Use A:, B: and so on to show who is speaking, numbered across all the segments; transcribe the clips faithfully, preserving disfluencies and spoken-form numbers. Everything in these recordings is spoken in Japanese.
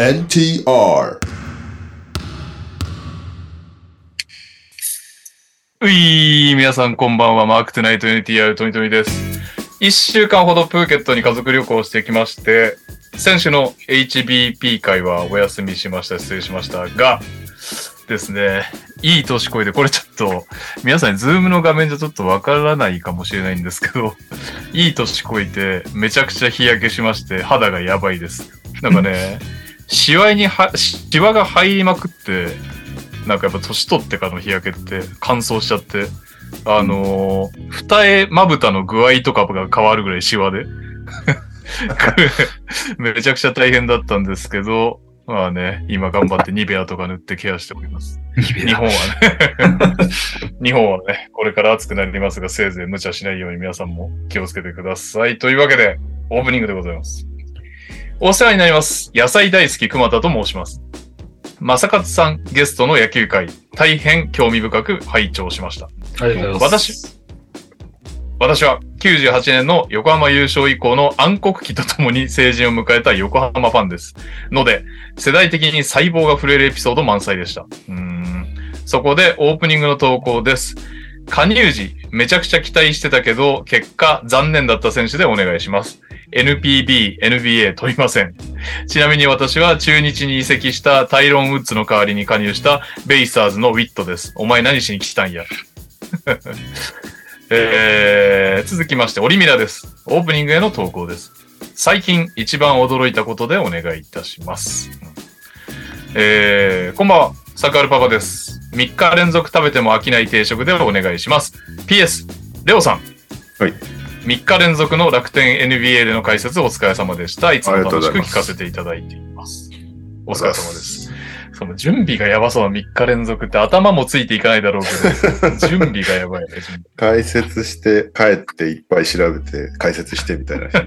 A: エヌティーアール。
B: ういー、皆さんこんばんは。マークトゥナイト エヌティーアール トニトニです。一週間ほどプーケットに家族旅行してきまして、先週の エイチビーピー 会はお休みしました。失礼しましたがですね、いい年越えで、これちょっと皆さんにズームの画面じゃちょっとわからないかもしれないんですけど、いい年越えてめちゃくちゃ日焼けしまして肌がやばいです。なんかね、シワにはシワが入りまくって、なんかやっぱ年取ってからの日焼けって乾燥しちゃって、あのー、二重まぶたの具合とかが変わるぐらいシワでめちゃくちゃ大変だったんですけど、まあね、今頑張ってニベアとか塗ってケアしております。日本はね日本はね、これから暑くなりますが、せいぜい無茶しないように皆さんも気をつけてください。というわけで、オープニングでございます。お世話になります。野菜大好き熊田と申します。正勝さんゲストの野球会、大変興味深く拝聴しました。
C: ありがとうございます。
B: 私、私はきゅうじゅうはちねんの横浜優勝以降の暗黒期とともに成人を迎えた横浜ファンです。ので、世代的に細胞が震えるエピソード満載でした。うーん。そこでオープニングの投稿です。加入時、めちゃくちゃ期待してたけど、結果残念だった選手でお願いします。エヌピービー、エヌビーエー 取りません。ちなみに私は中日に移籍したタイロン・ウッズの代わりに加入したベイスターズのウィットです。お前何しに来たんや。えー、続きまして、オリミラです。オープニングへの投稿です。最近一番驚いたことでお願いいたします。えー、こんばんは。サカールパパです。みっか連続食べても飽きない定食でお願いします。ピーエス、レオさん。
A: はい。
B: みっか連続の楽天 エヌビーエー での解説お疲れ様でした。いつも楽しく聞かせていただいています。お疲れ様です。その準備がやばそうなみっか連続って頭もついていかないだろうけど、準備がやばいね。
A: 解説して帰っていっぱい調べて解説してみたいな。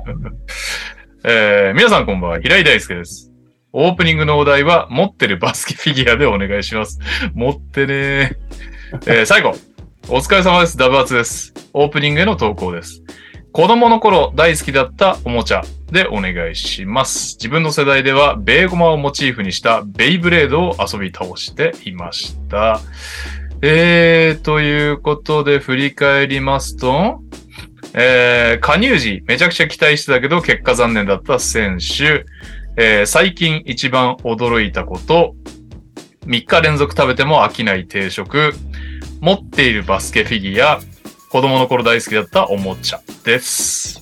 B: えー、皆さんこんばんは。平井大輔です。オープニングのお題は持ってるバスケフィギュアでお願いします。持ってねー。えー、最後。お疲れ様です。ダブアツです。オープニングへの投稿です。子供の頃大好きだったおもちゃでお願いします。自分の世代ではベーゴマをモチーフにしたベイブレードを遊び倒していました。えー、ということで振り返りますと、えー、加入時めちゃくちゃ期待してたけど結果残念だった選手、えー、最近一番驚いたこと、みっか連続食べても飽きない定食、持っているバスケフィギュア、子供の頃大好きだったおもちゃです。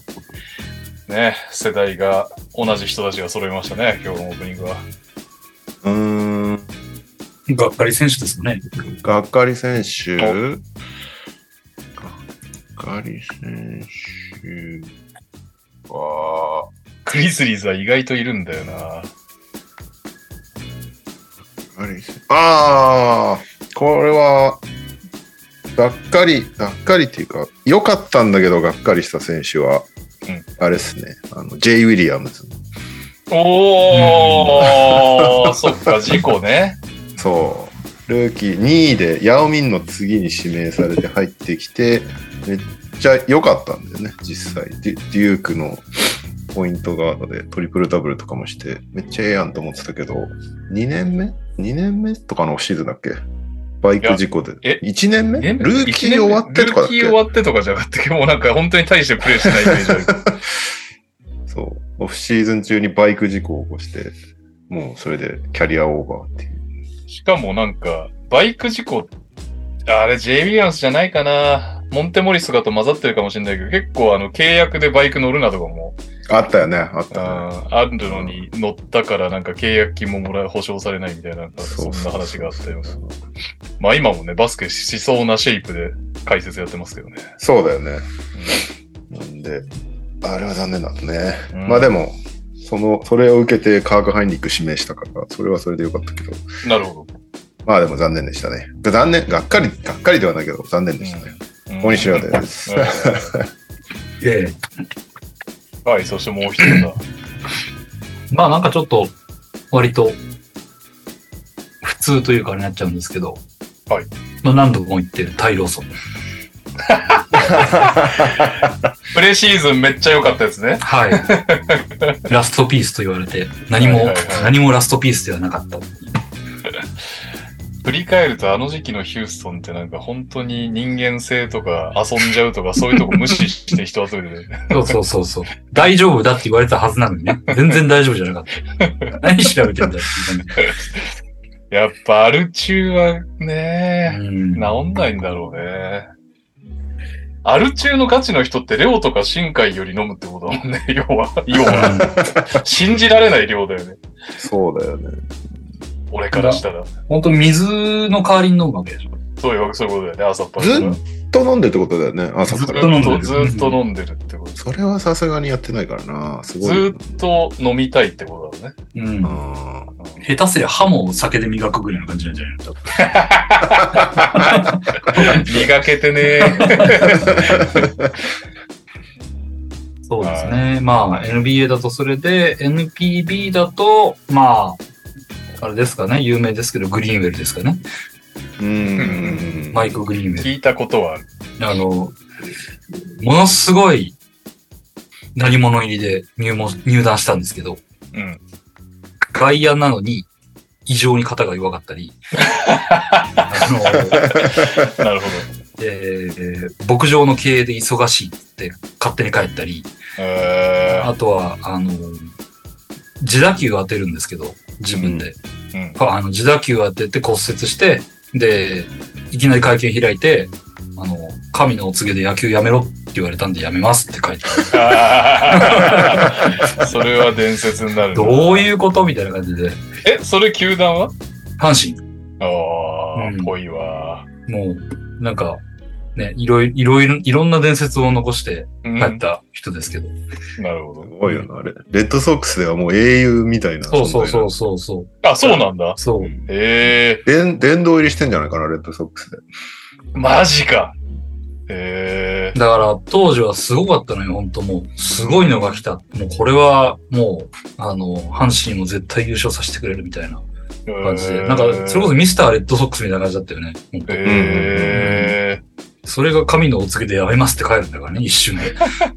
B: ね、世代が同じ人たちが揃いましたね、今日のオープニングは。
A: うーん。
C: がっかり選手ですね。
A: がっかり選手。がっかり選手は、
B: グリズリーズは意外といるんだよな。
A: ああ、これは、がっかり、がっかりっていうか、良かったんだけどがっかりした選手は、うん、あれですね、あの、ジェイ・ウィリアムズ。
B: おー、そっか、事故ね。
A: そう。ルーキーにいで、ヤオミンの次に指名されて入ってきて、めっちゃ良かったんだよね、実際。デュ、デュークのポイントガードでトリプルダブルとかもして、めっちゃええやんと思ってたけど、にねんめ ?に 年目とかのオフシーズンだっけ、バイク事故で。え ?いち 年目ルーキー終わってとかだっけ、
B: ルーキー終わってとかじゃなくて、もうなんか本当に大してプレイしないイメージある。
A: そう。オフシーズン中にバイク事故を起こして、もうそれでキャリアオーバーっていう。
B: しかもなんか、バイク事故、あれ ジェイ・ウィリアムスじゃないかな。モンテモリスがと混ざってるかもしれないけど、結構あの契約でバイク乗るなとかも。
A: あったよね、あったね。
B: あ, あるのに乗ったからなんか契約金ももらえ保証されないみたいな、なんかそんな話があったような。まあ今もね、バスケしそうなシェイプで解説やってますけどね。
A: そうだよね。うん、なんで、あれは残念だったね。うん、まあでも、その、それを受けてカーク・ハイニック指名したから、それはそれでよかったけど。
B: なるほど。
A: まあでも残念でしたね。残念、がっかり、がっかりではないけど、残念でしたね。うん、大西亮です。
C: ええ。
B: はい、そしてもう一人だ。
C: まあなんかちょっと、割と、普通というかあれになっちゃうんですけど、
B: はい。
C: まあ何度も言ってるタイローソン。
B: プレシーズンめっちゃ良かったやつね。
C: はい。ラストピースと言われて、何も、はいはいはい、何もラストピースではなかった。
B: 振り返るとあの時期のヒューストンってなんか本当に人間性とか遊んじゃうとかそういうとこ無視して人集めてる。
C: そうそうそうそう。大丈夫だって言われたはずなのにね。全然大丈夫じゃなかった。何調べてんだって。
B: やっぱアル中はね、うん、治んないんだろうね。アル中のガチの人ってレオとか深海より飲むってことだもんね。要は、要は。信じられない量だよね。
A: そうだよね。
B: 俺からしたら。
C: 本当水の代わりに飲むわけでしょ。
B: そういう、そういうことだよね、朝っぱら。
A: ずっと飲んでるってことだよね、朝から。
B: ずっと飲んでる。ずっと飲んでるってこと。
A: それはさすがにやってないからな。すごい。
B: ずっと飲みたいってことだよね。
C: うん。下手すりゃ歯も酒で磨くぐらいの感じなんじゃないの
B: 磨けてね
C: そうですね。まあ、エヌビーエー だとそれで、エヌピービー だと、まあ、あれですかね、有名ですけど、グリーンウェルですかね。
A: うん。
C: マイク・グリーンウェル。
B: 聞いたことはある。
C: あの、ものすごい、何者入りで入門入団したんですけど、
B: うん。
C: 外野なのに、異常に肩が弱かったり、あの、
B: なるほ
C: ど。えー、牧場の経営で忙しいって勝手に帰ったり、
B: えー、
C: あとは、あの、自打球を当てるんですけど、自分で。うんうん、あの自打球を当てて骨折して、で、いきなり会見開いて、あの、神のお告げで野球やめろって言われたんでやめますって書いてあ
B: る。それは伝説になる。
C: どういうことみたいな感じで。
B: え、それ球団は
C: 阪神。
B: ああ、うん、ぽいわ。
C: もう、なんか、ね、いろいろ、いろいろんな伝説を残して帰った人ですけど。
B: うん、なるほど。
A: すごいよな、あれ。レッドソックスではもう英雄みたいな。
C: そうそうそうそうそう。
B: あ、そうなんだ。
C: そう。
B: へえ。
A: 殿、殿堂入りしてんじゃないかな、レッドソックスで。
B: マジか。へえ。
C: だから、当時はすごかったのよ、本当もう。すごいのが来た。もうこれは、もう、あの、阪神も絶対優勝させてくれるみたいな感じで。なんか、それこそミスターレッドソックスみたいな感じだったよね。本当。へ
B: え。
C: それが神のお告げでやめますって帰るんだからね、一瞬で。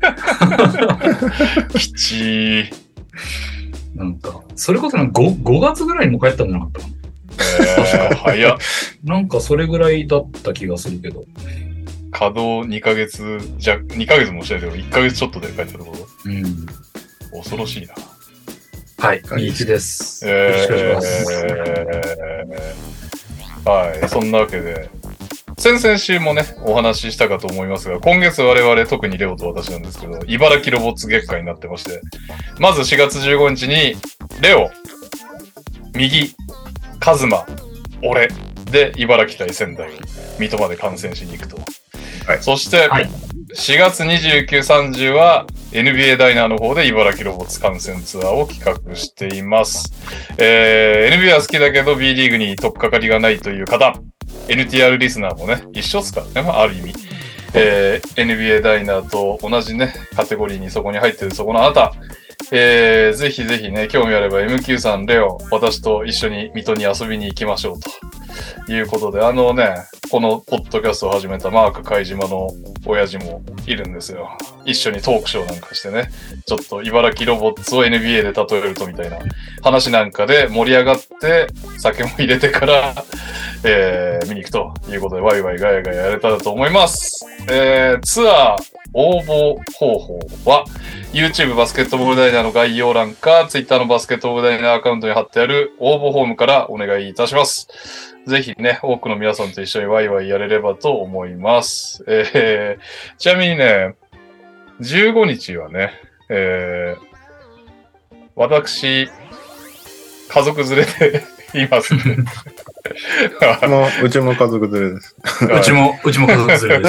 B: きちー。
C: なんか、それこそなんか 5, 5月ぐらいにも帰ったんじゃなかったかな。
B: えー、早っ。
C: なんかそれぐらいだった気がするけど。
B: 稼働にかげつじゃ、にかげつもしてないけど、いっかげつちょっとで帰ったところ。
C: うん。
B: 恐ろしいな。
C: はい、みいちです。
B: えー、
C: よろしくお願いします。
B: えー、はい、そんなわけで、先々週もね、お話ししたかと思いますが、今月我々、特にレオと私なんですけど、茨城ロボッツ月間になってまして、まずしがつじゅうごにちに、レオ、右、カズマ、俺で茨城対仙台を水戸まで観戦しに行くと。はい、そして、はい、しがつにじゅうく、さんじゅうは エヌビーエー ダイナーの方で茨城ロボッツ観戦ツアーを企画しています。えー、エヌビーエー は好きだけど B リーグに取っかかりがないという方、エヌティーアール リスナーもね、一緒っすからね、まあ、ある意味。えー、エヌビーエー ダイナーと同じね、カテゴリーにそこに入ってるそこのあなた、えー、ぜひぜひね、興味あれば エムキュー さん、レオ、私と一緒に水戸に遊びに行きましょうということで、あのね、このポッドキャストを始めたマーク貝島の親父もいるんですよ。一緒にトークショーなんかしてね、ちょっと茨城ロボッツを エヌビーエー で例えるとみたいな話なんかで盛り上がって、酒も入れてから、えー、見に行くということで、ワイワイガヤガヤやれたらと思います。えー、ツアー応募方法は、YouTube バスケットボールダイナーの概要欄か、Twitter のバスケットボールダイナーアカウントに貼ってある応募フォームからお願いいたします。ぜひね、多くの皆さんと一緒にワイワイやれればと思います。えー、ちなみにね、じゅうごにちはね、えー、私、家族連れでいますね。
A: もううちも家族連れです。
C: うちも、うちも家族連れです。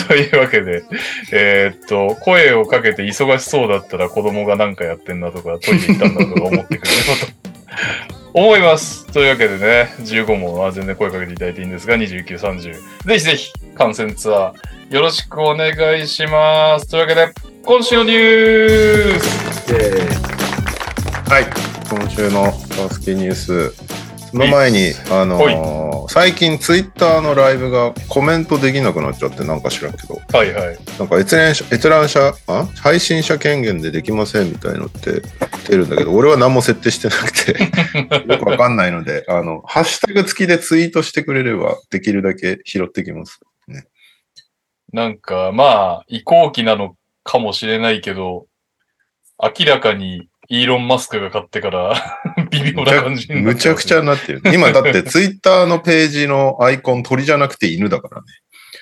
B: というわけで、えー、っと、声をかけて忙しそうだったら子供がなんかやってんなとか、トイレ行ったんだとか思ってくれればと思います。というわけでね、じゅうごもは全然声かけていただいていいんですが、にじゅうく、さんじゅう。ぜひぜひ、観戦ツアー、よろしくお願いします。というわけで、今週のニュース、
C: え
A: ー、はい、今週のバスケニュース。その前に、あのー、 最近ツイッターのライブがコメントできなくなっちゃってなんか知らんけど、
B: はいはい。
A: なんか閲覧者、閲覧者、あ配信者権限でできませんみたいのって出るんだけど、俺は何も設定してなくて、よくわかんないので、あの、ハッシュタグ付きでツイートしてくれれば、できるだけ拾ってきます。ね、
B: なんか、まあ、移行期なのかもしれないけど、明らかにイーロン・マスクが買ってから微妙な感じになって、
A: むちゃくちゃになってる。今だってツイッターのページのアイコン鳥じゃなくて犬だから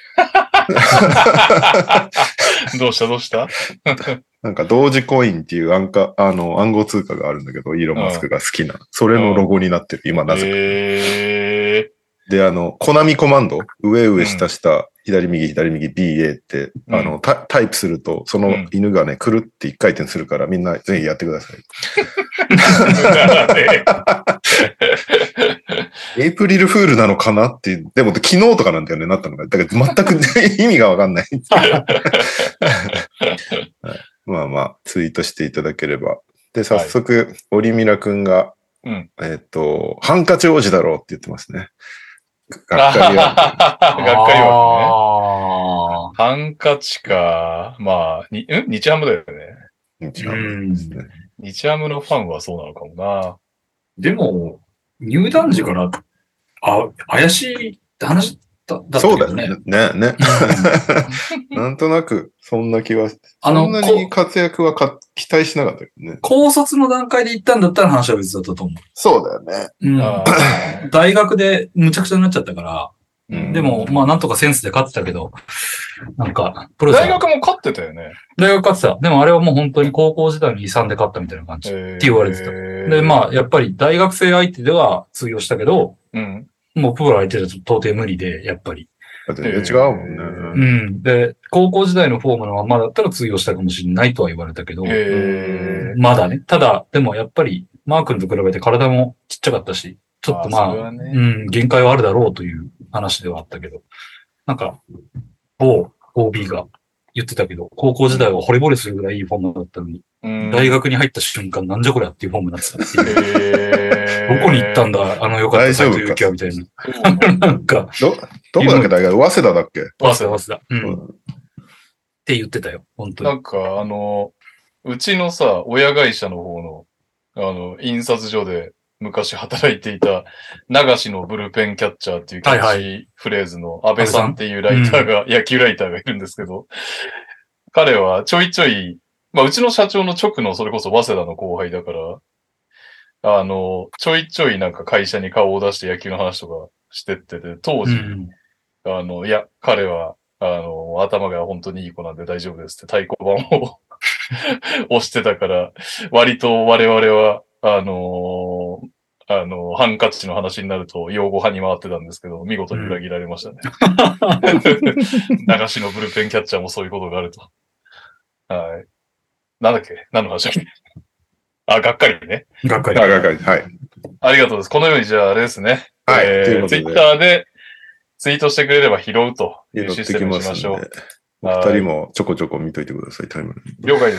B: ね。どうしたどうした
A: なんか同時コインっていう暗かあの暗号通貨があるんだけど、イーロン・マスクが好きな。それのロゴになってる、今なぜか。
B: へー。
A: で、あの、コナミコマンド、上上下下、左右左右 ビーエー って、うん、あのタ、タイプすると、その犬がね、くるって一回転するから、みんなぜひやってください。エイプリルフールなのかなって、でも昨日とかなんだよね、なったのが。だから全く意味がわかんない。はい、まあまあ、ツイートしていただければ。で、早速、はい、オリミラくんが、うん、えっと、ハンカチ王子だろうって言ってますね。がっかりは。がっかり
B: はね。ハンカチか。まあ、に、ん日ハムだよね。
A: 日ハムですね。
B: 日ハムのファンはそうなのかもな。
C: でも、入団時から、あ、怪しいって話だったけどね。
A: そうだよね。ね、ね。なんとなく、そんな気は、あの、そんなに活躍はか期待しなかったけどね。
C: 高卒の段階で行ったんだったら話は別だったと思う。
A: そうだよね。
C: うん、大学でむちゃくちゃになっちゃったから、うん、でも、まあなんとかセンスで勝ってたけど、なんか、
B: プロ大学も勝ってたよね。
C: 大学勝ってた。でもあれはもう本当に高校時代に遺産で勝ったみたいな感じって言われてた。で、まあやっぱり大学生相手では通用したけど、うん、もうプロ相手だと到底無理で、やっぱり。
A: 全然違うもんね。
C: うん。で、高校時代のフォームのままだったら通用したかもしれないとは言われたけど、まだね。ただ、でもやっぱり、マー君と比べて体もちっちゃかったし、ちょっとまあ、ね、うん、限界はあるだろうという話ではあったけど、なんか、某 オービー が言ってたけど、高校時代は惚れ惚れするぐらいいいフォームだったのに、大学に入った瞬間なんじゃこりゃっていうフォームになってたっていう。どこに行ったんだ、あの良かった斎藤佑樹はみたいな。なんか。
A: ど、どこだっけ大学早稲田だっけ
C: 早稲田、早稲田。うん。って言ってたよ、本当に。
B: なんか、あの、うちのさ、親会社の方の、あの、印刷所で昔働いていた、流しのブルペンキャッチャーっていうキャッチフレーズの安倍さんっていうライターが、野球ライターがいるんですけど、彼はちょいちょい、まあ、うちの社長の直のそれこそ早稲田の後輩だから、あの、ちょいちょいなんか会社に顔を出して野球の話とかしてってて、当時、うん、あの、いや、彼は、あの、頭が本当にいい子なんで大丈夫ですって太鼓判を押してたから、割と我々は、あのー、あの、ハンカチの話になると用語派に回ってたんですけど、見事に裏切られましたね。流しのブルペンキャッチャーもそういうことがあると。はい。なんだっけ何の話だっけあ、がっかりね。
C: がっかり。
A: あ、がっかり。はい。
B: ありがとうです。このようにじゃああれですね。
A: はい。
B: えー、ツイッターでツイートしてくれれば拾うというシステムにしましょう。
A: お二人もちょこちょこ見といてください、タイム
B: ライン。了解です。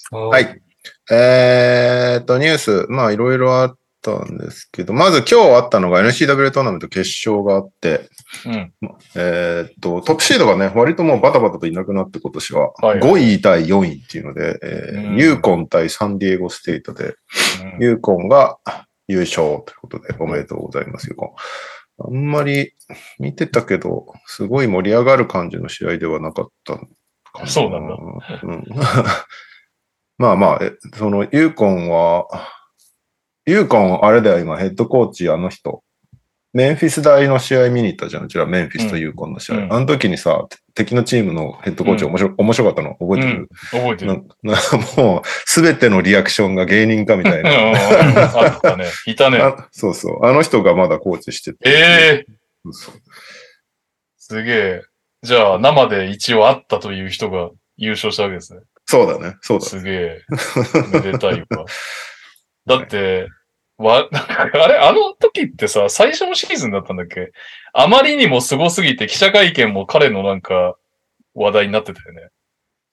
A: はい。えーっと、ニュース、まあいろいろあったんですけど、まず今日あったのが エヌシーダブリュー トーナメント決勝があって、うん、えーっと、トップシードがね、割ともうバタバタといなくなって今年は、ごい対よんいっていうので、えーうん、ユーコン対サンディエゴステイトで、うん、ユーコンが優勝ということでおめでとうございます、ユーコン。あんまり見てたけど、すごい盛り上がる感じの試合ではなかったかな。
B: そうなんだ。
A: うん、まあまあ、えそのユーコンは、ユーコンあれだよ、今ヘッドコーチあの人。メンフィス大の試合見に行ったじゃん。うちらメンフィスとユーコンの試合。うん、あの時にさ、敵のチームのヘッドコーチ面白、うん、面白かったの覚えてる、うん、
B: 覚えてる。
A: ななもう、すべてのリアクションが芸人かみたいな。
B: あったね。いたね。
A: そうそう。あの人がまだコーチしてて。
B: ええー、そうすげえ。じゃあ、生で一応会ったという人が優勝したわけですね。
A: そうだね。そうだ、ね。
B: すげえ。めでたいわ。だって、わ、なんか、あれ、あの時ってさ、最初のシーズンだったんだっけ？あまりにも凄すぎて記者会見も彼のなんか話題になってたよね。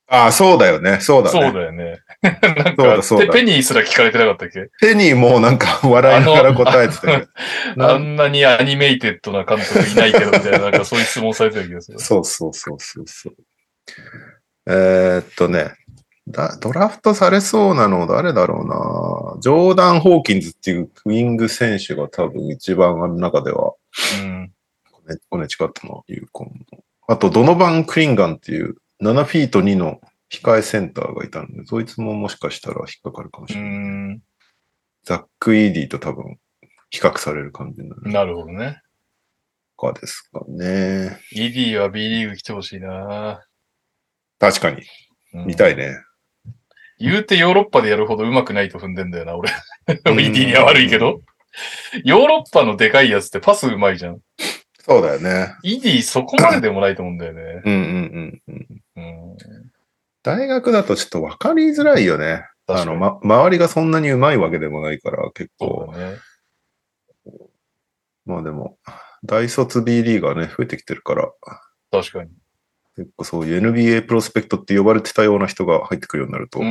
A: ああ、そうだよね。そうだね。
B: そうだよね。なんか、
A: そうだそうだ
B: ペニーすら聞かれてなかったっけ？
A: ペニーもなんか笑いながら答えてたけど。
B: あんなにアニメイテッドな監督いないけど、みたいな、なんかそういう質問されてる気がする。
A: そうそうそうそうそう。えー、っとねだ、ドラフトされそうなの誰だろうな。ジョーダン・ホーキンズっていうウィング選手が多分一番あの中では、
B: うん。
A: コネチカットの有効の。あと、ドノバン・クリンガンっていうななフィートにの控えセンターがいたので、そいつももしかしたら引っかかるかもしれない。
B: うん
A: ザック・イーディと多分比較される感じになる。
B: なるほどね。
A: かですかね。
B: イーディー は B リーグ来てほしいな。
A: 確かに。見たいね。
B: 言うてヨーロッパでやるほど上手くないと踏んでんだよな、俺。イーディー には悪いけど。ヨーロッパのでかいやつってパス上手いじゃん。
A: そうだよね。
B: イーディー そこまででもないと思うんだよね。
A: うんうんうんうん。
B: うん、
A: 大学だとちょっと分かりづらいよね。あの、ま、周りがそんなに上手いわけでもないから結構。
B: そうだね。
A: まあでも、大卒 B リーガーね、増えてきてるから。
B: 確かに。
A: 結構そういう エヌビーエー プロスペクトって呼ばれてたような人が入ってくるようになると、
B: うん、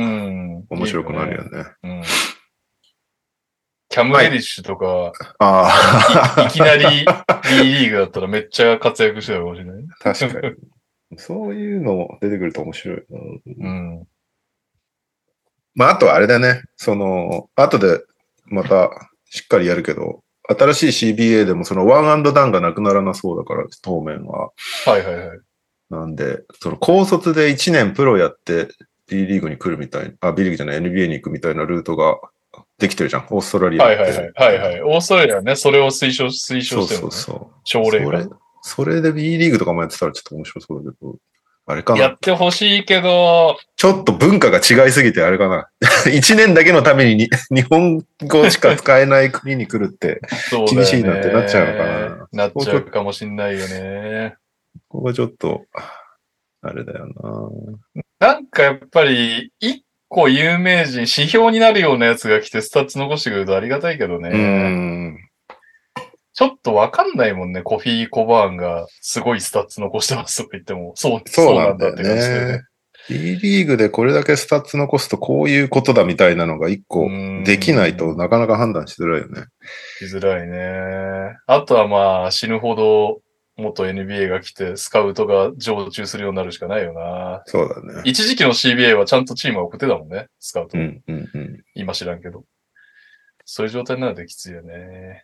A: 面白くなるよね。
B: うん、キャム・レディッシュとか、はい、
A: あ
B: い, いきなり B リーグだったらめっちゃ活躍してたかもしれない。
A: 確かに。そういうのも出てくると面白いな。
B: うん。
A: まあ、あとはあれだね。その、後でまたしっかりやるけど、新しい シービーエー でもそのワンアンドダウンがなくならなそうだから、当面は。
B: はいはいはい。
A: なんで、その高卒でいちねんプロやって B リーグに来るみたいな、あ、B リーグじゃない エヌビーエー に行くみたいなルートができてるじゃん。オーストラリア
B: はいはいはい。はいはい。オーストラリアはね、それを推奨、推奨してる、ね。
A: そうそうそう。
B: 奨励が。
A: それで B リーグとかもやってたらちょっと面白そうだけど、あれかな。
B: やってほしいけど、
A: ちょっと文化が違いすぎてあれかな。いちねんだけのために日本語しか使えない国に来るって厳しいなってなっちゃうのかな。
B: なっちゃうかもしんないよね。
A: ここがちょっと、あれだよ
B: な。なんかやっぱり、一個有名人、指標になるようなやつが来てスタッツ残してくれるとありがたいけどね。
A: うん
B: ちょっとわかんないもんね。コフィー・コバーンがすごいスタッツ残してますとか言っても、そう、
A: そうなんだって感じでね。B リーグでこれだけスタッツ残すとこういうことだみたいなのが一個できないとなかなか判断しづらいよね。
B: しづらいね。あとはまあ死ぬほど元 エヌビーエー が来てスカウトが常駐するようになるしかないよな。
A: そうだね。
B: 一時期の シービーエー はちゃんとチームが送ってたもんね。スカウト。
A: うんうんうん、
B: 今知らんけど。そういう状態になるときついよね。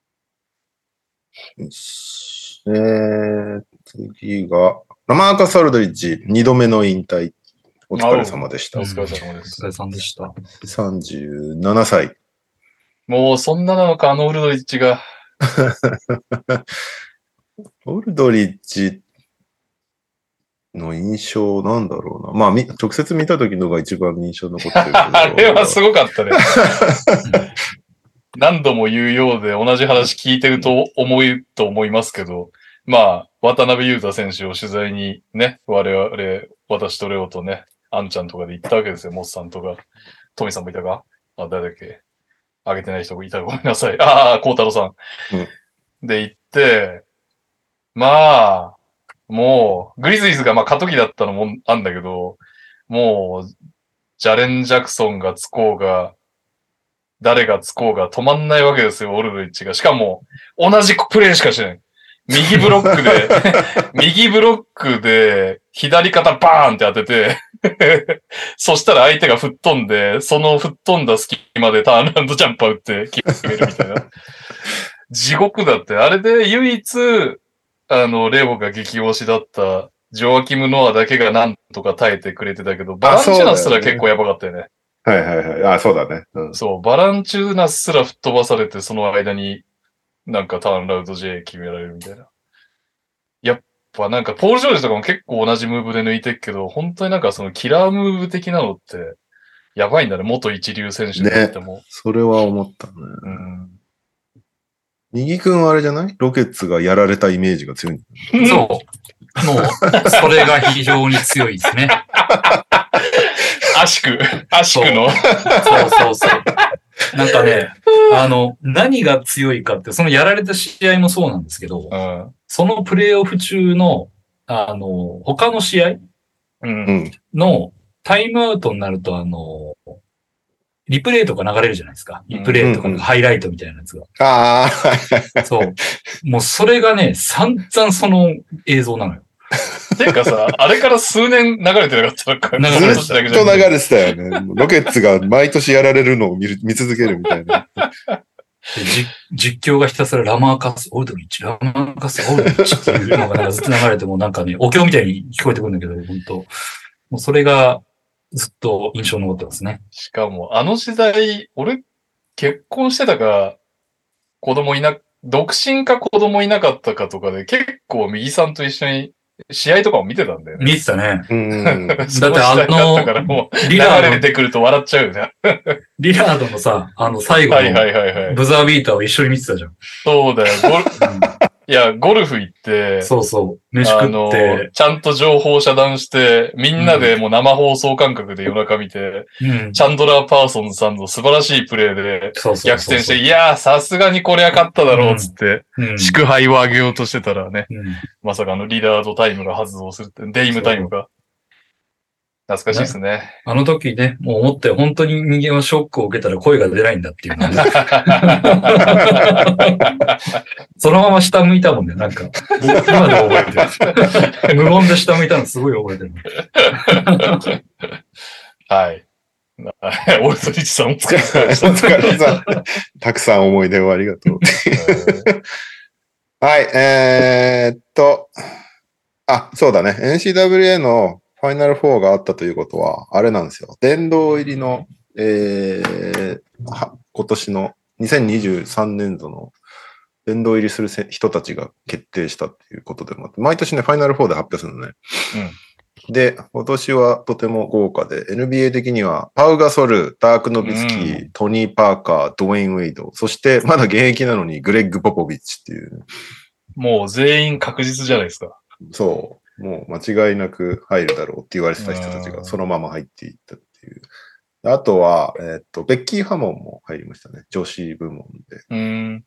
A: よし。えー、次が、マーカス・アルドリッジ、二度目の引退。お疲れ様でした。
B: お疲れ様です。
C: お疲れ様でした。
A: さんじゅうななさい。
B: もうそんななのか、あのオルドリッジが。
A: オルドリッジの印象なんだろうな。まあ、直接見た時のが一番印象残ってるけど。
B: あれはすごかったね。何度も言うようで同じ話聞いてると思うと思いますけど、まあ、渡辺裕太選手を取材にね、我々、私とレオとね、アンちゃんとかで行ったわけですよ。モッさんとか。トミさんもいたか？あ、誰だっけ？あげてない人もいたらごめんなさい。ああ、コウタロさん。うん、で、行って、まあ、もう、グリズリーズがまあ過渡期だったのもあんだけど、もう、ジャレン・ジャクソンがつこうが、誰がつこうが止まんないわけですよ、オルドリッチが。しかも、同じプレーしかしない。右ブロックで、右ブロックで、左肩バーンって当てて、そしたら相手が吹っ飛んで、その吹っ飛んだ隙間でターンラウンドジャンパー打って決めるみたいな。地獄だって。あれで唯一、あの、レオが激推しだった、ジョアキム・ノアだけがなんとか耐えてくれてたけど、バランチュナスすら結構やばかったよね。
A: はいはいはい。あ、そうだね、うん。
B: そう、バランチュナスすら吹っ飛ばされて、その間になんかターンラウンド J 決められるみたいな。やっぱなんかポール・ジョージとかも結構同じムーブで抜いてるけど、本当になんかそのキラームーブ的なのって、やばいんだね、元一流選手でっても、
A: ね。それは思ったね。うん。右くんはあれじゃない？ロケッツがやられたイメージが強い。
C: そう。もう、それが非常に強いですね。
B: アシク、アシクの。
C: そうそうそう。なんかね、あの、何が強いかって、そのやられた試合もそうなんですけど、
B: うん、
C: そのプレイオフ中の、あの、他の試合、
B: うん
C: のタイムアウトになると、あの、リプレイとか流れるじゃないですか。リプレイとかのハイライトみたいなやつが。
A: ああ、
C: そう。もうそれがね、散々その映像なのよ。
B: ていうかさ、あれから数年流れてなかったのか。
C: 流れてた
A: ずっと流れてたよね。ロケッツが毎年やられるのを見る見続けるみたいな。
C: でじ実況がひたすらラマーカス、オルドリッチ、ラマーカス、オルドリッチっていうのがなんかずっと流れてもなんかね、お経みたいに聞こえてくるんだけど、本当もうそれがずっと印象に残ってますね。
B: しかも、あの時代、俺、結婚してたか、子供いな、独身か子供いなかったかとかで、結構右さんと一緒に試合とかを見てたんだよね。
C: 見てたね。
A: うん。
C: だってあの、
B: だからもう、
C: リラ
B: 流れ
C: ー
B: てくると笑っちゃうよね。
C: ド、リラードのさ、あの最後
B: はいはい
C: の
B: はいはい。
C: ブザービーターを一緒に見てたじゃん。
B: そうだよ。ゴルいや、ゴルフ行って、
C: そうそう。飯食
B: あの
C: って、、
B: ちゃんと情報遮断して、みんなでもう生放送感覚で夜中見て、
C: うん。
B: チャンドラー・パーソンズさんの素晴らしいプレーで
C: そうそうそうそう
B: 逆転して、いやー、さすがにこれは勝っただろうっつって、
C: うん。
B: 祝杯をあげようとしてたらね、
C: うん
B: まさかあのリラードタイムが発動するって、デイムタイムが。懐かしいですね。
C: あの時ね、もう思って本当に人間はショックを受けたら声が出ないんだっていうのをねそのまま下向いたもんね、なんか。僕今でも覚えてる。無言で下向いたのすごい覚えてる。
B: はい。オルトリッチさんお疲れ様
A: お
B: でした。
A: 疲れ様。たくさん思い出をありがとう。はい、えー、っと、あ、そうだね。エヌシーダブリューエー のファイナルフォーがあったということは、あれなんですよ。殿堂入りの、えー、は今年のにせんにじゅうさんねん度の殿堂入りするせ人たちが決定したっていうことでもあって、毎年ね、ファイナルフォーで発表するのね。で、今年はとても豪華で、エヌビーエー 的には、パウ・ガソル、ダーク・ノビツキー、
B: うん
A: トニー・パーカー、ドウェイン・ウェイド、そしてまだ現役なのにグレッグ・ポポビッチっていう、
B: もう全員確実じゃないですか。
A: そう、もう間違いなく入るだろうって言われてた人たち
B: うん
A: がそのまま入っていったっていう。あとは、えーっと、ベッキー・ハモンも入りましたね。女子部門で。
B: うーん。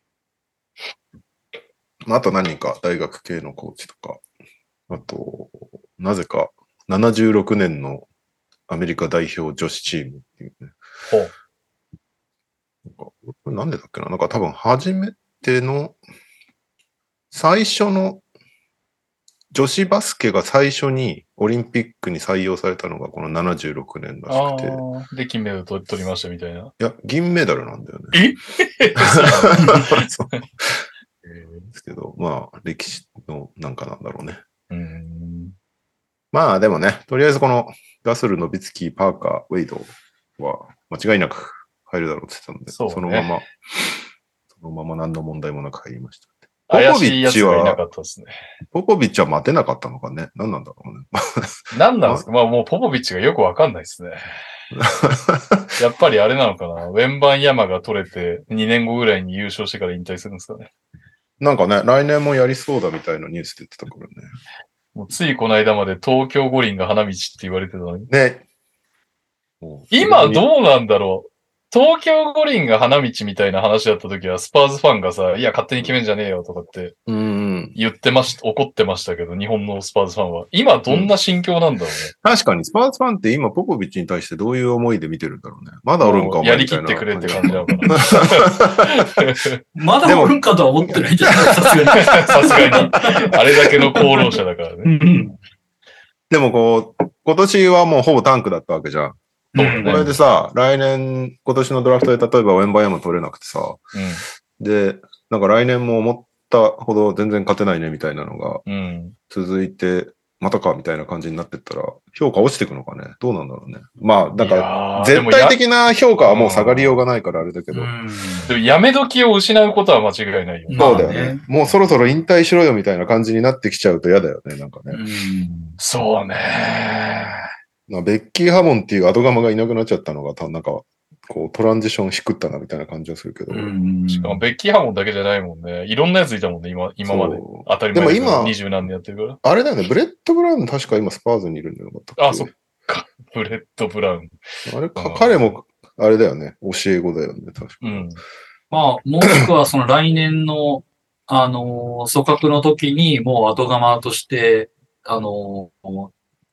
A: まああと何人か大学系のコーチとか、あと、なぜかななじゅうろくねんのアメリカ代表女子チームっていうね。
B: ほう。
A: なんかこれなんでだっけななんか多分初めての、最初の、女子バスケが最初にオリンピックに採用されたのがこのななじゅうろくねんらし
B: あ
A: くて。い
B: あ、で、金メダル取取りましたみたいな。
A: や、銀メダルなんだよね。
B: え
A: そうですけど、まあ、歴史のなんかなんだろうね。
B: うーん。
A: まあでもね、とりあえずこのガスル、ノビツキー、パーカー、ウェイドは間違いなく入るだろうって言ってたんで、
B: そうね
A: そのまま、そのまま何の問題もなく入りました。
B: 怪しいやつがいなかったですね。
A: ポポビッチは待てなかったのかね何なんだろうね。
B: 何なんですかまあもうポポビッチがよくわかんないですね。やっぱりあれなのかなウェンバンヤマが取れてにねんごぐらいに優勝してから引退するんですかね。
A: なんかね、来年もやりそうだみたいなニュースで言ってたからね。
B: もうついこの間まで東京五輪が花道って言われてたのに。
A: ね。
B: 今どうなんだろう東京五輪が花道みたいな話だった時はスパーズファンがさ、いや勝手に決めんじゃねえよとかって
A: うん
B: 言ってまし、怒ってましたけど、日本のスパーズファンは。今どんな心境なんだろうね。
A: 確かにスパーズファンって今ポポビッチに対してどういう思いで見てるんだろうね。まだおるんかお前
B: やり
A: みたいな
B: きってくれって感じなのかな。
C: まだおるんかとは思ってないじゃないさすがに。
B: さすがに。あれだけの功労者だからね。
A: でもこう、今年はもうほぼタンクだったわけじゃん。
B: そうだね
A: これでさ、来年、今年のドラフトで例えばウェンバヤマ取れなくてさ、で、なんか来年も思ったほど全然勝てないねみたいなのが
B: うん。うん。
A: 続いて、またかみたいな感じになってったら、評価落ちていくのかねどうなんだろうね。まあ、なんか、絶対的な評価はもう下がりようがないからあれだけど。
B: でもやめ時を失うことは間違いないよ。
A: そうだよね。もうそろそろ引退しろよみたいな感じになってきちゃうと嫌だよね、なんかね。
B: そうね。
A: まあベッキー・ハモンっていう後釜がいなくなっちゃったのが、たなんか、こう、トランジションしくったなみたいな感じがするけど。
B: しかも、ベッキー・ハモンだけじゃないもんね。いろんなやついたもんね、今、今まで。当たり前
A: でも今、
B: 二十何年やってるから。
A: あれだよね、ブレッド・ブラウン確か今スパーズにいるんじゃなかったっけ
B: あ、そっか。ブレッド・ブラウン。
A: あれか、彼も、あれだよね、教え子だよね、確か。
B: うん。
C: まあ、もしくはその来年の、あのー、組閣の時にもう後釜として、あのー、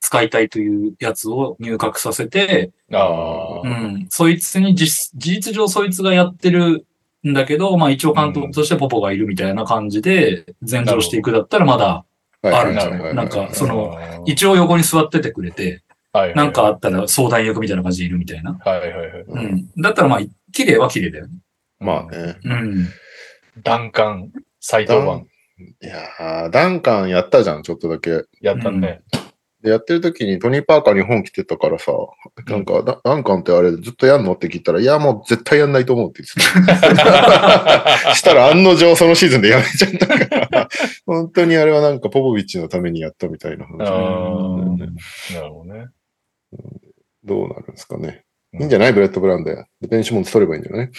C: 使いたいというやつを入閣させて、
B: あ
C: うん、そいつに実、事実上そいつがやってるんだけど、まあ一応監督としてポポがいるみたいな感じで、前上していくだったらまだあるんじゃないなんか、その、一応横に座っててくれて、なんかあったら相談役みたいな感じでいるみたいな。
B: はいはいはい。
C: うん。だったらまあ、綺麗は綺麗だよね。
A: まあね。
C: うん。
B: ダンカン、斎藤版。
A: いやー、ダンカンやったじゃん、ちょっとだけ。
B: やったね。
A: で、やってる時にトニー・パーカー日本来てたからさ、なんか、ダ、ダンカンってあれずっとやんのって聞いたら、いや、もう絶対やんないと思うって言ってた。したら案の定そのシーズンでやめちゃったから、本当にあれはなんかポポビッチのためにやったみたいな話、ね。
B: ああ、なるほどね。
A: どうなるんですかね。いいんじゃないブレッド・ブラウンで。ベンシモンズ取ればいいんだよね。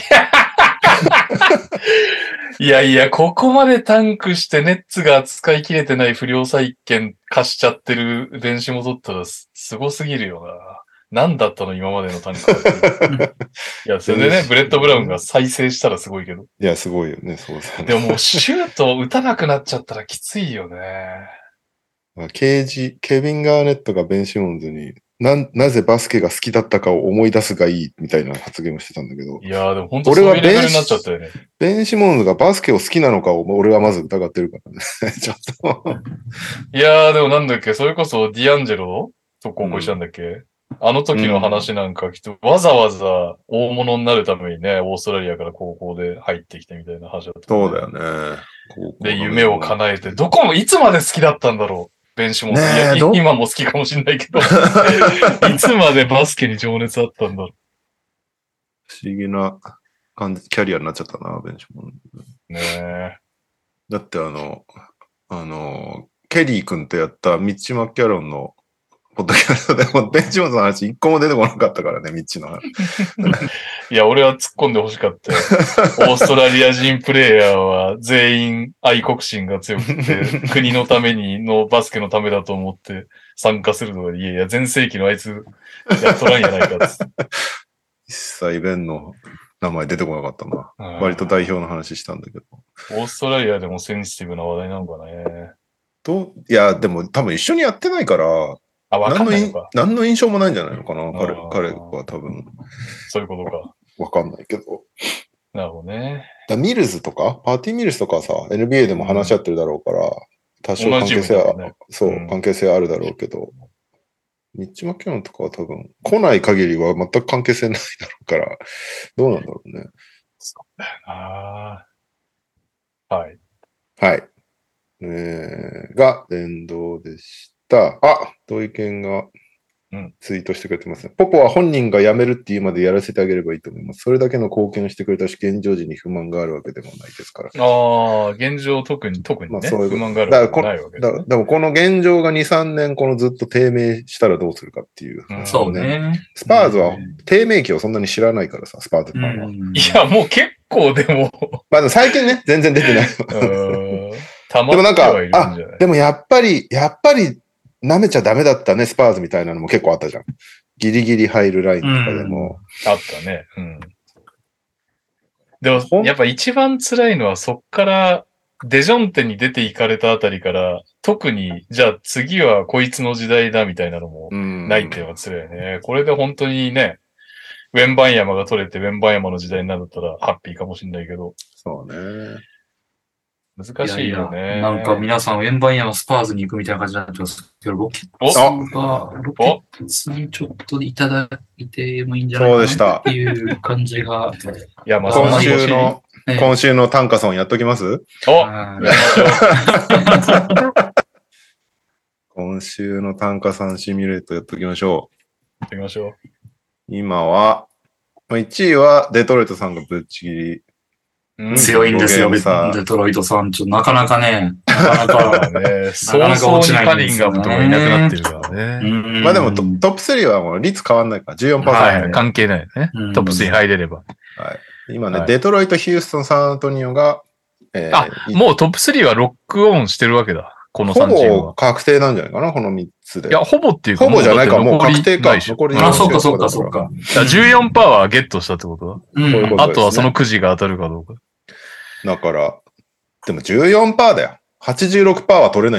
B: いやいや、ここまでタンクしてネッツが扱いきれてない不良債権貸しちゃってるベンシモン取ったらす、すごすぎるよな。何だったの今までのタンクは。いや、それでね、ブレッド・ブラウンが再生したらすごいけど。
A: いや、すごいよね、そうですね。
B: でももうシュート打たなくなっちゃったらきついよね。
A: ケージ、ケビン・ガーネットがベンシモンズに、な、なぜバスケが好きだったかを思い出すがいいみたいな発言をしてたんだけど。
B: いやーでも本当そういうレベルになっちゃったよね。
A: ベンシモンズがバスケを好きなのかを俺はまず疑ってるからね。ちょっと。
B: いやーでもなんだっけ、それこそディアンジェロと高校したんだっけ、うん、あの時の話なんかきっとわざわざ大物になるためにね、オーストラリアから高校で入ってきてみたいな話だった、ね。
A: そうだよね。
B: で、夢を叶えて、どこもいつまで好きだったんだろう。ベンシモンズ。いや、今も好きかもしんないけど。いつまでバスケに情熱あったんだろう。
A: 不思議な感じ、キャリアになっちゃったな、ベンシモンズ。
B: ねえ。
A: だってあの、あの、ケリー君とやったミッチ・マッキャロンのポッドキャストでも、ベンシモンズの話一個も出てこなかったからね、ミッチの話。
B: いや、俺は突っ込んで欲しかったよ。オーストラリア人プレイヤーは全員愛国心が強くて、国のためにのバスケのためだと思って参加するので、いやいや、全盛期のあいつやっとらんやないかっつって。
A: 一切ベンの名前出てこなかったな。割と代表の話したんだけど。
B: オーストラリアでもセンシティブな話題なのかね。
A: と、いや、でも多分一緒にやってないから、
B: あ、わかんないのか。
A: 何の印象もないんじゃないのかな、彼、彼は多分。
B: そういうことか。
A: わかんないけど。
B: なるほどね。
A: だミルズとか、パーティーミルズとかはさ、エヌビーエー でも話し合ってるだろうから、うん、多少関係性は、ね、そう、うん、関係性はあるだろうけど、ミッチ・マッキャノンとかは多分、来ない限りは全く関係性ないだろうから、どうなんだろうね。
B: そうだよな。はい。
A: はい。えー、が、電動でした。あ、土井健がツイートしてくれてますね、うん。ポポは本人が辞めるっていうまでやらせてあげればいいと思います。それだけの貢献をしてくれたし、現状時に不満があるわけでもないですから。
B: ああ、現状特に、特にね、まあ、そういう不満があるわけでもないわけです、ね。
A: でもこの現状がに、さんねんこのずっと低迷したらどうするかっていう、
C: ねうん。そうね。
A: スパーズは低迷期をそんなに知らないからさ、スパーズファンは。うん、
B: いや、もう結構でも。
A: まあでも最近ね、全然出てない。
B: たまってはいるんじゃない？
A: でもなんか、あ、でもやっぱり、やっぱり、舐めちゃダメだったね、スパーズみたいなのも結構あったじゃん。ギリギリ入るラインとかでも。
B: うん、あったね。うん。でも、やっぱ一番辛いのはそっから、デジョンテに出て行かれたあたりから、特に、じゃあ次はこいつの時代だみたいなのもないっていうのが辛いね。これで本当にね、ウェンバンヤマが取れてウェンバンヤマの時代になったらハッピーかもしれないけど。
A: そうね。
B: 難しいよね。
C: いやいやなんか皆さん、ウェンバンヤマスパーズに行くみたいな感じになってますけど、ロケッツが、ロケッツにちょっといただいてもいいんじゃないかなっていう感じが。
B: いや、まあ、
A: 今週の、ね、今週のタンカソンやっときます？
B: おやりましょう。
A: 今週のタンカさんシミュレートやっときましょ
B: う。やってきましょう。
A: 今は、いちいはデトロイトさんがぶっちぎり。
C: 強いんですよ、デトロイトさん。ちょっとなかなかね、なかなか
B: ね、早々にカリンガムとかいなくなってるからね。
A: まあでもトップスリーはもう率変わんないから、じゅうよんパーセント。
B: はい、関係ないね。トップスリー入れれば。
A: はい。今ね、デトロイト、ヒューストン、サンアントニオが、
B: えー、あ、もうトップスリーはロックオンしてるわけだ。このさんチームは。
A: ほぼ確定なんじゃないかな、このみっつで。
B: いや、ほぼっていうか、
A: ほぼじゃないか、もう確定か。残り
C: あ、そうか、そうか、そうか。
B: じゅうよんパーセントはゲットしたってことだ。
C: うん。
A: うう
B: あとはそのくじが当たるかどうか。
A: だから、でも じゅうよんパーセント だよ。はちじゅうろくパーセント は取れないんだよ。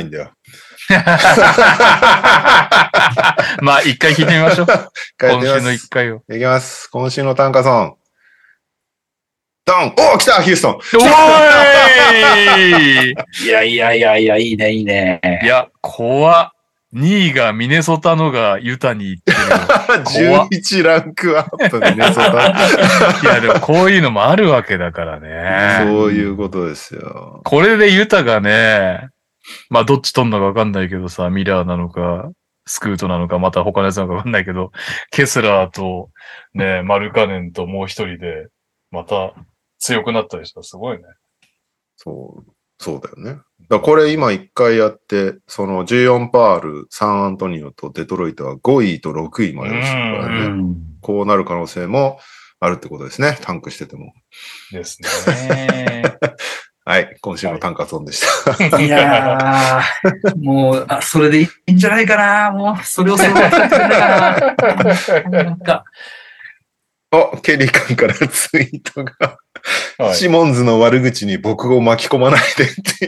B: まあ、一回聞いてみましょう。今週の一回を。
A: いきます。今週の短歌ソン。ドンおー来たヒューストン
B: おーい
C: いやいやいやいや、いいね、いいね。
B: いや、怖っ。にいがミネソタのがユタに行ってるよ。
A: じゅういちランクアップミネソタ。
B: いや、でもこういうのもあるわけだからね。
A: そういうことですよ。
B: これでユタがね、まあどっち取んのかわかんないけどさ、ミラーなのか、スクートなのか、また他のやつなのかわかんないけど、ケスラーとね、マルカネンともう一人で、また強くなったりしたらすごいね。
A: そう、そうだよね。だこれ今一回やって、そのじゅうよんパール、サンアントニオとデトロイトはごいとろくいまででしたからね。こうなる可能性もあるってことですね。タンクしてても。
B: ですね。
A: はい。今週の短歌ソンでした。
C: いやー、もう、あ、それでいいんじゃないかな。もう、それをそのままやってくれないかな。なんか。
A: お、ケリー君からツイートが、
B: はい、
A: シモンズの悪口に僕を巻き込まないでっていう。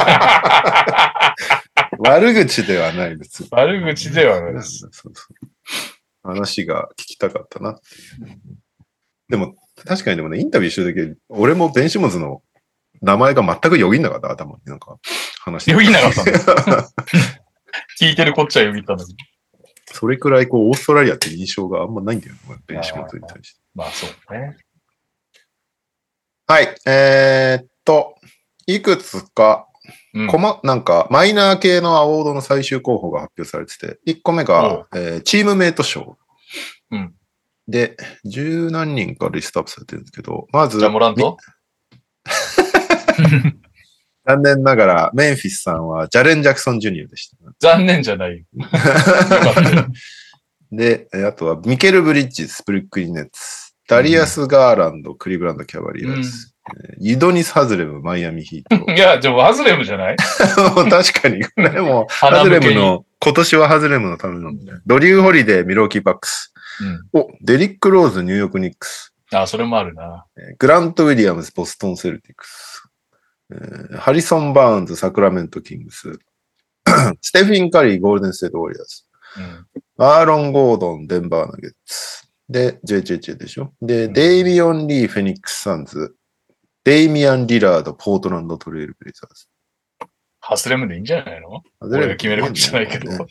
A: 悪口ではないです。
B: 悪口ではないです。
A: そうそう話が聞きたかったなっていう。でも、確かにでもね、インタビューしてる時、俺もベンシモンズの名前が全くよぎんなかった、頭になんか話して。
B: よぎんなかったんです聞いてるこっちはよぎったのに。
A: それくらいこう、オーストラリアって印象があんまないんだよね、ベンシモンズに対して。
B: まあそうね。
A: はい。えー、っと、いくつか、うん、こま、なんか、マイナー系のアワードの最終候補が発表されてて、いっこめが、えー、チームメイト賞。
B: うん。
A: で、十何人かリストアップされてるんですけど、まず、
B: じゃあモラント
A: 残念ながら、メンフィスさんはジャレン・ジャクソン・ジュニアでした、ね。
B: 残念じゃない。
A: で、あとは、ミケル・ブリッジス、ブルックリン・ネッツ。ダリアス・ガーランド、クリーブランド・キャバリアーズ。うん、ユドニス・ハズレム、マイアミ・ヒート。
B: いや、じゃあハズレムじゃない
A: 確かに。でも、ハズレムの、今年はハズレムのためなんで。ドリュー・ホリデー、ミローキー・バックス。うん、お、デリック・ローズ、ニューヨーク・ニックス。
B: あ、それもあるな。
A: グラント・ウィリアムズ、ボストン・セルティックス。ハリソン・バーンズ、サクラメント・キングス。ステフィン・カリー、ゴールデン・ステート・ウォリアーズ。うん、アーロン・ゴードン、デンバー・ナゲッツ。で、ジェイジェイジェイ でしょ。で、うん、デイミオン・リー、フェニックス・サンズ。デイミアン・リラード、ポートランド・トレイル・ブレイザーズ。
B: ハスレムでいいんじゃないの？俺が決めることじゃないけど。ね、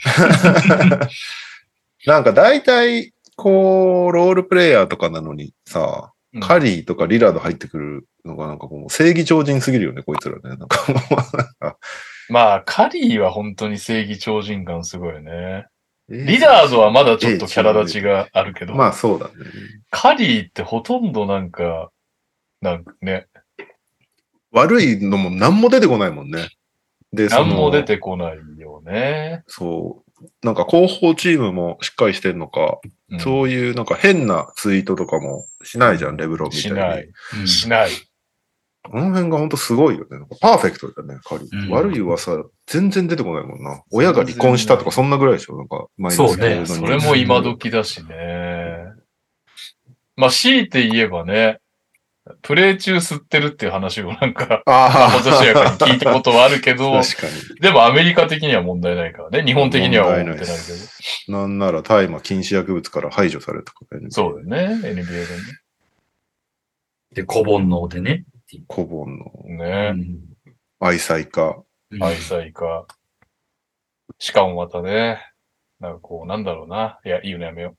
A: なんか大体、こう、ロールプレイヤーとかなのにさ、うん、カリーとかリラード入ってくるのがなんかもう正義超人すぎるよね、こいつらね。なんかもう
B: まあ、カリーは本当に正義超人感すごいよね。リラードはまだちょっとキャラ立ちがあるけど。
A: まあそうだね。
B: カリーってほとんどなんか、なんかね。
A: 悪いのも何も出てこないもんね。で、
B: 何も出てこないよね。
A: そう。なんか広報チームもしっかりしてるのか、うん、そういうなんか変なツイートとかもしないじゃん、レブロンみたいに。
B: しない。うん、しない。
A: この辺が本当すごいよね。パーフェクトだね、カリー。うん、悪い噂全然出てこないもんな。親が離婚したとかそんなぐらいでしょ、なんかマイナス系のニュース。
B: そうね。それも今時だしね。まあ、強いて言えばね、プレイ中吸ってるっていう話をなんか、あほとしやかに聞いたことはあるけど、
A: 確かに。
B: でもアメリカ的には問題ないからね。日本的には問題ないけど。
A: なんなら大麻禁止薬物から排除されたから、
B: ね。そうだよね。エヌビーエー でね。
C: で、小煩悩でね。
A: 小煩
B: 悩。ね、うん。
A: 愛妻家。
B: 愛妻家。しかもまたね、なんかこう、なんだろうな。いや、いいよね、やめよう。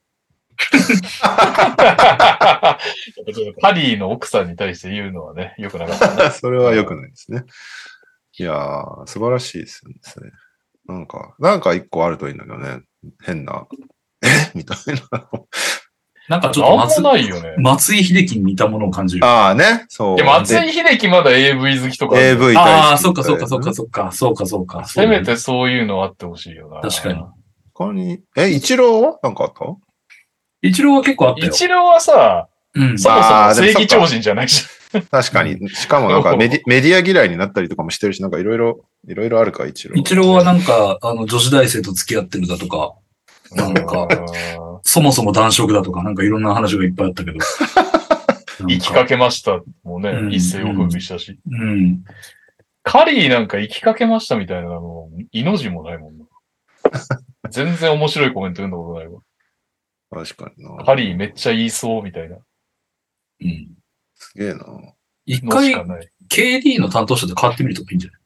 B: パリーの奥さんに対して言うのはね、良くなかったね。
A: それは良くないですね。いやー、素晴らしいですよね。なんか、なんか一個あるといいんだけどね。変な、えみたいな。
C: なんかちょっと松、
B: ないよね、
C: 松井秀喜に似たものを感じる。
A: ああね、そう。
B: で、松井秀喜まだ エーブイ 好きとか。
A: エーブイ 大好き。
C: ああ、そっかそっかそっかそっか。そうかそうか。
B: せめてそういうのあってほしいよな。
C: 確かに。
A: 他に、え、イチローはなんかあった
C: イチローは結構あったよ。
B: イチローはさ、うん、そもそも正義超人じゃないし。
A: 確かに。しかもなんかメディ、メディア嫌いになったりとかもしてるし、なんかいろいろ、いろいろあるか、イチロー。
C: イチローはなんか、あの、女子大生と付き合ってるだとか、なんか、そもそも男色だとか、なんかいろんな話がいっぱいあったけど。
B: 生きかけました。もうね、うん、一世を風靡したし。
C: うん。
B: カリーなんか生きかけましたみたいなの、いの字もないもんな。全然面白いコメント読んだことないわ。
A: 確かにな。
B: カリーめっちゃ言いそうみたいな
C: うん。
A: すげえな。
C: 一
B: のし
C: 回
B: かない。
C: ケーディー の担当者と変わってみるとかいいんじゃない？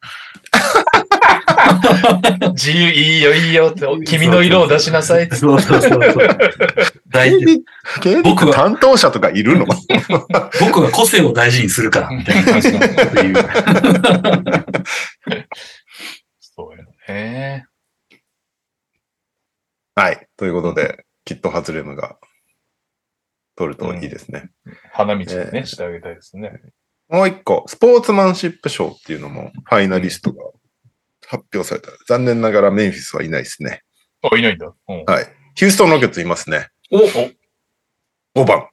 B: 自由、いいよいいよって、君の色を出しなさいって。
C: そうそうそうそう。大事。
A: 僕は担当者とかいるの？
C: 僕は個性を大事にするから、みたいな感じのこと言う。
B: そうよね。
A: はい。ということで、きっとハズレムが取るといいですね。
B: うん、花道にね、
A: えー、
B: してあげたいですね。
A: もう一個、スポーツマンシップ賞っていうのもファイナリストが発表された。残念ながらメンフィスはいないですね。
B: あ、いないんだ。うん、
A: はい。ヒューストンロケッツいますね。
C: おお
A: ごばん。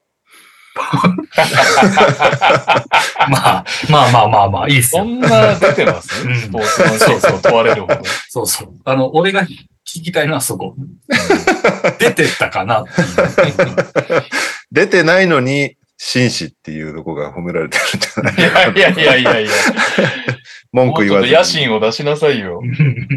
C: まあ、まあまあまあまあ、いいっすよ。
B: そんな出てます
C: うん、
B: スポーツマンシップを問われるほど。
C: そうそう。あの、俺が聞きたいのはそこ。出てたかなっていう。
A: 出てないのに、紳士っていうとこが褒められてるんじゃない
B: いやいやいやいやいや。
A: 文句言わずに。
B: 野心を出しなさいよ。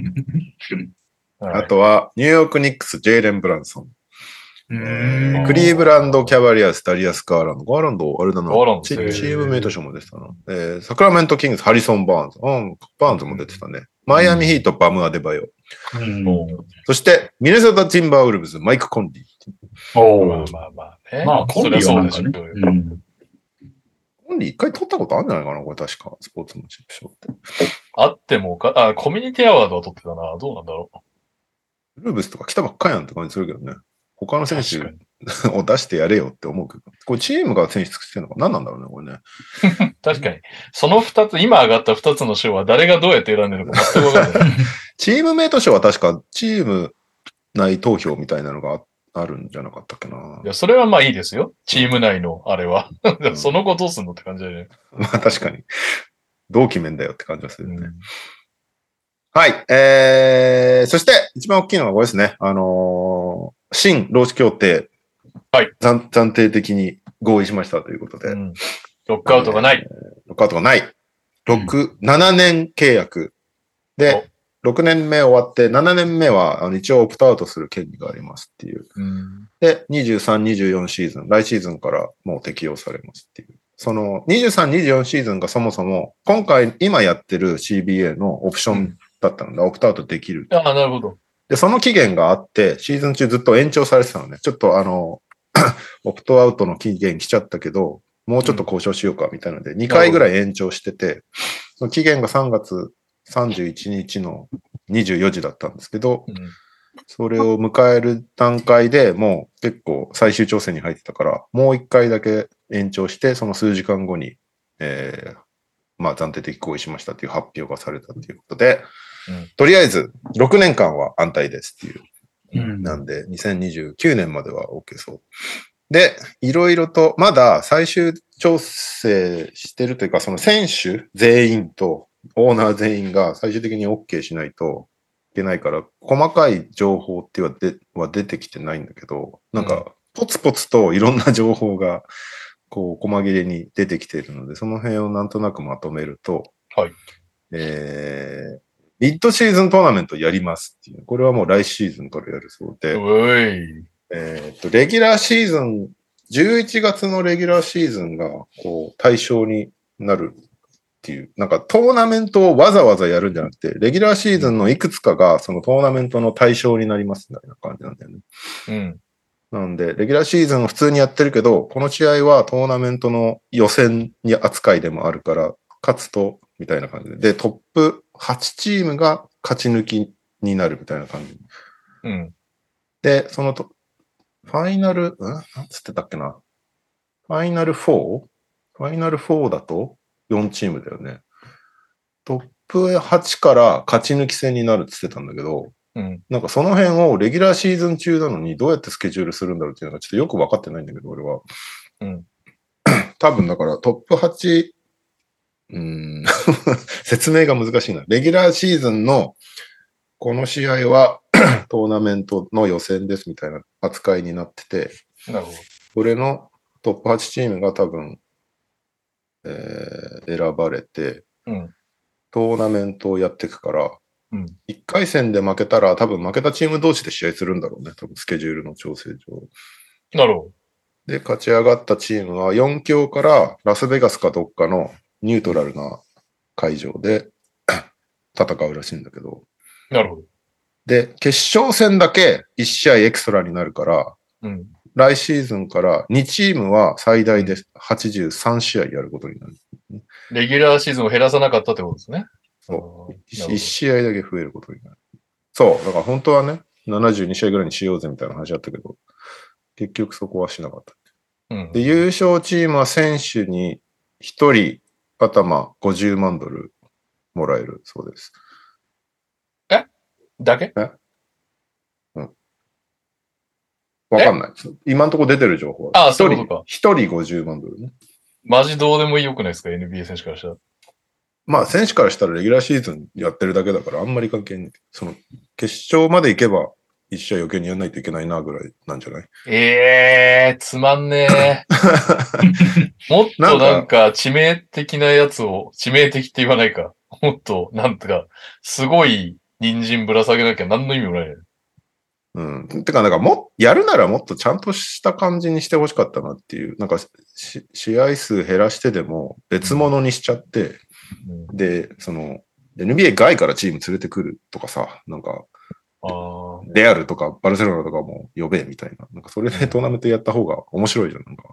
A: あとは、ニューヨークニックス、ジェイレン・ブランソン。
C: え
A: ー、クリーブランド・キャバリアス、ダリアス・ガーランド。ガーランド、あれだな。チ, チームメイト賞も出てたな。えー、サクラメント・キングス、ハリソン・バーンズ。うん、バーンズも出てたね。マイアミ・ヒート、バム・アデバヨ。
C: うん、
A: そして、ミネソタ・ティンバーウルブズ、マイク・コンディ。
C: お
B: まあまあまあね。
C: まあ、コンディはなんかね。
A: コンディ一回取ったことあるんじゃないかなこれ確か。スポーツマンシップ賞って。
B: あってもか、あ、コミュニティアワードは取ってたな。どうなんだろう。
A: ウルブスとか来たばっかやんって感じするけどね。他の選手を出してやれよって思うけど。これチームが選手作ってるのか何なんだろうね、これね。
B: 確かに。その二つ、今上がった二つの賞は誰がどうやって選んでるのか全くわかんない。
A: チームメイト賞は確かチーム内投票みたいなのがあるんじゃなかったっけな。
B: いや、それはまあいいですよ。チーム内のあれは。その後どうすんのって感じだよね。
A: まあ確かに。どう決めんだよって感じがするよね。
B: うん、
A: はい。えー、そして一番大きいのがこれですね。あのー、新労使協定。
B: はい。
A: 暫定的に合意しましたということで。うん、
B: ロックアウトがない。
A: えー、ロックアウトがない。ろく、ななねん契約。で、ろくねんめ終わって、ななねんめはあの一応オプトアウトする権利がありますっていう。
B: うん、
A: で、にじゅうさん、にじゅうよんシーズン、来シーズンからもう適用されますっていう。そのにじゅうさん、にじゅうよんシーズンがそもそも今回、今やってる シービーエー のオプションだったので、うん、オプトアウトできる。
B: ああ、なるほど。
A: で、その期限があって、シーズン中ずっと延長されてたのね。ちょっとあの、オプトアウトの期限来ちゃったけど、もうちょっと交渉しようかみたいなので、にかいぐらい延長してて、その期限がさんがつさんじゅういちにちのにじゅうよじだったんですけど、うん、それを迎える段階でもう結構最終調整に入ってたから、もう一回だけ延長して、その数時間後に、えー、まあ暫定的合意しましたっていう発表がされたということで、うん、とりあえずろくねんかんは安泰ですっていう。うん、なんで、にせんにじゅうきゅうねんまでは OK そう。で、いろいろと、まだ最終調整してるというか、その選手全員とオーナー全員が最終的に OK しないといけないから、細かい情報ってはでは出てきてないんだけど、なんか、ポツポツといろんな情報が、こう、細切れに出てきているので、その辺をなんとなくまとめると、
B: はい。
A: えー、ミッドシーズントーナメントやりますっていう。これはもう来シーズンからやるそうで。
B: おい。
A: えっと、レギュラーシーズン、じゅういちがつのレギュラーシーズンが、こう、対象になるっていう。なんかトーナメントをわざわざやるんじゃなくて、レギュラーシーズンのいくつかが、そのトーナメントの対象になりますみたいな感じなんだよね。
B: うん。
A: なんで、レギュラーシーズンを普通にやってるけど、この試合はトーナメントの予選に扱いでもあるから、勝つと、みたいな感じで。で、トップはちチームが勝ち抜きになるみたいな感じ。
B: うん。
A: で、そのと、ファイナル、んなんつってたっけな。ファイナル フォー? ファイナルフォーだとよんチームだよね。トップはちから勝ち抜き戦になるって言ってたんだけど、
B: うん、
A: なんかその辺をレギュラーシーズン中なのにどうやってスケジュールするんだろうっていうのがちょっとよく分かってないんだけど、俺は。
B: うん、
A: 多分だからトップはち、うーん説明が難しいな。レギュラーシーズンのこの試合はトーナメントの予選ですみたいな扱いになってて、
B: なるほど。
A: それのトップはちチームが多分、えー、選ばれて、
B: うん、
A: トーナメントをやっていくから、
B: うん、
A: いっかい戦で負けたら多分負けたチーム同士で試合するんだろうね。多分スケジュールの調整上。
B: なるほど。
A: で、勝ち上がったチームはよん強からラスベガスかどっかのニュートラルな会場で戦うらしいんだけど。
B: なるほど。
A: で、決勝戦だけいち試合エクストラになるから、
B: うん、
A: 来シーズンからにチームは最大ではちじゅうさん試合やることになる。
B: レギュラーシーズンを減らさなかったってことですね。
A: そう。いち試合だけ増えることになる。そう。だから本当はね、ななじゅうに試合ぐらいにしようぜみたいな話あったけど、結局そこはしなかった。
B: うん、
A: で、優勝チームは選手にひとり頭ごじゅうまんドルもらえるそうです。
B: えだけ
A: えうん。わかんない。今のところ出てる情報は。
B: ああ、そういうことか。
A: ひとりごじゅうまんドルね。
B: マジどうでもよくないですか ?エヌビーエー 選手からしたら。
A: まあ、選手からしたらレギュラーシーズンやってるだけだからあんまり関係ない。その、決勝まで行けば一試合余計にやらないといけないなぐらいなんじゃない？
B: ええー、つまんねえ。もっとなんか致命的なやつを、致命的って言わないか。もっと、なんとか、すごい人参ぶら下げなきゃ何の意味もないね。
A: うん。てか、なんかも、やるならもっとちゃんとした感じにしてほしかったなっていう。なんかし、試合数減らしてでも別物にしちゃって、うん、で、その、エヌビーエー 外からチーム連れてくるとかさ、なんか、
B: あ
A: レアルとかバルセロナとかも呼べみたいな。なんかそれでトーナメントやった方が面白いじゃん。なんか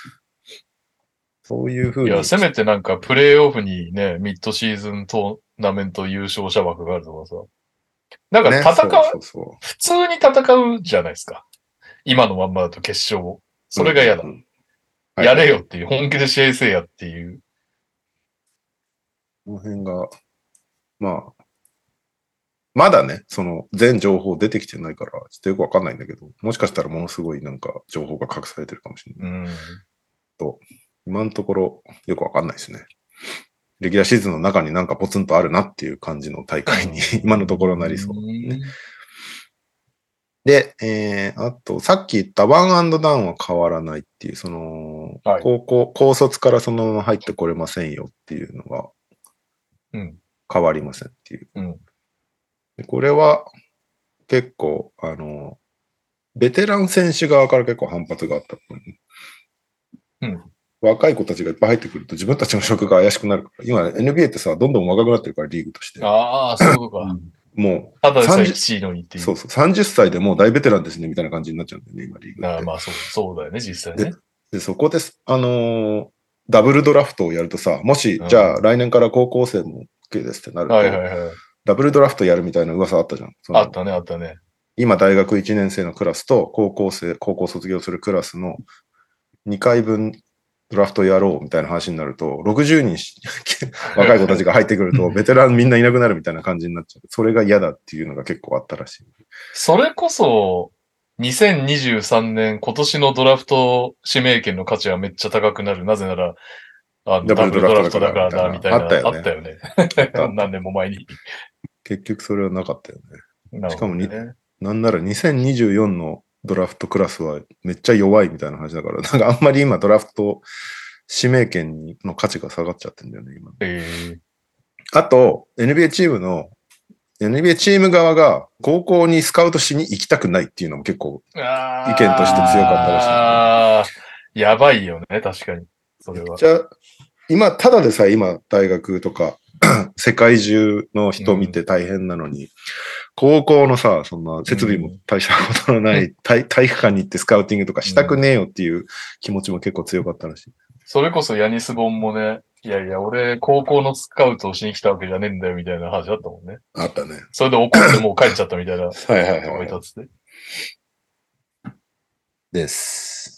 A: そういう風に。
B: いや、せめてなんかプレイオフにね、ミッドシーズントーナメント優勝者枠があるとかさ。なんか戦う、ね、そうそうそう普通に戦うじゃないですか。今のまんまだと決勝を。それが嫌だ。うんうんはい、やれよっていう、本気で試合せえやっていう。
A: この辺が、まあ、まだね、その全情報出てきてないから、ちょっとよくわかんないんだけど、もしかしたらものすごいなんか情報が隠されてるかもしれない。うんと、今のところよくわかんないですね。レギュラーシーズンの中になんかポツンとあるなっていう感じの大会に今のところなりそう、ね。で、えー、あと、さっき言ったワンアンドダウンは変わらないっていう、その、はい、高校、高卒からそのまま入ってこれませんよっていうのが、変わりませんっていう。
B: うん
A: でこれは結構、あの、ベテラン選手側から結構反発があった。
B: うん、
A: 若い子たちがいっぱい入ってくると自分たちの職が怪しくなるから、今 エヌビーエー ってさ、どんどん若くなってるからリーグとして。
B: ああ、そういうことか。
A: もう、
B: ただでさえきちいのにっていう。
A: そうそう、さんじゅっさいでもう大ベテランですねみたいな感じになっちゃうんだよね、今リーグって。
B: あまあそう、そうだよね、実際ね。
A: で、でそこです、あのー、ダブルドラフトをやるとさ、もし、じゃあ来年から高校生も OK ですってなると、
B: はいはいはい。
A: ダブルドラフトやるみたいな噂あったじゃん。
B: あったね、あったね。
A: 今、大学いちねん生のクラスと、高校生、高校卒業するクラスのにかいぶんドラフトやろうみたいな話になると、ろくじゅうにん若い子たちが入ってくると、ベテランみんないなくなるみたいな感じになっちゃう。それが嫌だっていうのが結構あったらしい。
B: それこそ、にせんにじゅうさんねん、今年のドラフト指名権の価値はめっちゃ高くなる。なぜなら、あのダブルドラフトだからだ、みたいな。あったよね。あったよね。何年も前に。
A: 結局それはなかったよね。
B: ねしかもに、
A: なんならにせんにじゅうよんのドラフトクラスはめっちゃ弱いみたいな話だから、なんかあんまり今ドラフト指名権の価値が下がっちゃってんだよね、今。
B: えー、
A: あと、エヌビーエー チームの、エヌビーエー チーム側が高校にスカウトしに行きたくないっていうのも結構意見として強かったらしい、ね。
B: ああ、やばいよね、確かに。それは。
A: じゃあ、今、ただでさえ今、大学とか、世界中の人見て大変なのに、うん、高校のさ、そんな設備も大したことのない、うん、体, 体育館に行ってスカウティングとかしたくねえよっていう気持ちも結構強かったらしい。
B: それこそヤニスボンもね、いやいや、俺、高校のスカウトをしに来たわけじゃねえんだよみたいな話あったもんね。
A: あったね。
B: それで怒ってもう帰っちゃったみたいな。
A: はいはいはい、はい。です。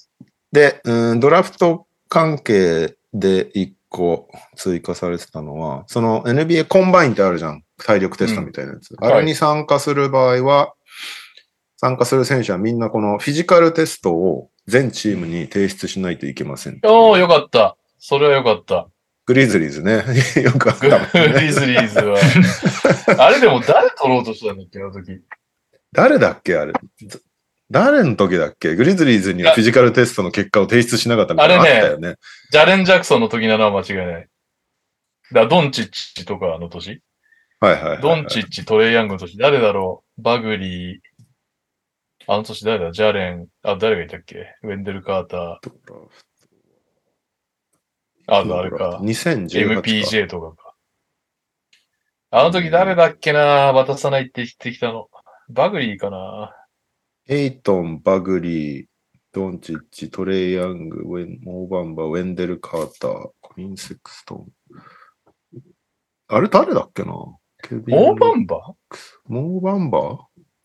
A: で、うん、ドラフト関係で一個追加されてたのは、その エヌビーエー コンバインってあるじゃん。体力テストみたいなやつ。うん、あれに参加する場合は、はい、参加する選手はみんなこのフィジカルテストを全チームに提出しないといけません。
B: おー、よかった。それはよかった。
A: グリズリーズね。よくあったもんね。
B: グリズリーズは。あれでも誰取ろうとしたんだっけ、あの時。
A: 誰だっけあれ。誰の時だっけグリズリーズにはフィジカルテストの結果を提出しなかったみたいなのあったよね。
B: ジャレン・ジャクソンの時なのは間違いない。 だドンチッチとかの年
A: はいはいはい、はい。
B: ドンチッチ、トレイヤングの年、誰だろうバグリー、あの年誰だジャレン、あ、誰がいたっけウェンデル・カーター。あ、あれか。
A: にせんじゅうはちか。
B: エムピージェー とかか。あの時誰だっけな渡さないって言ってきたの。バグリーかな
A: エイトン、バグリー、ドンチッチ、トレイヤング、ウェン、モーバンバ、ウェンデル・カーター、コリン・セクストン。あれ誰だっけなケビン
B: モーバンバ
A: モーバンバ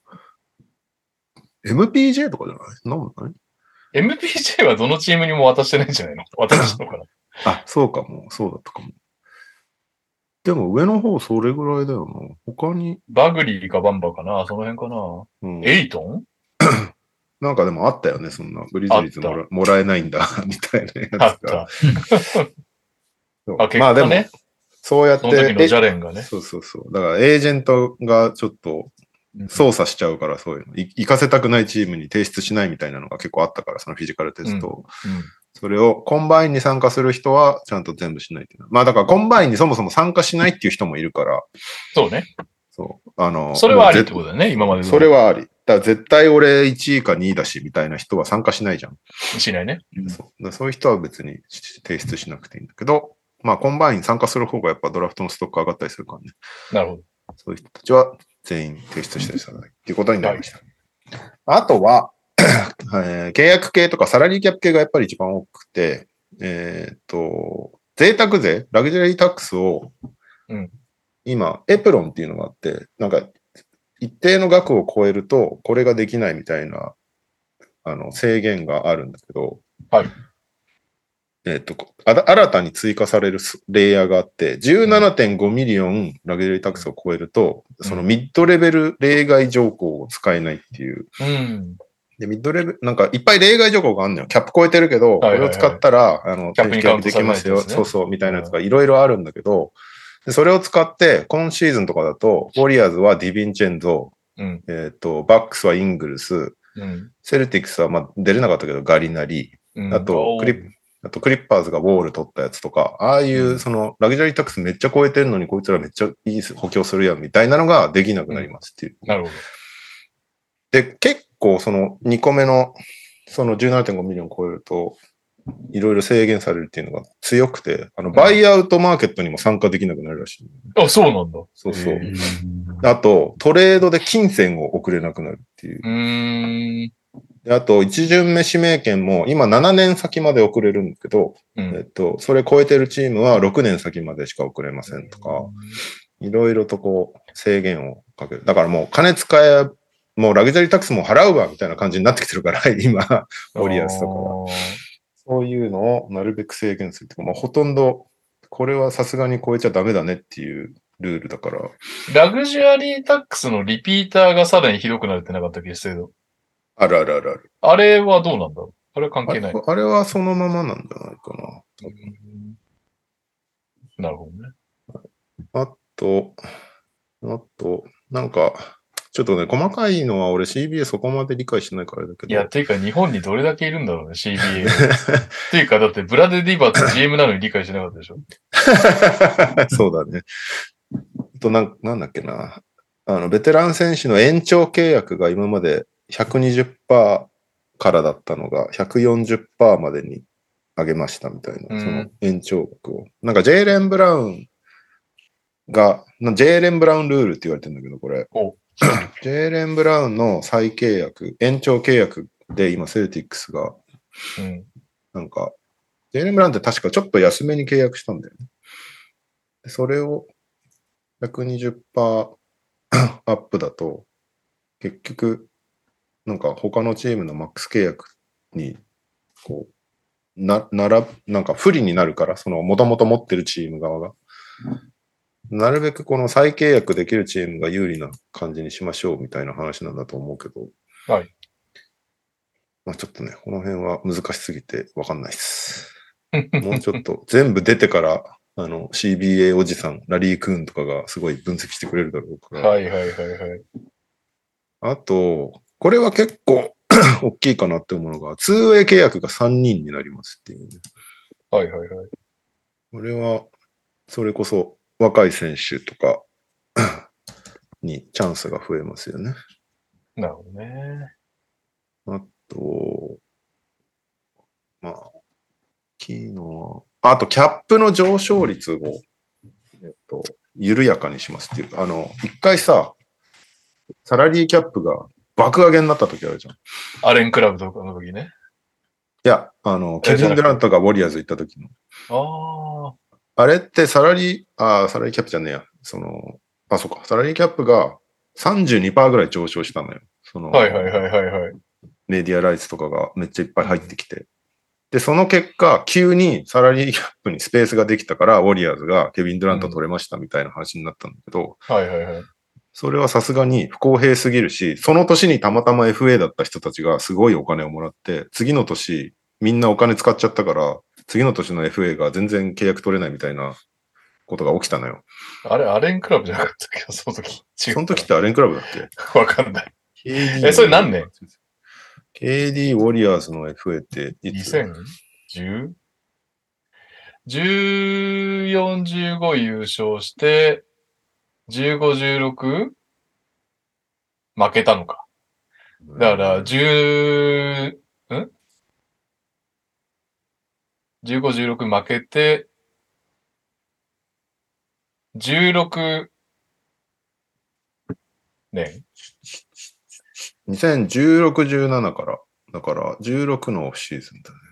A: エムピージェー とかじゃないそんなもんない
B: エムピージェー はどのチームにも渡してないんじゃないの渡したのかな
A: あ、そうかも。そうだったかも。でも上の方それぐらいだよな。他に。
B: バグリーかバンバかなその辺かな、うん、エイトン
A: なんかでもあったよね。そんな。グリズリーズも ら, もらえないんだ。みたいなやつが。
B: あった。あ、結構ね。まあでも、
A: そうやって。
B: その時のジャレンがね。
A: そうそうそう。だからエージェントがちょっと操作しちゃうから、そういうの。行かせたくないチームに提出しないみたいなのが結構あったから、そのフィジカルテストを。うんうんそれをコンバインに参加する人はちゃんと全部しないっていう。まあだからコンバインにそもそも参加しないっていう人もいるから。
B: そうね。
A: そう。あの、
B: それはありってことだよね、今まで。
A: それはあり。だから絶対俺いちいかにいだしみたいな人は参加しないじゃん。
B: しないね。
A: うん、そうそういう人は別に提出しなくていいんだけど、まあコンバイン参加する方がやっぱドラフトのストック上がったりするからね。
B: なるほど。
A: そういう人たちは全員提出してさないっていうことになりました。はい、あとは、えー、契約系とかサラリーキャップ系がやっぱり一番多くて、えっ、ー、と、贅沢税、ラグジュアリータックスを、
B: うん、
A: 今、エプロンっていうのがあって、なんか、一定の額を超えると、これができないみたいな、あの、制限があるんだけど、
B: はい。
A: えっ、ー、と、新たに追加されるレイヤーがあって、じゅうななてんごミリオンラグジュアリータックスを超えると、うん、そのミッドレベル例外条項を使えないっていう、
B: うん
A: で、ミッドレベル、なんかいっぱい例外条項があるのよ。キャップ超えてるけど、これを使ったら、あの、
B: キャップにカウント
A: できますよ。そうそう、みたいなやつがいろいろあるんだけど、でそれを使って、今シーズンとかだと、ウォリアーズはディヴィンチェンゾ、うん、えっと、バックスはイングルス、うん、セルティックスはまあ出れなかったけどガリナリ、うん、あとクリップ、あとクリッパーズがウォール取ったやつとか、ああいう、その、ラグジュアリータックスめっちゃ超えてるのに、こいつらめっちゃいい補強するやん、みたいなのができなくなりますっていう。
B: うん、なるほど。
A: で、結構そのにこめのその じゅうななてんごミリオン超えるといろいろ制限されるっていうのが強くて、あのバイアウトマーケットにも参加できなくなるらしい、ね、
B: あ、そうなんだ。
A: そうそう。あとトレードで金銭を送れなくなるっていう。
B: うーん
A: であと一巡目指名権も今ななねん先まで送れるんだけど、うん、えっとそれ超えてるチームはろくねん先までしか送れませんとか、いろいろとこう制限をかける。だからもう金使えもうラグジュアリータックスも払うわみたいな感じになってきてるから、今、ウォリアーズとかは。そういうのをなるべく制限するというか、まあ、ほとんど、これはさすがに超えちゃダメだねっていうルールだから。
B: ラグジュアリータックスのリピーターがさらにひどくなるってなかったっけ、制度。
A: あるあるあるある。
B: あれはどうなんだろうあれは関係ない。
A: あれ、あれはそのままなんじゃないかな。
B: なるほどね。
A: あと、あと、なんか、ちょっとね、細かいのは俺 シービーエー そこまで理解してないからだけど。
B: いや、ていうか日本にどれだけいるんだろうね、シービーエー。っていうか、だってブラデ・ディバーって ジーエム なのに理解してなかったでしょ
A: そうだね。となん、なんだっけな。あの、ベテラン選手の延長契約が今まで ひゃくにじゅっパーセント からだったのが ひゃくよんじゅっパーセント までに上げましたみたいな、うん、その延長額を。なんかジェイレン・ブラウンが、ジェイレン・ブラウンルールって言われてるんだけど、これ。ジェイレン・ブラウンの再契約、延長契約で今セルティックスが、うん、なんか、ジェイレン・ブラウンって確かちょっと安めに契約したんだよね。それを ひゃくにじゅっパーセント アップだと、結局、なんか他のチームのマックス契約に、こう、な、なら、なんか不利になるから、その元々持ってるチーム側が。なるべくこの再契約できるチームが有利な感じにしましょうみたいな話なんだと思うけど。
B: はい。
A: まあちょっとね、この辺は難しすぎてわかんないです。もうちょっと全部出てから、あの シービーエー おじさん、ラリー・クーンとかがすごい分析してくれるだろうから。
B: はいはいはいはい。
A: あと、これは結構大きいかなって思うのが、ツーウェイ契約がさんにんになりますっていう、ね。
B: はいはいはい。
A: これは、 それこそ若い選手とかにチャンスが増えますよね。
B: なるほどね。
A: あと、まあ、昨日は、あとキャップの上昇率を、えっと、緩やかにしますっていう。あの、一回さ、サラリーキャップが爆上げになった時あるじゃん。
B: アレンクラブとかの時ね。
A: いや、あの、ケビン・デュラントがウォリアーズ行った時の。
B: あ
A: あれってサラリー、あサラリーキャップじゃねえや。その、あ、そうか。サラリーキャップが さんじゅうにパーセント ぐらい上昇したのよ。その、
B: あ。はいはいはいはいはい。
A: メディアライツとかがめっちゃいっぱい入ってきて。で、その結果、急にサラリーキャップにスペースができたから、ウォリアーズがケビン・デュラント取れましたみたいな話になったんだけど、
B: うん、はいはいはい。
A: それはさすがに不公平すぎるし、その年にたまたま エフエー だった人たちがすごいお金をもらって、次の年みんなお金使っちゃったから、次の年の エフエー が全然契約取れないみたいなことが起きたのよ。
B: あれ、アレンクラブじゃなかったっけその時。違う。
A: その時ってアレンクラブだっけ
B: わかんない。
A: ケーディー
B: え、それ何年
A: ケーディー ウォリアーズの エフエー っていつ
B: にせんじゅう? じゅうよん、じゅうご優勝して、じゅうご、じゅうろく? 負けたのか。だから、じゅう、ん ?じゅうご、じゅうろく 負けて、じゅうろく年
A: にせんじゅうろく、じゅうななから。だから、じゅうろくのオフシーズンだね。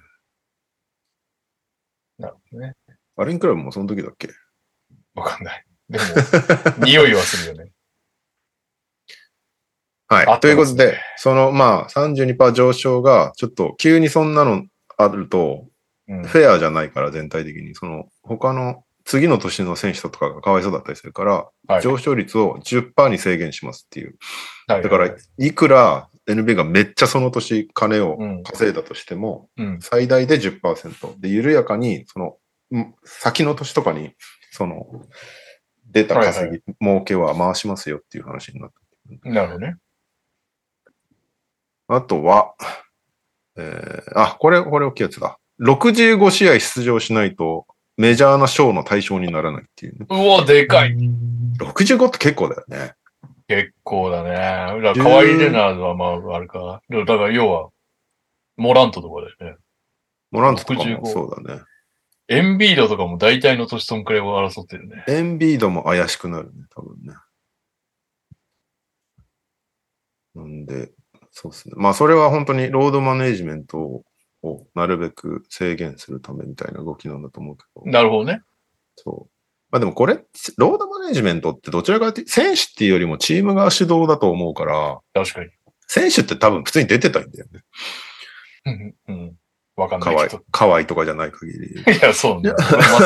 B: なるほどね。
A: アレンクラブもその時だっけ？
B: わかんない。でも、匂いはするよね。
A: はい。ということで、その、まあ、さんじゅうにパーセント 上昇が、ちょっと急にそんなのあると、
B: うん、
A: フェアじゃないから全体的に、その、他の、次の年の選手とかがかわいそうだったりするから、はい、上昇率を じゅっパーセント に制限しますっていう。はいはいはい、だから、いくら エヌビー がめっちゃその年金を稼いだとしても、うん、最大で じゅっパーセント。で、緩やかに、その、先の年とかに、その、出た稼ぎ、はいはい、儲けは回しますよっていう話になった。
B: なるほどね。
A: あとは、えー、あ、これ、これ大きいやつだ。ろくじゅうご試合出場しないとメジャーな賞の対象にならないっていうね。
B: うわ、でかい。
A: ろくじゅうごって結構だよね。
B: 結構だね。だから、カワイイレナーズはまあ、あれか。だから、要は、モラントとかだよね。
A: モラントとかもそうだね。
B: エンビードとかも大体の年そんくらいを争ってるね。
A: エンビードも怪しくなるね、多分ね。なんで、そうですね。まあ、それは本当にロードマネージメントをなるべく制限するためみたいな動きなんだと思うけど。
B: なるほどね。
A: そう。まあでもこれ、ロードマネージメントってどちらかというと、選手っていうよりもチーム側主導だと思うから、
B: 確かに。
A: 選手って多分普通に出てたいんだよね。
B: うんうん。わかんないけど。
A: かわいとかじゃない限り。
B: いや、そうね。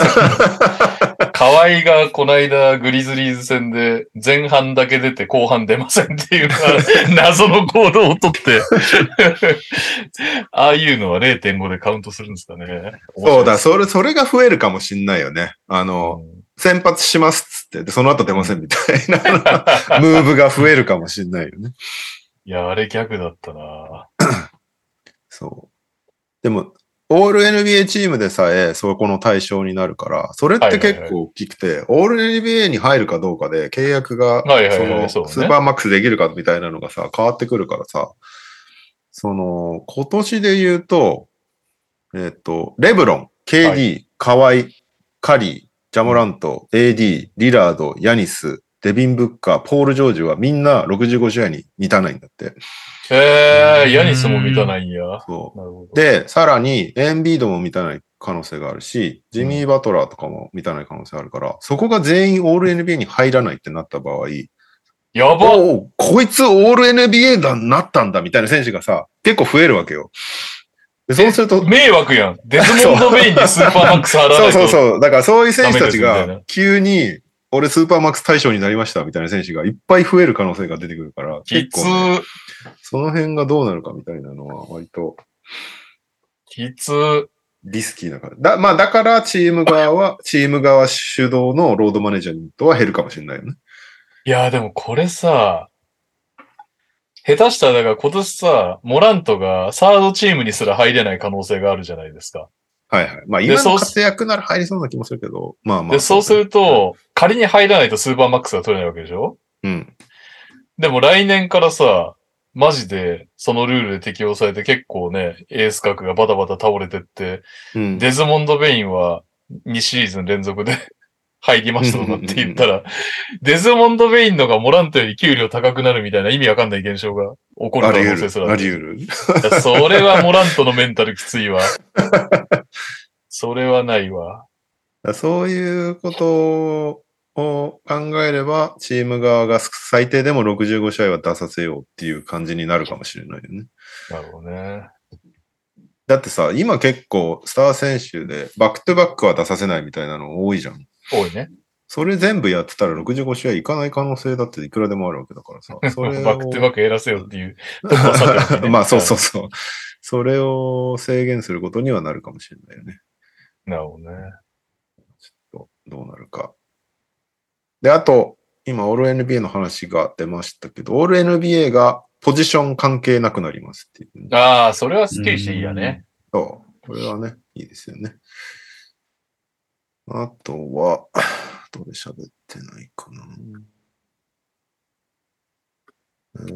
B: 河合がこの間グリズリーズ戦で前半だけ出て後半出ませんっていうのは謎の行動をとってああいうのは れいてんご でカウントするんですかね。
A: そうだ、それ、それが増えるかもしんないよね。あの、うん、先発しますっつって、で、その後出ませんみたいな、うん、ムーブが増えるかもしんないよね。
B: いや、あれ逆だったな
A: そう。でも、オール エヌビーエー チームでさえ、そこの対象になるから、それって結構大きくて、はいはいはい、オール エヌビーエー に入るかどうかで、契約が、その、スーパーマックスできるかみたいなのがさ、変わってくるからさ、その、今年で言うと、えっと、レブロン、ケーディー、はい、カワイ、カリー、ジャモラント、エーディー、リラード、ヤニス、デビン・ブッカー、ポール・ジョージはみんなろくじゅうご試合に満たないんだって。
B: へえー、ヤニスも満たないんや。
A: そう。なるほど。で、さらに、エンビードも満たない可能性があるし、ジミー・バトラーとかも満たない可能性があるから、うん、そこが全員オール エヌビーエー に入らないってなった場合、
B: やば
A: おこいつオール エヌビーエー だなったんだみたいな選手がさ、結構増えるわけよ。でそうすると。
B: 迷惑やん。デズモンド・ベインにスーパーマックス払わないと。
A: そうそうそう。だからそういう選手たちが、急に、俺スーパーマックス対象になりましたみたいな選手がいっぱい増える可能性が出てくるから、
B: 結構、
A: ね、その辺がどうなるかみたいなのは割と、
B: きつ
A: リスキーな感じ。だ、まあだからチーム側は、チーム側主導のロードマネージャーとは減るかもしれないよね。
B: いやーでもこれさ、下手したらだから今年さ、モラントがサードチームにすら入れない可能性があるじゃないですか。
A: はいはい。まあ今の活躍なら入りそうな気もするけど、まあまあ。
B: で、そうすると、仮に入らないとスーパーマックスが取れないわけでしょ？
A: うん。
B: でも来年からさ、マジでそのルールで適用されて結構ね、エース格がバタバタ倒れてって、
A: うん、
B: デズモンド・ベインはにシリーズン連続で入りましたとかって言ったら、デズモンド・ベインのがモラントより給料高くなるみたいな意味わかんない現象が起こる可能性すら
A: あり得る。あり
B: 得る。それはモラントのメンタルきついわ。それはないわ。
A: そういうことを考えれば、チーム側が最低でもろくじゅうご試合は出させようっていう感じになるかもしれないよね。
B: なるほどね。
A: だってさ、今結構スター選手でバックトゥバックは出させないみたいなの多いじゃん。
B: 多いね。
A: それ全部やってたらろくじゅうご試合いかない可能性だっていくらでもあるわけだからさ。それを
B: バックトゥバックやらせよっていうとこ
A: はさておきね。まあそうそうそう。それを制限することにはなるかもしれないよね。
B: なるほどね。
A: ちょっとどうなるか。で、あと、今、オール エヌビーエー の話が出ましたけど、オール エヌビーエー がポジション関係なくなりますっていう、ね。
B: ああ、それはスッキリしていいやね。
A: そう。これはね、いいですよね。あとは、どれ喋ってないかな。うん、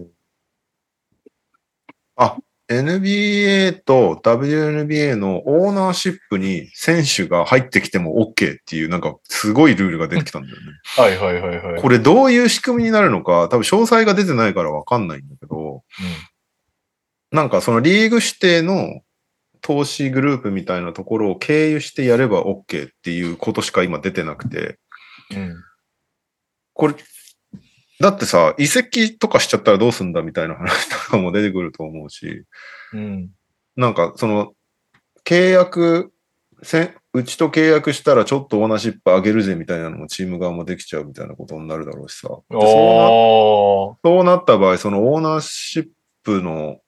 A: あ、エヌビーエー と ダブリューエヌビーエー のオーナーシップに選手が入ってきても OK っていうなんかすごいルールが出てきたんだよね。
B: はいはいはいはい。
A: これどういう仕組みになるのか多分詳細が出てないからわかんないんだけど、うん、なんかそのリーグ指定の投資グループみたいなところを経由してやれば OK っていうことしか今出てなくて、うん、これだってさ、移籍とかしちゃったらどうすんだみたいな話とかも出てくると思うし、うん、なんかその契約せうちと契約したらちょっとオーナーシップ上げるぜみたいなのもチーム側もできちゃうみたいなことになるだろうしさ。でそうな、そうなった場合、そのオーナーシップの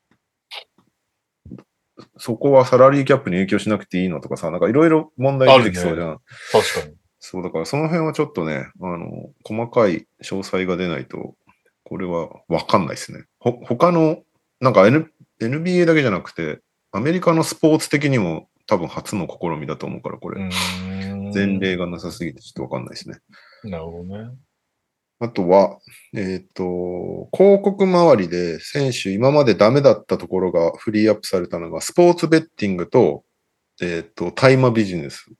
A: そこはサラリーキャップに影響しなくていいのとかさ、なんかいろいろ問題出てきそうじゃん。ね、
B: 確かに。
A: そう、だからその辺はちょっとね、あの、細かい詳細が出ないと、これはわかんないですね。ほ、他の、なんか、N、エヌビーエー だけじゃなくて、アメリカのスポーツ的にも多分初の試みだと思うから、これ。前例がなさすぎてちょっとわかんないですね。
B: なるほどね。
A: あとは、えっと、広告周りで選手、今までダメだったところがフリーアップされたのが、スポーツベッティングと、えっと、大麻ビジネス。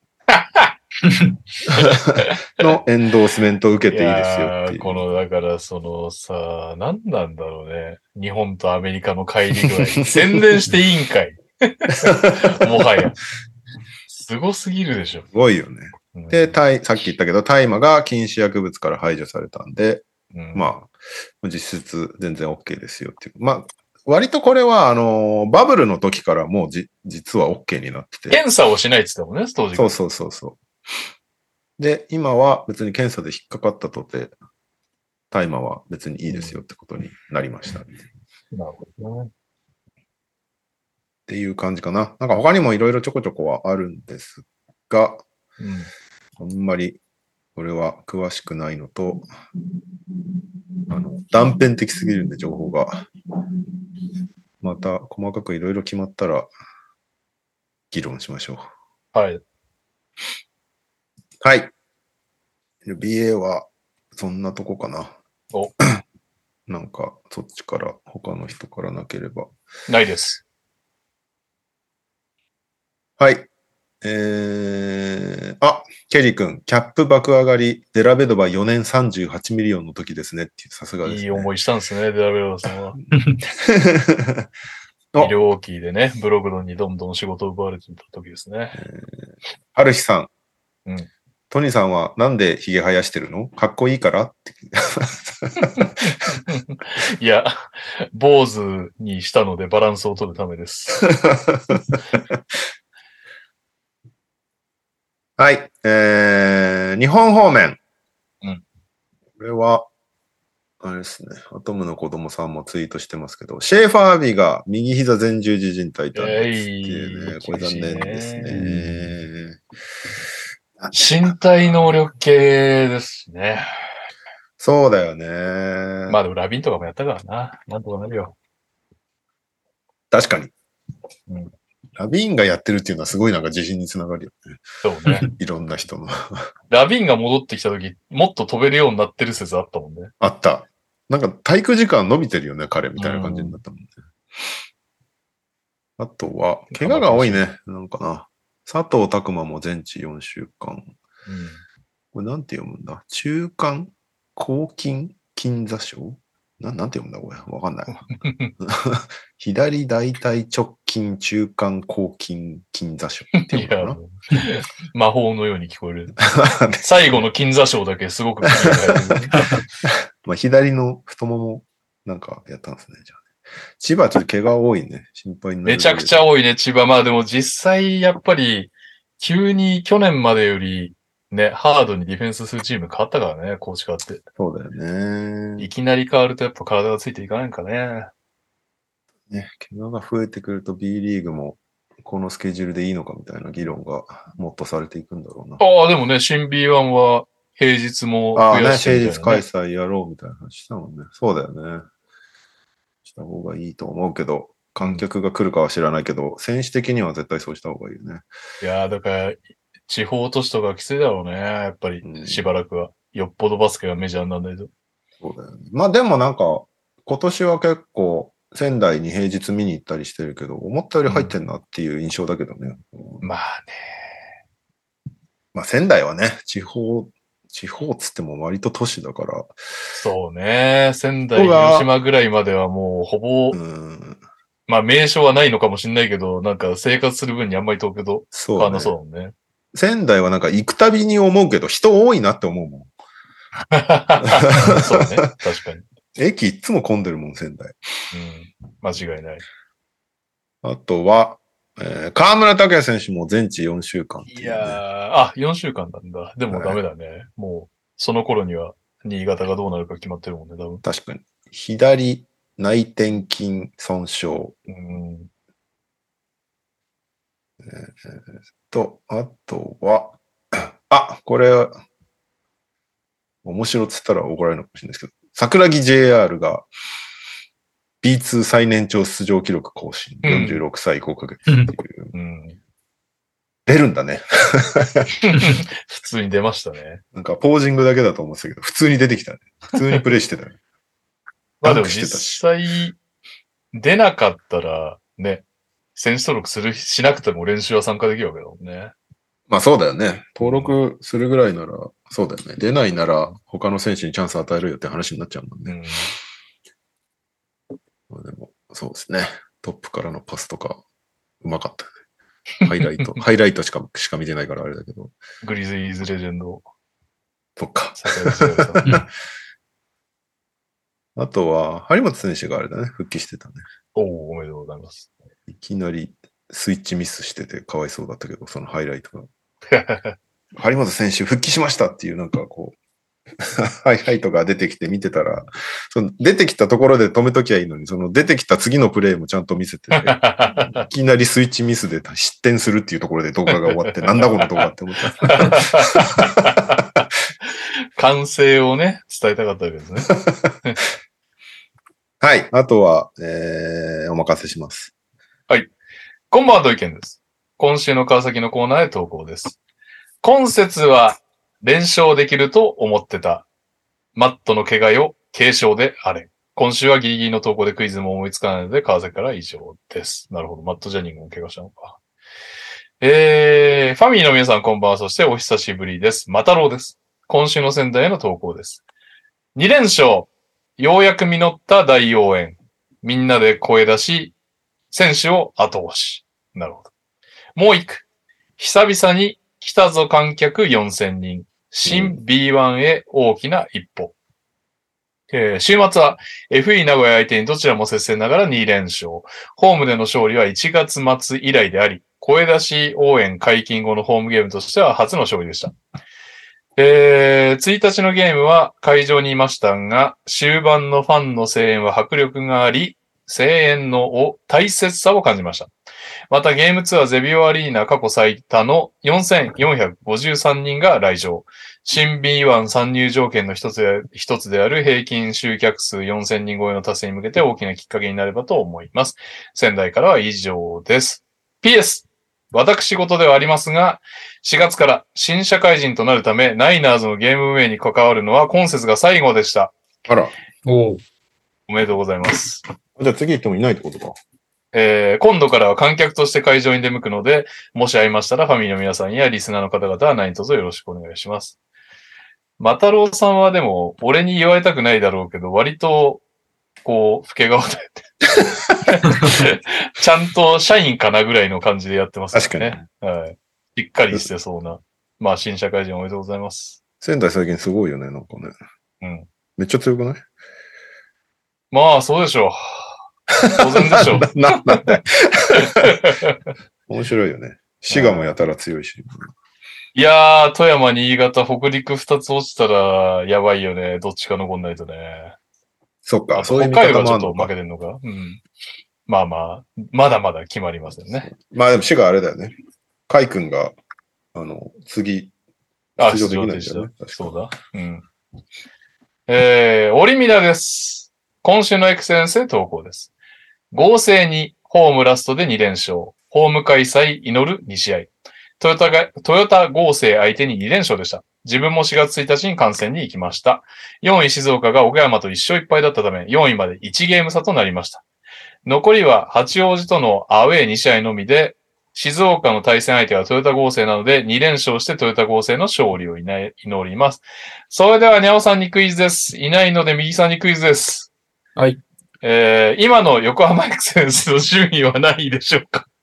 A: のエンドースメントを受けていいですよっていう。
B: この、だからそのさ、何なんだろうね。日本とアメリカの乖離具合。宣伝していいんかい。もはや。すごすぎるでしょ。
A: すごいよね。うん、で、大、さっき言ったけど、大麻が禁止薬物から排除されたんで、うん、まあ、実質全然 OK ですよっていう。まあ、割とこれは、あの、バブルの時からもうじ、実は OK になってて。
B: 検査をしないって言ってたもんね、当時。
A: そうそうそうそう。で、今は別に検査で引っかかったとて、大麻は別にいいですよってことになりました。うん、
B: なるほどね。
A: っていう感じかな。なんか他にもいろいろちょこちょこはあるんですが、うん、あんまりこれは詳しくないのと、あの断片的すぎるんで情報が。また細かくいろいろ決まったら議論しましょ
B: う。はい。
A: はい。エヌビーエー はそんなとこかな。
B: お
A: なんかそっちから他の人からなければ。
B: ないです。
A: はい。えー、あ、ケリー君、キャップ爆上がり、デラベドバよねんさんじゅうはちミリオンの時ですねっていう、さすがですね。
B: いい思いしたんですね、デラベドバさんは。医療機でね、ブログドンにどんどん仕事を奪われていた時ですね。
A: えー、はるひさん。
B: うん。
A: トニーさんはなんでヒゲ生やしてるの？かっこいいからって
B: いや、坊主にしたのでバランスを取るためです。
A: はい。えー、日本方面。
B: うん。
A: これは、あれですね。アトムの子供さんもツイートしてますけど、シェーファービーが右膝前十字靭帯痛んですっていうね。えー、これ残念ですね。
B: 身体能力系ですね。
A: そうだよね。
B: まあでもラビンとかもやったからな。なんとかなるよ。
A: 確かに。
B: うん。
A: ラビーンがやってるっていうのはすごいなんか自信につながるよね。
B: そうね。
A: いろんな人の。
B: ラビーンが戻ってきた時、もっと飛べるようになってる説あったもんね。
A: あった。なんか体育時間伸びてるよね、彼みたいな感じになったもんね。あとは、怪我が多いね。なんかな。佐藤拓磨も全治よんしゅうかん。うん、これなんて読むんだ？中間後筋筋座症ななんて読むんだこれ。わかんない。左大腿直筋中間後筋筋座症っていうのかな。
B: 魔法のように聞こえる。最後の筋座症だけすごく
A: まあ左の太ももなんかやったんですね。じゃあ千葉はちょっと怪我多いね。心配になる。
B: めちゃくちゃ多いね、千葉。まあでも実際やっぱり急に去年までよりね、ハードにディフェンスするチーム変わったからね、コーチ変わって。
A: そうだよね。
B: いきなり変わるとやっぱ体がついていかないんかね。
A: ね、怪我が増えてくると B リーグもこのスケジュールでいいのかみたいな議論がもっとされていくんだろうな。
B: ああ、でもね、新 ビーワン は平日も増やして
A: みたいな、ね。ああね、平日開催やろうみたいな話したもんね。そうだよね。した方がいいと思うけど、観客が来るかは知らないけど、選手的には絶対そうした方がいいよね。
B: いやー、だから、地方都市とかきついだろうね。やっぱり、しばらくは。うん、よっぽどバスケがメジャーにならないと。
A: そうだよね。まあでもなんか、今年は結構、仙台に平日見に行ったりしてるけど、思ったより入ってんなっていう印象だけどね。
B: うん、まあね。
A: まあ仙台はね、地方、地方っつっても割と都市だから。
B: そうね。仙台、広島ぐらいまではもうほぼ、うん、まあ名所はないのかもしれないけど、なんか生活する分にあんまり東京と変わらなそうだもんね。
A: 仙台はなんか行くたびに思うけど、人多いなって思うもん。
B: そうね。確かに。
A: 駅いつも混んでるもん、仙台。
B: うん。間違いない。
A: あとは、えー、河村拓哉選手も全治よんしゅうかん、ね。
B: いやー、あ、よんしゅうかんなんだ。でもダメだね。はい、もう、その頃には、新潟がどうなるか決まってるもんね、多分。
A: 確かに。左内転筋損傷。うんえー、と、あとは、あ、これ、面白っつったら怒られるのかもしれないですけど、桜木 ジェイアール が ビーツー 最年長出場記録更新、うん、よんじゅうろくさいごかげつっていう。うん、出るんだね。
B: 普通に出ましたね。
A: なんかポージングだけだと思ってたけど、普通に出てきたね。普通にプレイしてたね。
B: まあでも実際、出なかったらね、選手登録する、しなくても練習は参加できるわけだもんね。
A: まあそうだよね。登録するぐらいなら、うん、そうだよね。出ないなら他の選手にチャンス与えるよって話になっちゃうもんね。うん、まあでも、そうですね。トップからのパスとか、うまかったね。ハイライト、ハイライトしか、しか見てないからあれだけど。
B: グリズリーズレジェンド。
A: そっか。あとは、張本選手があれだね。復帰してたね。
B: おお、おめでとうございます。
A: いきなりスイッチミスしててかわいそうだったけど、そのハイライトが。張本選手復帰しましたっていうなんかこう、ハイライトが出てきて見てたら、その出てきたところで止めときゃいいのに、その出てきた次のプレイもちゃんと見せてて、いきなりスイッチミスで失点するっていうところで動画が終わって、なんだこの動画って思った。
B: 完成をね、伝えたかったわけですね。
A: はい。あとは、えー、お任せします。
B: はい。こんばんは、土井健です。今週の川崎のコーナーへ投稿です。今節は連勝できると思ってた。マットの怪我を軽傷であれ。今週はギリギリの投稿でクイズも思いつかないので、川崎からは以上です。なるほど。マット・ジャニングも怪我したのか。えー、ファミリーの皆さんこんばんは。そしてお久しぶりです。マタロウです。今週の仙台への投稿です。に連勝。ようやく実った大応援。みんなで声出し、選手を後押し。なるほど。もう一句。久々に来たぞ観客よんせんにん。新 ビーワン へ大きな一歩。えー、週末は エフイー 名古屋相手にどちらも接戦ながらに連勝。ホームでの勝利はいちがつ末以来であり、声出し応援解禁後のホームゲームとしては初の勝利でした。えー、ついたちのゲームは会場にいましたが、終盤のファンの声援は迫力があり、声援の大切さを感じました。またゲームツアーゼビオアリーナ過去最多のよんせんよんひゃくごじゅうさんにんが来場。新 ビーワン 参入条件の一つで、一つである平均集客数よんせんにん超えの達成に向けて大きなきっかけになればと思います。仙台からは以上です。 ピーエス、私事ではありますが、しがつから新社会人となるため、ナイナーズのゲーム運営に関わるのは今節が最後でした。
A: あら。
C: お
B: おめでとうございます。
A: じゃあ次行ってもいないってことか。
B: えー、今度からは観客として会場に出向くので、もし会いましたらファミリーの皆さんやリスナーの方々は何卒よろしくお願いします。マタロウさんはでも、俺に言われたくないだろうけど、割と、こう、老け顔で、ちゃんと社員かなぐらいの感じでやってますからね。確かに。はい。しっかりしてそうな。まあ、新社会人おめでとうございます。
A: 仙台最近すごいよね、なんかね。
B: うん。
A: めっちゃ強くない？
B: まあ、そうでしょう。当然でしょう。
A: な、なんだ面白いよね。滋賀もやたら強いし。
B: いやー、富山、新潟、北陸二つ落ちたらやばいよね。どっちか残んないとね。
A: そっか、そういう
B: 北海道がちょっと負けてんのか。うん。まあまあ、まだまだ決まりませんね。
A: まあでも滋賀あれだよね。海君が、あの、次、出場できないんだよね。
B: そうだ。うん。えー、オリミラです。今週のエクセレンスで投稿です。合成にホームラストでに連勝。ホーム開催祈るに試合。トヨタが、トヨタ合成相手にに連勝でした。自分もしがつついたちに観戦に行きました。よんい静岡が岡山といっ勝いっ敗だったため、よんいまでいちゲーム差となりました。残りは八王子とのアウェーに試合のみで、静岡の対戦相手はトヨタ合成なのでに連勝してトヨタ合成の勝利を祈ります。それではにゃおさんにクイズです。いないので右さんにクイズです。
C: はい。
B: えー、今の横浜エクセレンスの順位は何位でしょうか？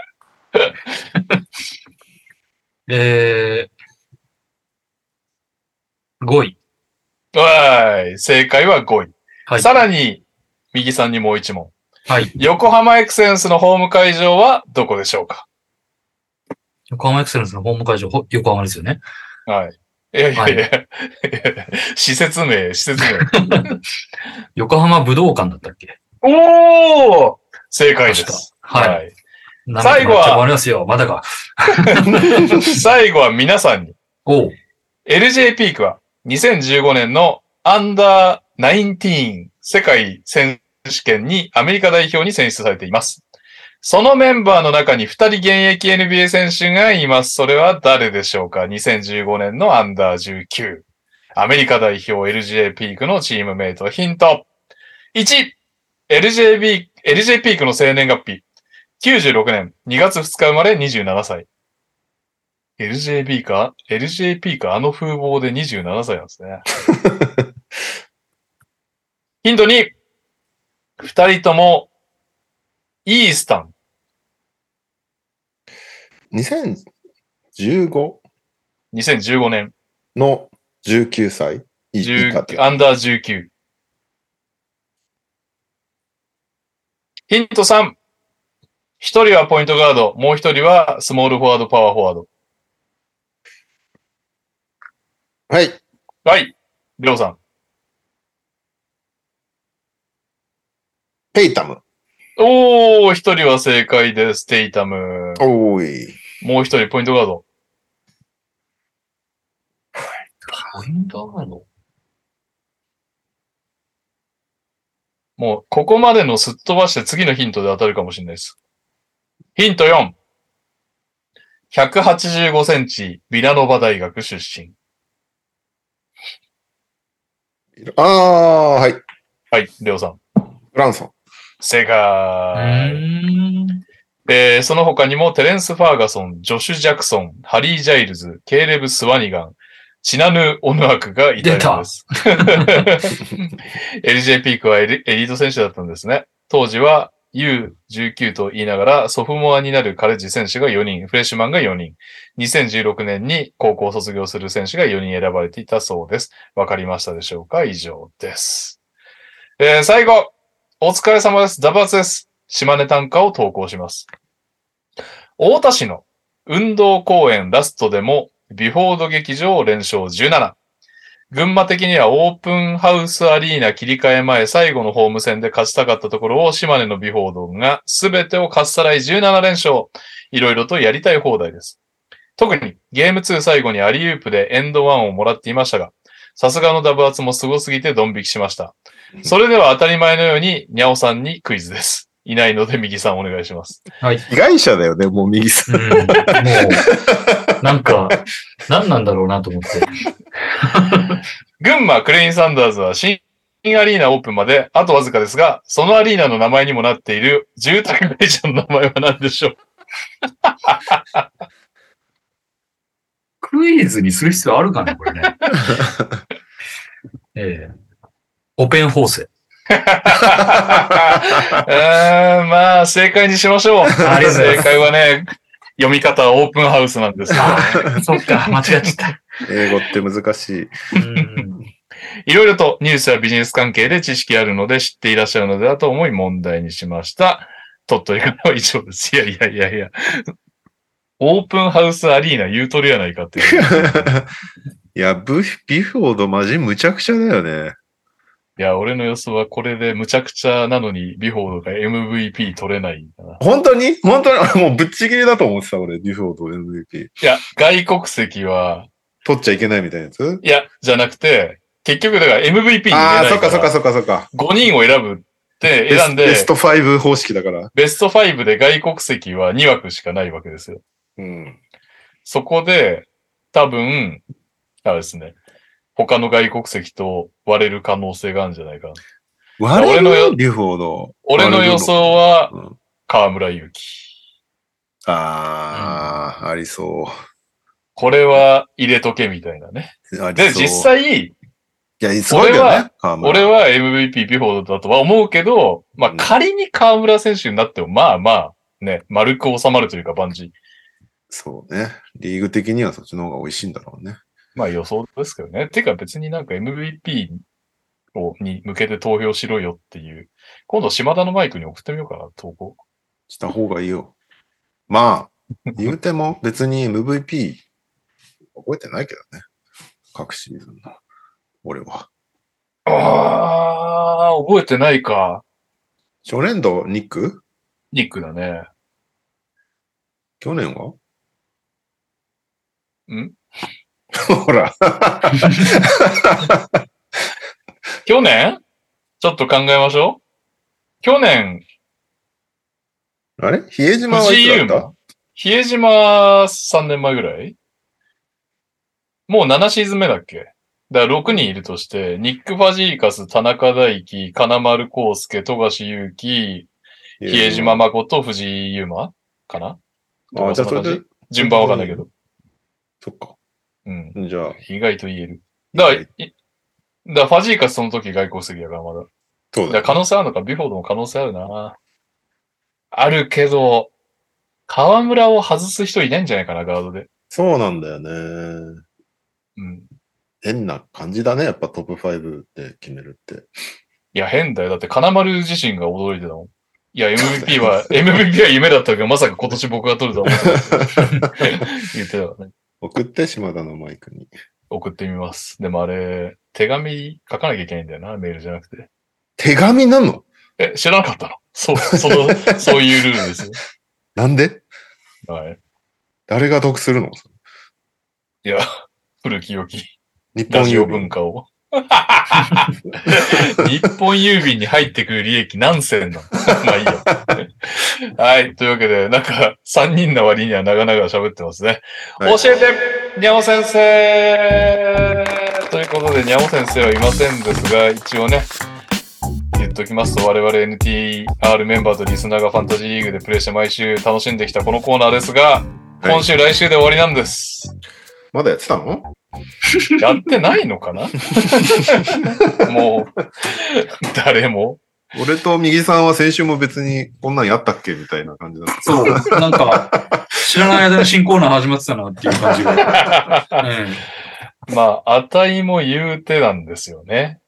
C: えー、ごい。
B: はい。正解はごい。
C: はい。
B: さらに、右さんにもう一問。
C: はい。
B: 横浜エクセレンスのホーム会場はどこでしょうか？
C: 横浜エクセレンスのホーム会場、横浜ですよね。
B: はい。いやいやいや、はい、施設名、施設名。
C: 横浜武道館だったっけ？
B: おー正解です。
C: はい。はい
B: 最後は、
C: 終わりますよ。まだか。
B: 最後は皆さんに。
C: お
B: エルジェー ピークはにせんじゅうごねんのアンダーじゅうきゅう世界選手権にアメリカ代表に選出されています。そのメンバーの中にふたり現役 エヌビーエー 選手がいます。それは誰でしょうか？ にせんじゅうごねんのアンダーじゅうきゅう。アメリカ代表 エルジェー ピークのチームメイト。ヒント。いち、エルジェービー、エルジェー ピークの生年月日。きゅうじゅうろくねんにがつふつか生まれにじゅうななさい。エルジェービー か ?エルジェーピー かあの風貌でにじゅうななさいなんですね。ヒントに、二人とも、イースタン。
A: にせんじゅうご?
B: にせんじゅうごねん。
A: のじゅうきゅうさい以下って。
B: アンダーじゅうきゅう。ヒントさん。一人はポイントガード、もう一人はスモールフォワード、パワーフォワード。
A: はい。
B: はい。りょうさん。
A: テイタム。
B: おー、一人は正解です。テイタム。
A: おーい。
B: もう一人ポイントガード。
C: ポイントガード
B: もう、ここまでのすっ飛ばして次のヒントで当たるかもしれないです。ヒントよん。ひゃくはちじゅうごセンチ、ビラノバ大学出身。
A: ああ、はい。
B: はい、レオさん。
A: ブランソン。
B: 正解。えー、その他にもテレンス・ファーガソン、ジョシュ・ジャクソン、ハリー・ジャイルズ、ケーレブ・スワニガン、チナヌ・オヌアクがいたようです。エルジェー ピークはエリート選手だったんですね。当時は ユーじゅうきゅう と言いながらソフモアになるカレッジ選手がよにん、フレッシュマンがよにん。にせんじゅうろくねんに高校を卒業する選手がよにん選ばれていたそうです。わかりましたでしょうか？以上です。えー、最後、お疲れ様です。ダバーツです。島根短歌を投稿します。太田市の運動公園ラストでもビフォード劇場連勝じゅうなな。群馬的にはオープンハウスアリーナ切り替え前最後のホーム戦で勝ちたかったところを島根のビフォードが全てをかっさらいじゅうなな連勝。いろいろとやりたい放題です。特にゲームに最後にアリウープでエンドワンをもらっていましたが、さすがのダブアツもすごすぎてドン引きしました。それでは当たり前のようにニャオさんにクイズです。 いないので右さんお願いします。
C: はい。
A: 被害者だよね、もう右さん。
C: うん、もう、なんか、何なんだろうなと思って。
B: 群馬クレインサンダーズは新アリーナオープンまであとわずかですが、そのアリーナの名前にもなっている住宅会社の名前は何でしょう？
C: クイズにする必要あるかね、これね。ええオペンホーセ。
B: うーん、まあ、正解にしましょう。
C: ありがとうございます
B: 正解はね、読み方はオープンハウスなんですよ、ね。
C: そっか、間違っちゃった。
A: 英語って難しい。
B: いろいろとニュースやビジネス関係で知識あるので知っていらっしゃるのではと思い問題にしました。鳥取からは以上です。いやいやいやいや。オープンハウスアリーナ言うとるやないかっていう。
A: いや、ブビフォードマジむちゃくちゃだよね。
B: いや、俺の予想はこれでむちゃくちゃなのにビフォードが エムブイピー 取れないんだな。
A: 本当に本当にもうぶっちぎりだと思ってた、俺、ビフォード エムブイピー。
B: いや、外国籍は、
A: 取っちゃいけないみたいなやつ
B: いや、じゃなくて、結局だから エムブイピー に入れないから。
A: ああ、そっかそっかそっかそっか。
B: ごにんを選ぶって選んで、
A: ベストファイブ方式だから。
B: ベストファイブで外国籍はに枠しかないわけですよ。
A: うん。
B: そこで、多分、あれですね。他の外国籍と割れる可能性があるんじゃないかな。
A: 割れ
B: 俺のよ
A: るビフォード。
B: 俺の予想は
A: うん、
B: 河村勇輝。
A: ああ、うん、ありそう。
B: これは入れとけみたいなね。で、実際、
A: いや、すごいよね。
B: 俺は エムブイピー ビフォードだとは思うけど、まあ、仮に河村選手になっても、まあまあ、ね、丸く収まるというか、万事。
A: そうね。リーグ的にはそっちの方が美味しいんだろうね。
B: まあ予想ですけどね。てか別になんか エムブイピー をに向けて投票しろよっていう。今度島田のマイクに送ってみようかな、投稿。
A: した方がいいよ。まあ、言うても別に エムブイピー 覚えてないけどね。各シーズンの。俺は。
B: ああ、覚えてないか。
A: 初年度ニック？
B: ニックだね。
A: 去年は
B: ん
A: ほら。
B: 去年ちょっと考えましょう。去年。
A: あれ比江島はいつだった？
B: 比江島さんねんまえぐらい？もうななシーズン目だっけ？だからろくにんいるとして、ニック・ファジーカス、田中大輝、金丸康介、富樫勇樹、比江島誠、藤井優馬かな？
A: あ、じゃあそれで。
B: 順番わかんないけど。
A: そっか。
B: うん。
A: じゃあ。
B: 意外と言える。だから、だからファジーカスその時外国籍だからまだ。
A: そうだ、ね。
B: だから可能性あるのか、ビフォードも可能性あるな。あるけど、河村を外す人いないんじゃないかな、ガードで。
A: そうなんだよね。
B: うん。
A: 変な感じだね、やっぱトップファイブで決めるって。
B: いや、変だよ。だって金丸自身が驚いてたもん。いや、エムブイピー は、エムブイピー は夢だったけど、まさか今年僕が取るとは思ってた。言ってたからね。
A: 送って、島田のマイクに。
B: 送ってみます。でもあれ、手紙書かなきゃいけないんだよな、メールじゃなくて。
A: 手紙なの？
B: え、知らなかったの？そう、その、そういうルールですよ。
A: なんで？
B: はい。
A: 誰が得するの？
B: いや、古き良き。
A: 日本
B: ラジオ文化を。日本郵便に入ってくる利益何銭なの？まあいいよ。はい。というわけで、なんか、三人の割には長々喋ってますね。はい、教えてにゃお先生ということで、にゃお先生はいませんですが、一応ね、言っときますと、我々 エヌティーアール メンバーとリスナーがファンタジーリーグでプレイして毎週楽しんできたこのコーナーですが、今週、来週で終わりなんです。
A: まだやってたの？
B: やってないのかなもう、誰も。
A: 俺と右さんは先週も別にこんなんやったっけみたいな感じだった。
C: そう。なんか、知らない間に新コーナー始まってたなっていう感じが。
B: うん、まあ、値も言うてなんですよね。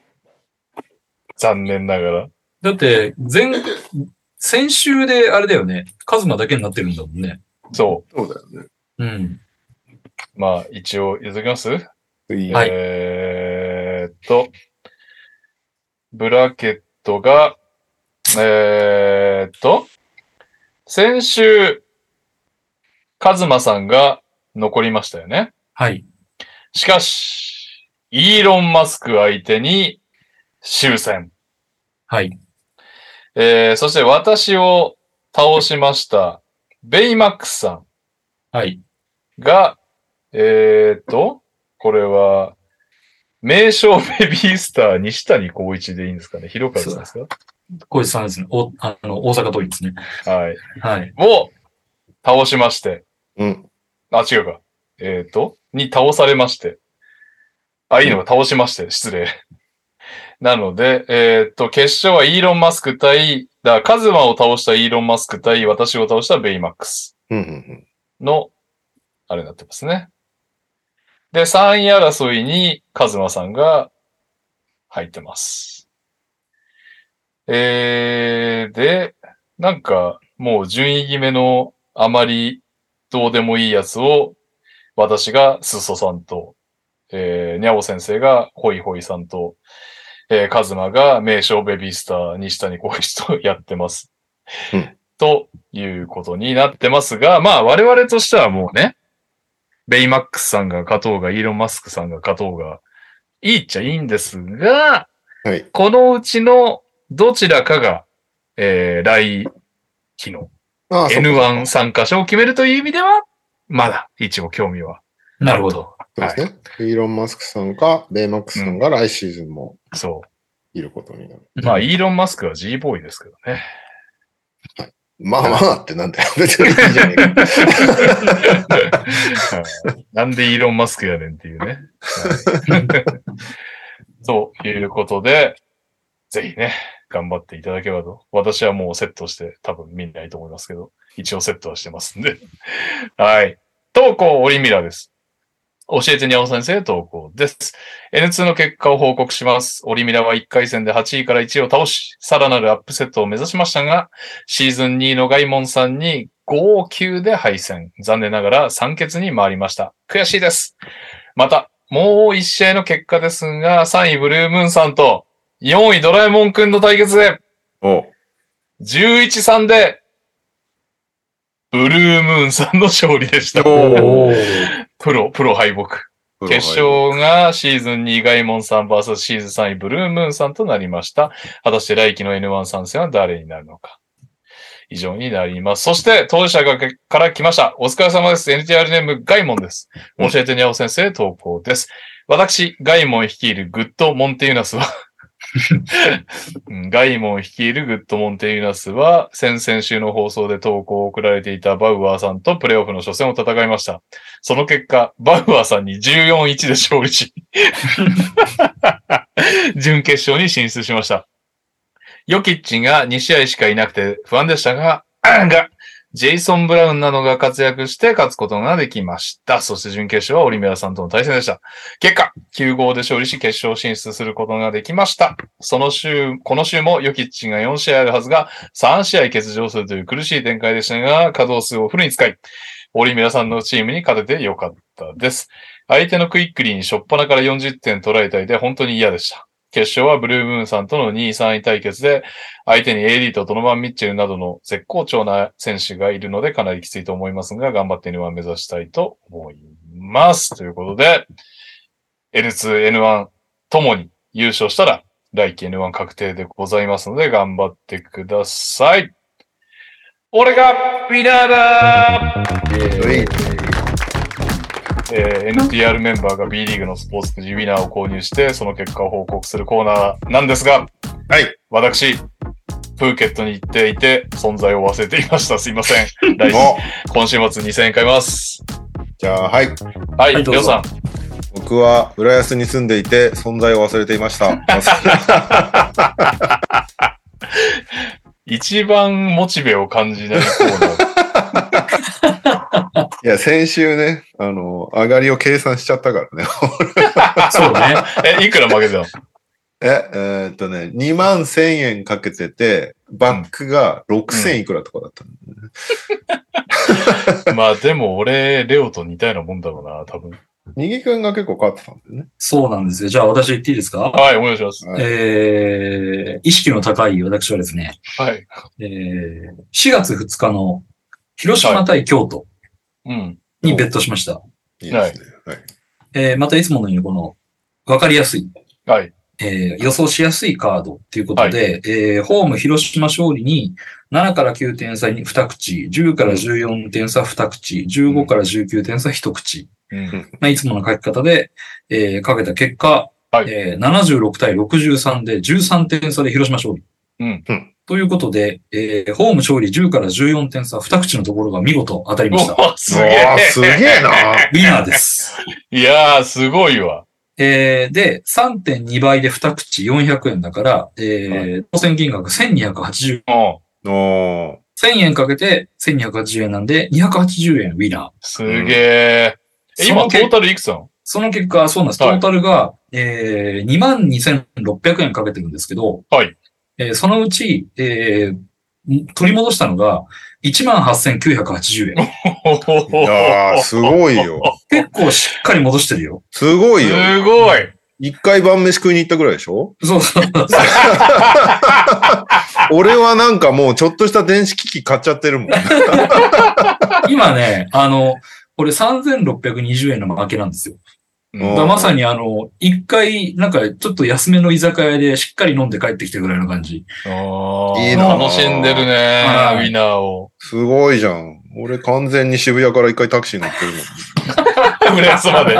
B: 残念ながら。
C: だって、前、先週であれだよね。カズマだけになってるんだもんね。
B: そう。
A: そうだよね。
C: うん。
B: まあ、一応言っときます？
C: はい。
B: えーっと、ブラケットが、えーっと、先週、カズマさんが残りましたよね。
C: はい。
B: しかし、イーロン・マスク相手に終戦。
C: はい。
B: えー、そして私を倒しました、ベイマックスさん。
C: はい。
B: が、えーっと、これは、名称ベビースター西谷光一でいいんですかね？広川さんですか？
C: 小石さんですね。お、あの、大阪桐蔭ですね。
B: はい。
C: はい。
B: を倒しまして。
A: うん。
B: あ、違うか。えーっと、に倒されまして。あ、いいのか、倒しまして。失礼。なので、えーっと、決勝はイーロン・マスク対、だからカズマを倒したイーロン・マスク対私を倒したベイマックスの、あれになってますね。で、さんい争いにカズマさんが入ってます。えー、で、なんか、もう順位決めのあまりどうでもいいやつを、私がスッソさんと、えー、ニャオ先生がホイホイさんと、えー、カズマが名称ベビースター西谷浩一とやってます。
A: うん、
B: ということになってますが、まあ我々としてはもうね、ベイマックスさんが勝とうが、イーロン・マスクさんが勝とうが、いいっちゃいいんですが、
A: はい、
B: このうちのどちらかが、えー、来期の エヌワン 参加者を決めるという意味では、まだ一応興味は。
C: なるほど。
A: そうですね。はい、イーロン・マスクさんか、ベイマックスさんが来シーズンも、そう。いることになる。
B: まあ、イーロン・マスクは G ボーイですけどね。
A: はい。まあまあってなんだよ。別にいいじゃねえか。
B: なんでイーロン・マスクやねんっていうね。ということで、ぜひね、頑張っていただければと。私はもうセットして多分見ないと思いますけど、一応セットはしてますんで。はい。投稿オリミラです。教えてにゃお先生投稿です。エヌツー の結果を報告します。オリミラはいっかい戦ではちいからいちいを倒し、さらなるアップセットを目指しましたが、シーズンにいのガイモンさんにごきゅうで敗戦。残念ながらさん決に回りました。悔しいです。また、もういち試合の結果ですが、さんいブルームーンさんとよんいドラえもんくんの対決で、じゅういちたいさんで、ブルームーンさんの勝利でした。プロ、プロ敗北。決勝がシーズンにガイモンさん ブイエス シーズンさんいブルームーンさんとなりました。果たして来季の エヌワン 参戦は誰になるのか。以上になります。そして、当事者がから来ました。お疲れ様です。エヌティーアール ネームガイモンです。教えてにゃお先生投稿です。私、ガイモン率いるグッドモンテユナスはガイモン率いるグッドモンテユナスは、先々週の放送で投稿を送られていたバウアーさんとプレイオフの初戦を戦いました。その結果、バウアーさんにじゅうよんたいいちで勝利し、準決勝に進出しました。ヨキッチがに試合しかいなくて不安でしたが、が、ジェイソン・ブラウンなどが活躍して勝つことができました。そして準決勝はオリメラさんとの対戦でした。結果、きゅうたいごで勝利し決勝進出することができました。その週、この週もヨキッチがよん試合あるはずがさん試合欠場するという苦しい展開でしたが、稼働数をフルに使い、オリメラさんのチームに勝ててよかったです。相手のクイックリーに初っ端からよんじゅってん取られたいで本当に嫌でした。決勝はブルームーンさんとのにいさんい対決で、相手に エーディー とドノバン・ミッチェルなどの絶好調な選手がいるのでかなりきついと思いますが、頑張って エヌワン 目指したいと思います。ということで、エヌツー、エヌワン ともに優勝したら、来季 エヌワン 確定でございますので、頑張ってください。俺がウィナーだーえー、エヌティーアール メンバーが B リーグのスポーツくじウィナーを購入して、その結果を報告するコーナーなんですが、はい。私、プーケットに行っていて、存在を忘れていました。すいません。来週、今週末にせんえん買います。
A: じゃあ、はい。
B: はい、りょうさん。
A: 僕は、浦安に住んでいて、存在を忘れていました。
B: 一番モチベを感じないコーナー。
A: いや、先週ね、あの、上がりを計算しちゃったからね。
B: そうね。え、いくら負けたの？
A: え、えー、っとね、にまんせんえんかけてて、バックがろくせんいくらとかだったんだよね。
B: うん、まあでも俺、レオと似たようなもんだろうな、多分。
A: にぎくんが結構勝ってたんだよね。
C: そうなんですよ。じゃあ私言っていいですか？
B: はい、お願いします。
C: えー、意識の高い私はですね。
B: はい。
C: えー、しがつふつかの広島対京都にベットしました。
A: はい、いいですね。はい。
C: えー、またいつものようにこの、わかりやすい。
B: はい。
C: えー予想しやすいカードっていうことで、えーホーム広島勝利にななからきゅうてん差にに口、じゅうからじゅうよんてん差に口、じゅうごからじゅうきゅうてん差いち口。
B: うん
C: まあ、いつもの書き方で、えーかけた結果、
B: はい
C: えーななじゅうろくたいろくじゅうさんでじゅうさんてん差で広島勝利。
B: うん
C: ということで、えーホーム勝利じゅうからじゅうよんてん差に口のところが見事当たりました。
B: うわすげ
A: うわーすげ
B: え。
A: えな。
C: ウィナーです。
B: いやー、すごいわ。
C: えーで、さんてんにばいでに口よんひゃくえんだから、えー当選金額せんにひゃくはちじゅうえん。
B: うん。
A: おー
C: せんえんかけてせんにひゃくはちじゅうえんなんで、にひゃくはちじゅうえんウィナー。
B: すげえ。え今、
C: その結
B: トータルいくつなの？
C: その結果、そうなんです。ト
B: はい
C: ータルが、えー、にまんにせんろっぴゃくえんかけてるんですけど、
B: はい。
C: えーそのうち、えー取り戻したのがいちまんはっせんきゅうひゃくはちじゅうえん。
A: いやー、すごいよ。
C: 結構しっかり戻してるよ。
A: すごいよ。
B: すごい。
A: 一回晩飯食いに行ったぐらいでしょ？
C: そうそうそう。
A: 俺はなんかもうちょっとした電子機器買っちゃってるもん。
C: 今ね、あの、これさんぜんろっぴゃくにじゅうえんの負けなんですよ。
B: うん
C: だからまさにあの、一回、なんかちょっと安めの居酒屋でしっかり飲んで帰ってきたぐらいの感じ。
B: あー
A: いいな
B: 楽しんでるね
C: は、い
B: ウィナーを。
A: すごいじゃん。俺完全に渋谷から一回タクシー乗ってるもん。
B: 浦安まで。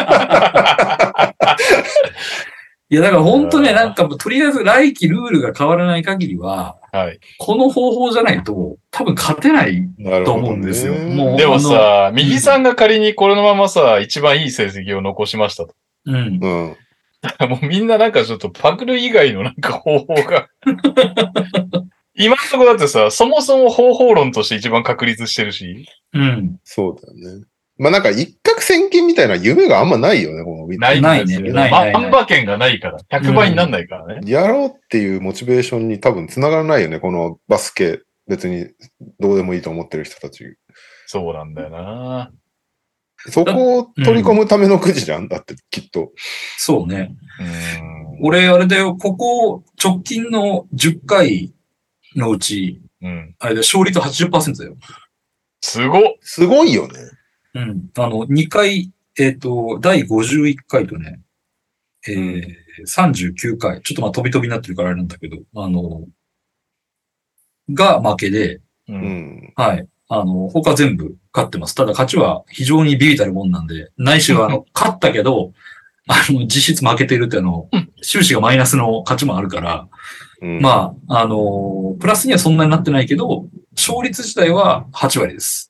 C: いや、だから本当ね、なんかもうとりあえず来期ルールが変わらない限りは、
B: はい。
C: この方法じゃないと多分勝てない。と
A: なるほど、ね。
C: 思うんですよもう
B: でもさ、右さんが仮にこれのままさ、一番いい成績を残しましたと。
C: うん。
A: うん。
B: もうみんななんかちょっとパクる以外のなんか方法が。今のところだってさ、そもそも方法論として一番確立してるし。
C: うん。
A: そうだよね。まあなんか一攫千金みたいな夢があんまないよね、このウィナー
B: ないんですよ。
C: ないねないないない
B: 万馬券がないから。ひゃくばいになんないからね。
A: やろうっていうモチベーションに多分繋がらないよね、このバスケ。別にどうでもいいと思ってる人たち。
B: そうなんだよな。
A: そこを取り込むためのくじじゃんだって、きっと。
C: そうね。
B: うん。
C: 俺、あれだよ、ここ、直近のじゅっかいのうち、
B: うん。
C: あれで勝率 はちじゅっパーセント だよ。
B: すごっ。
A: すごいよね。
C: うん。あの、にかい、えっ、と、だいごじゅういっかいとね、えーさんじゅうきゅうかい、ちょっとまあ飛び飛びになってるからあれなんだけど、あの、が負けで、
B: う。
A: うんん。
C: はい。あの、他全部勝ってます。ただ勝ちは非常にビビたるもんなんで、ないしはあの、勝ったけど、あの、実質負けてるってあの、収支がマイナスの勝ちもあるから、
A: うん、
C: まあ、あの、プラスにはそんなになってないけど、勝率自体ははちわりです。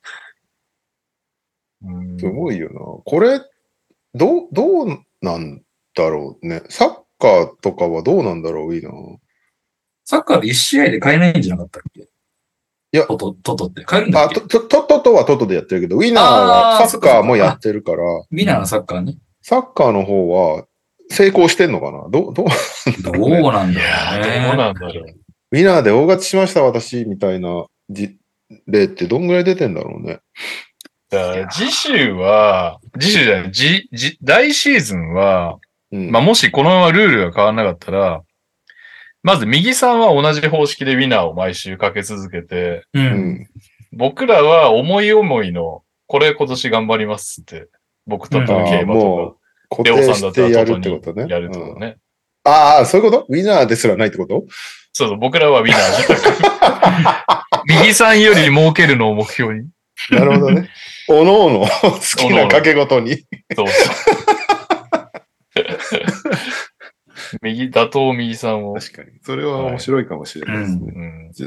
B: うん
A: すごいよな。これ、どう、どうなんだろうね。サッカーとかはどうなんだろう、いいな。
C: サッカーでいち試合で買えないんじゃなかったっけ？
A: いや
C: トト、トトって買えるんだ
A: あ、
C: っけ？
A: と、と、と、ととはトトでやってるけど、ウィナー
C: あ
A: は
C: ー
A: サッカーもやってるから、
C: ウィナーのサッカーね。
A: サッカーの方は成功してんのかなどう、どう、
C: どうなん
B: い
C: だ
B: やー、
C: ろうね。
B: どうなんだろう。
A: ウィナーで大勝ちしました、私、みたいなじ例ってどんぐらい出てんだろうね。
B: だから次週は、次週じゃない、じ、じ、来シーズンは、
A: うん。
B: まあ、もしこのままルールが変わらなかったら、まず右さんは同じ方式でウィナーを毎週かけ続けて、
C: う。
A: うんん。
B: 僕らは思い思いの、これ今年頑張りますって、僕と
C: うん
B: 競馬
A: も
B: と
A: う固
B: か、レオ
A: 定し
B: さんだったら
A: てやる
B: トトに
A: ってことね。
B: やるってこと
A: うん
B: ね。
A: ああ、そういうことウィナーですらないってこと
B: そうそう、僕らはウィナーじゃなく右さんより儲けるのを目標に。
A: なるほどね。おのおの好きな掛け事に。
B: そうそう。右、打倒右さんを。
A: 確かに。それは面白いかもしれないですね。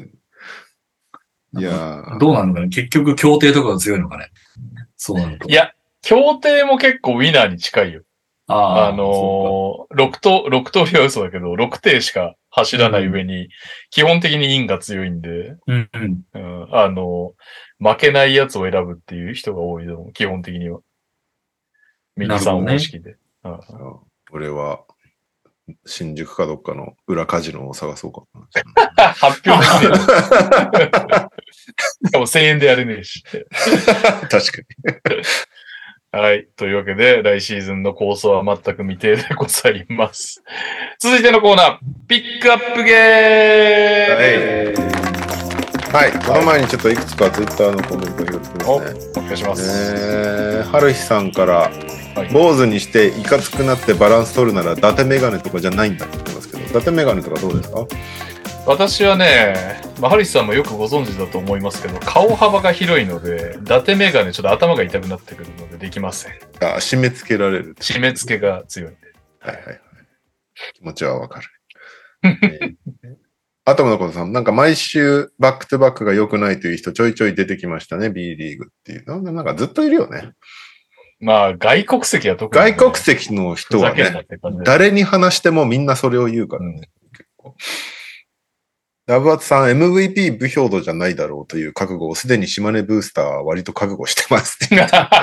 B: うん、
A: いやー
C: どうなのかね。結局、協定とかが強いのかね。そうなると。
B: いや、協定も結構ウィナーに近いよ。
C: あ
B: あのー、ろくと、ろく通りは嘘だけど、ろく艇しか走らない上に、基本的に因が強いんで、
C: うんうん。
B: うん、あのー、負けないやつを選ぶっていう人が多いと思う、基本的には。右さん方式で。うん
A: 俺は、新宿かどっかの裏カジノを探そうかな。
B: 発表できねえ。しかもせんえんでやれねえし。
A: 確かに。
B: はい。というわけで、来シーズンの構想は全く未定でございます。続いてのコーナー、ピックアップゲーム、
A: はい。この前にちょっといくつかツイッターのコメントを拾ってますね。
B: お願いします。
A: えー、はるひさんから、
B: はい、
A: 坊主にしていかつくなってバランス取るなら伊達メガネとかじゃないんだって言ってますけど、伊達メガネとかどうですか？
B: 私はね、まあ、ハリスさんもよくご存知だと思いますけど、顔幅が広いので、伊達メガネちょっと頭が痛くなってくるのでできません。
A: あ、締め付けられる。
B: 締め付けが強いんで。
A: はいはいはい。気持ちはわかる。えー、アトムのことさん、なんか毎週バックトゥバックが良くないという人ちょいちょい出てきましたね、B リーグっていう。なんかなんかずっといるよね。
B: まあ、外国籍は特に、ね、
A: 外国籍の人はね、誰に話してもみんなそれを言うからね。うん、結構ラブアツさん、エムブイピー ブヒョードじゃないだろうという覚悟をすでに島根ブースターは割と覚悟してますって。いや、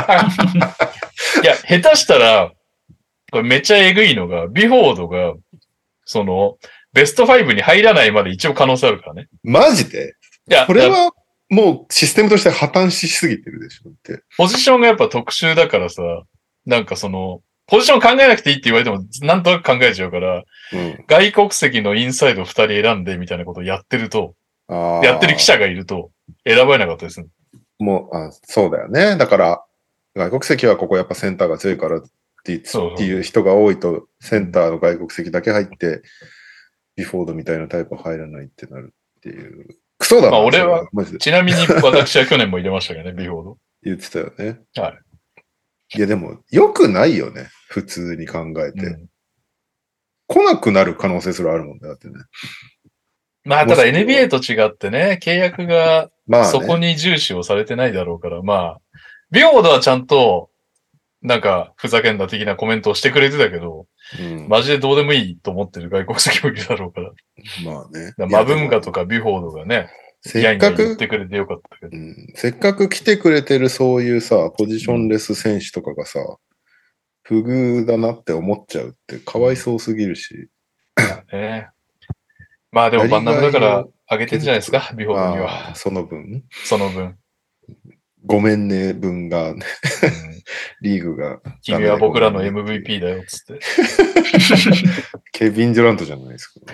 B: 下手したら、これめっちゃえぐいのが、ビフォードが、その、ベストファイブに入らないまで一応可能性あるからね。
A: マジで？いや、これはもうシステムとして破綻しすぎてるでしょって。
B: ポジションがやっぱ特殊だからさ、なんかその、ポジション考えなくていいって言われても、なんとなく考えちゃうから、うん、外国籍のインサイドふたり選んでみたいなことをやってると、やってる記者がいると選ばれなかったですね。
A: もう、あ、そうだよね。だから、外国籍はここやっぱセンターが強いからっていう人が多いと、センターの外国籍だけ入って、ビフォードみたいなタイプ入らないってなるっていう。クソだな。
B: まあ俺は、ちなみに私は去年も入れましたけどね、ビフォード。
A: 言ってたよね。
B: はい。
A: いやでも、良くないよね。普通に考えて。うん、来なくなる可能性すらあるもんだってね。
B: まあ、ただ エヌビーエー と違ってね、契約がそこに重視をされてないだろうから、まあ、ね、まあ、ビフォードはちゃんと、なんか、ふざけんな的なコメントをしてくれてたけど、うん、マジでどうでもいいと思ってる外国籍もいるだろうから。
A: まあね。
B: マブンガとかビフォードがね、
A: せっかく
B: 言ってくれてよかったけど、うん。
A: せっかく来てくれてるそういうさ、ポジションレス選手とかがさ、不遇だなって思っちゃうってかわいそうすぎるし。
B: ね、まあでもバンナムだから上げてんじゃないですか、ビフォードには。
A: その分
B: その分。
A: ごめんね分が、ね、うん、リーグが。
B: 君は僕らの エムブイピー だよ、つって。
A: ケビン・デュラントじゃないですか。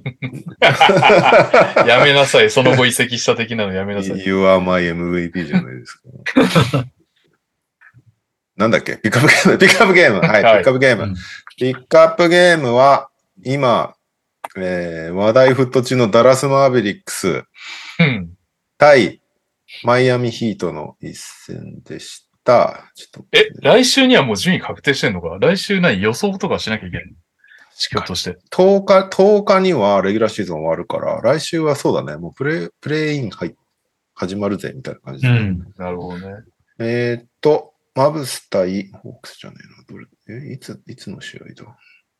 B: やめなさい。その後移籍した的なのやめなさい。
A: You are my エムブイピー じゃないですか。なんだっけピックアップゲーム。ピックアップゲーム。はい。はい、ピックアップゲーム。うん、ピックアップゲームは、今、えー、話題沸騰中のダラス・マーベリックス、うん、対マイアミヒートの一戦でした。ちょっと
B: え、来週にはもう順位確定してんのか？来週何予想とかしなきゃいけないの？ひょっとして。
A: とおか、とおかにはレギュラーシーズン終わるから、来週はそうだね。もうプレイ、プレイイン入始まるぜ、みたいな感じで。
B: うん。なるほどね。
A: えーっと、マブス対ホークスじゃねえな。どれ、え、いつ、いつの試合だ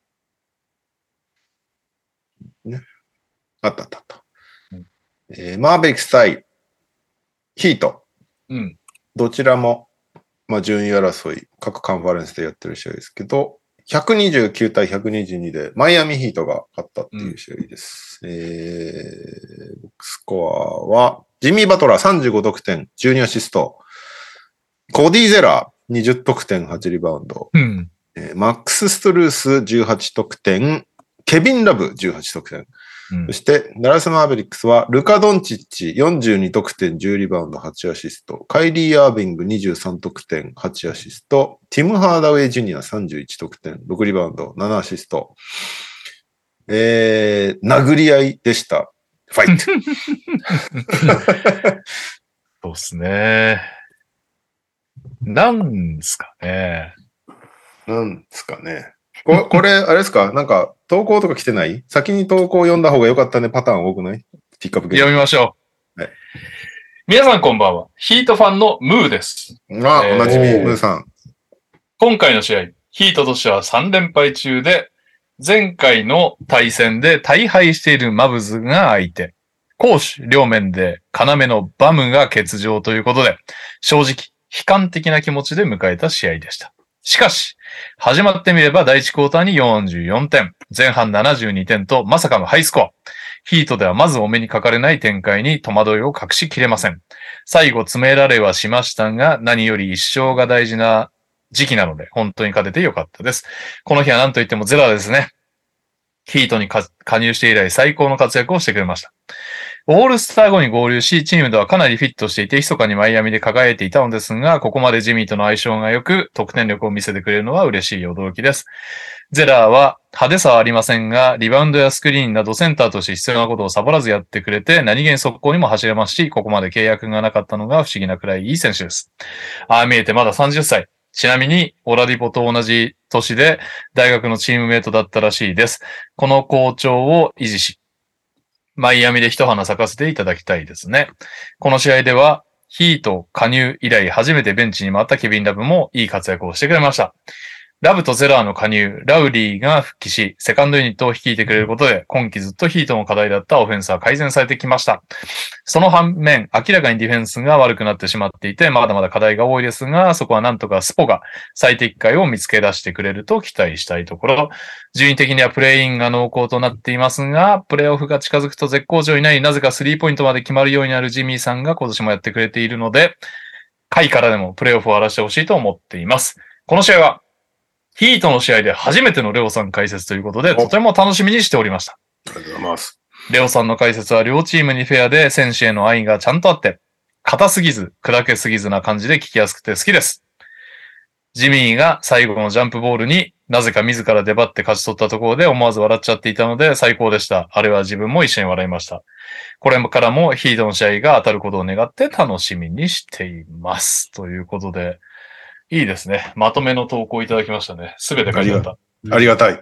A: ね。あったあったあった。うんえー、マーベリックス対ヒート。
B: うん。
A: どちらも、まあ、順位争い、各カンファレンスでやってる試合ですけど、ひゃくにじゅうきゅう対ひゃくにじゅうにでマイアミヒートが勝ったっていう試合です。うん、えー、ボックススコアは、ジミー・バトラーさんじゅうご得点、じゅうにアシスト。コディ・ゼラーにじゅう得点、はちリバウンド。
B: うん
A: えー、マックス・ストルースじゅうはち得点、ケビン・ラブじゅうはち得点。うん、そして、ダラス・マーベリックスは、ルカ・ドンチッチよんじゅうに得点、じゅうリバウンド、はちアシスト。カイリー・アービングにじゅうさん得点、はちアシスト。ティム・ハーダウェイ・ジュニアさんじゅういち得点、ろくリバウンド、ななアシスト。えー、殴り合いでした。ファイト。
B: そうっすね。なんすかね。
A: なんすかね。ここれ、あれですかなんか、投稿とか来てない？先に投稿読んだ方が良かったねパターン多くない？ピックアップゲーム。
B: 読みましょ
A: う。はい。
B: 皆さんこんばんは。ヒートファンのムーです。
A: あ、えー、おなじみ、ムーさん。
B: 今回の試合、ヒートとしてはさん連敗中で、前回の対戦で大敗しているマブズが相手。攻守両面で要のバムが欠場ということで、正直、悲観的な気持ちで迎えた試合でした。しかし、始まってみれば第一クォーターによんじゅうよんてん、前半ななじゅうにてんとまさかのハイスコア。ヒートではまずお目にかかれない展開に戸惑いを隠しきれません。最後詰められはしましたが、何より一勝が大事な時期なので、本当に勝ててよかったです。この日は何と言ってもゼラですね。ヒートに加入して以来最高の活躍をしてくれました。 オールスター後に合流し、チームではかなりフィットしていて、密かにマイアミで輝いていたのですが、ここまでジミーとの相性が良く、得点力を見せてくれるのは嬉しい驚きです。ゼラーは派手さはありませんが、リバウンドやスクリーンなどセンターとして必要なことをサボらずやってくれて、何気に速攻にも走れますし、ここまで契約がなかったのが不思議なくらいいい選手です。ああ見えてまださんじゅっさい。ちなみに、オラディポと同じ年で大学のチームメイトだったらしいです。この好調を維持し、マイアミで一花咲かせていただきたいですね。この試合では、ヒート加入以来初めてベンチに回ったケビン・ラブもいい活躍をしてくれました。ラブとゼラーの加入、ラウリーが復帰し、セカンドユニットを率いてくれることで、今季ずっとヒートの課題だったオフェンスは改善されてきました。その反面、明らかにディフェンスが悪くなってしまっていて、まだまだ課題が多いですが、そこはなんとかスポが最適解を見つけ出してくれると期待したいところ。順位的にはプレインが濃厚となっていますが、プレイオフが近づくと絶好調になり、なぜかスリーポイントまで決まるようになるジミーさんが今年もやってくれているので、下位からでもプレイオフを荒らしてほしいと思っています。この試合は、ヒートの試合で初めてのレオさん解説ということで、とても楽しみにしておりました。
A: ありがとうございます。
B: レオさんの解説は両チームにフェアで、選手への愛がちゃんとあって、硬すぎず、砕けすぎずな感じで聞きやすくて好きです。ジミーが最後のジャンプボールになぜか自ら出張って勝ち取ったところで思わず笑っちゃっていたので最高でした。あれは自分も一緒に笑いました。これからもヒートの試合が当たることを願って楽しみにしています。ということで、いいですね。まとめの投稿いただきましたね。すべて書いてあった。
A: ありがたい。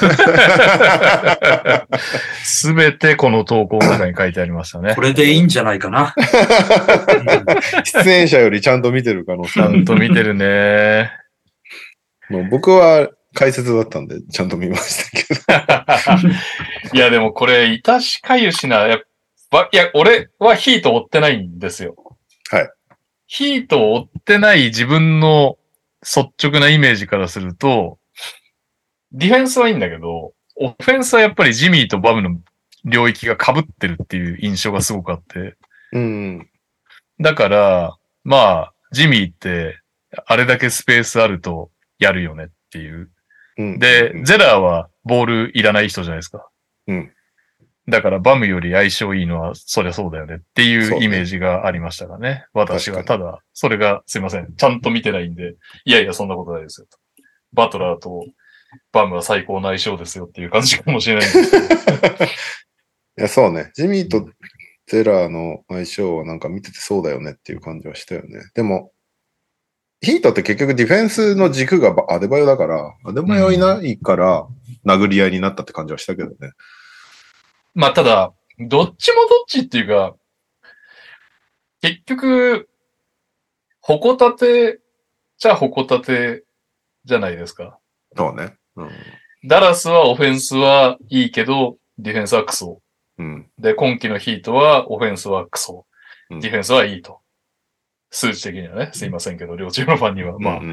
B: すべてこの投稿の中に書いてありましたね。
C: これでいいんじゃないかな。
A: 出演者よりちゃんと見てる可能性。
B: ちゃんと見てるね。
A: もう僕は解説だったんで、ちゃんと見ましたけど。
B: いや、でもこれ、いたしかゆしな、やっぱ、いや、俺はヒート追ってないんですよ。
A: はい。
B: ヒートを追ってない自分の率直なイメージからすると、ディフェンスはいいんだけど、オフェンスはやっぱりジミーとバムの領域が被ってるっていう印象がすごくあって。
A: うん。
B: だから、まあ、ジミーって、あれだけスペースあるとやるよねっていう。
A: うん、
B: で、ゼラーはボールいらない人じゃないですか。
A: うん。
B: だからバムより相性いいのはそりゃそうだよねっていうイメージがありましたがね。私は。ただ、それがすいません。ちゃんと見てないんで、いやいやそんなことないですよと。バトラーとバムは最高な相性ですよっていう感じかもしれないんですけど。い
A: や、そうね。ジミーとゼラーの相性はなんか見ててそうだよねっていう感じはしたよね。でも、ヒートって結局ディフェンスの軸がアデバヨだから、アデバヨいないから殴り合いになったって感じはしたけどね。
B: まあただ、どっちもどっちっていうか、結局、ほこたてじゃほこたてじゃないですか。
A: そうね。うん、
B: ダラスはオフェンスはいいけど、ディフェンスはクソ。
A: うん、
B: で、今季のヒートはオフェンスはクソ。
A: うん、
B: ディフェンスはいいと。数字的にはね、すいませんけど、両チームのファンには、まあ、うんうんうん、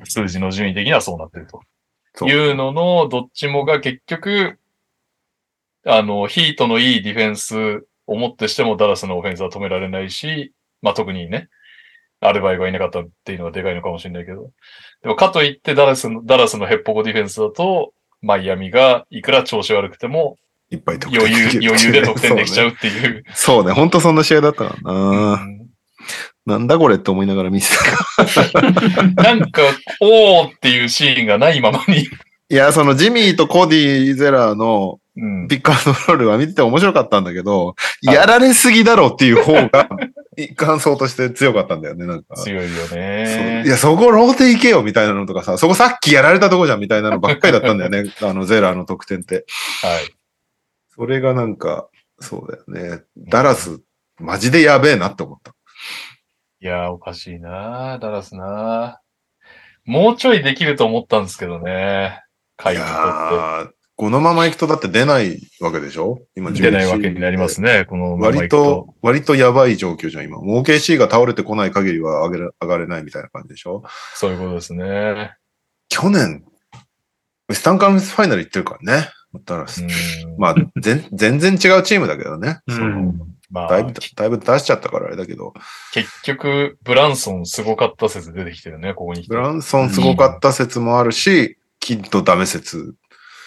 B: 数字の順位的にはそうなってると。いうのの、どっちもが結局、あの、ヒートのいいディフェンスをもってしてもダラスのオフェンスは止められないし、まあ特にね、アルバイがいなかったっていうのはでかいのかもしれないけど。でもかといってダラスの、ダラスのヘッポコディフェンスだと、マイアミがいくら調子悪くても、
A: いっぱい得点
B: 余裕、余裕で得点できちゃうっていう。
A: そうね、そうねほんとそんな試合だったな、うん、なんだこれって思いながら見て
B: た。なんか、おーっていうシーンがないままに。
A: いや、そのジミーとコディ・ゼラーのピックアンドロールは見てて面白かったんだけど、うん、やられすぎだろっていう方が感想として強かったんだよね、なんか。
B: 強いよね。
A: いや、そこローテ行けよみたいなのとかさ、そこさっきやられたとこじゃんみたいなのばっかりだったんだよね、あのゼラーの得点って。
B: はい。
A: それがなんか、そうだよね。ダラス、マジでやべえなって思った。
B: いやー、おかしいなー、ダラスなー。もうちょいできると思ったんですけどね。
A: いやー、このまま行くとだって出ないわけでしょ今
B: 出ないわけになりますね、このまま行くと。
A: 割と、割とやばい状況じゃん、今。オーケーシー が倒れてこない限りは上げ上がれないみたいな感じでしょ
B: そういうことですね。
A: 去年、ウェスタンカンファレンスファイナル行ってるからね。ダラス。まあ、全全然違うチームだけどね。そのまあ、だいぶ、だいぶ出しちゃったからあれだけど。
B: 結局、ブランソンすごかった説出てきてるね、ここに来て。
A: ブランソンすごかった説もあるし、キッドダメ説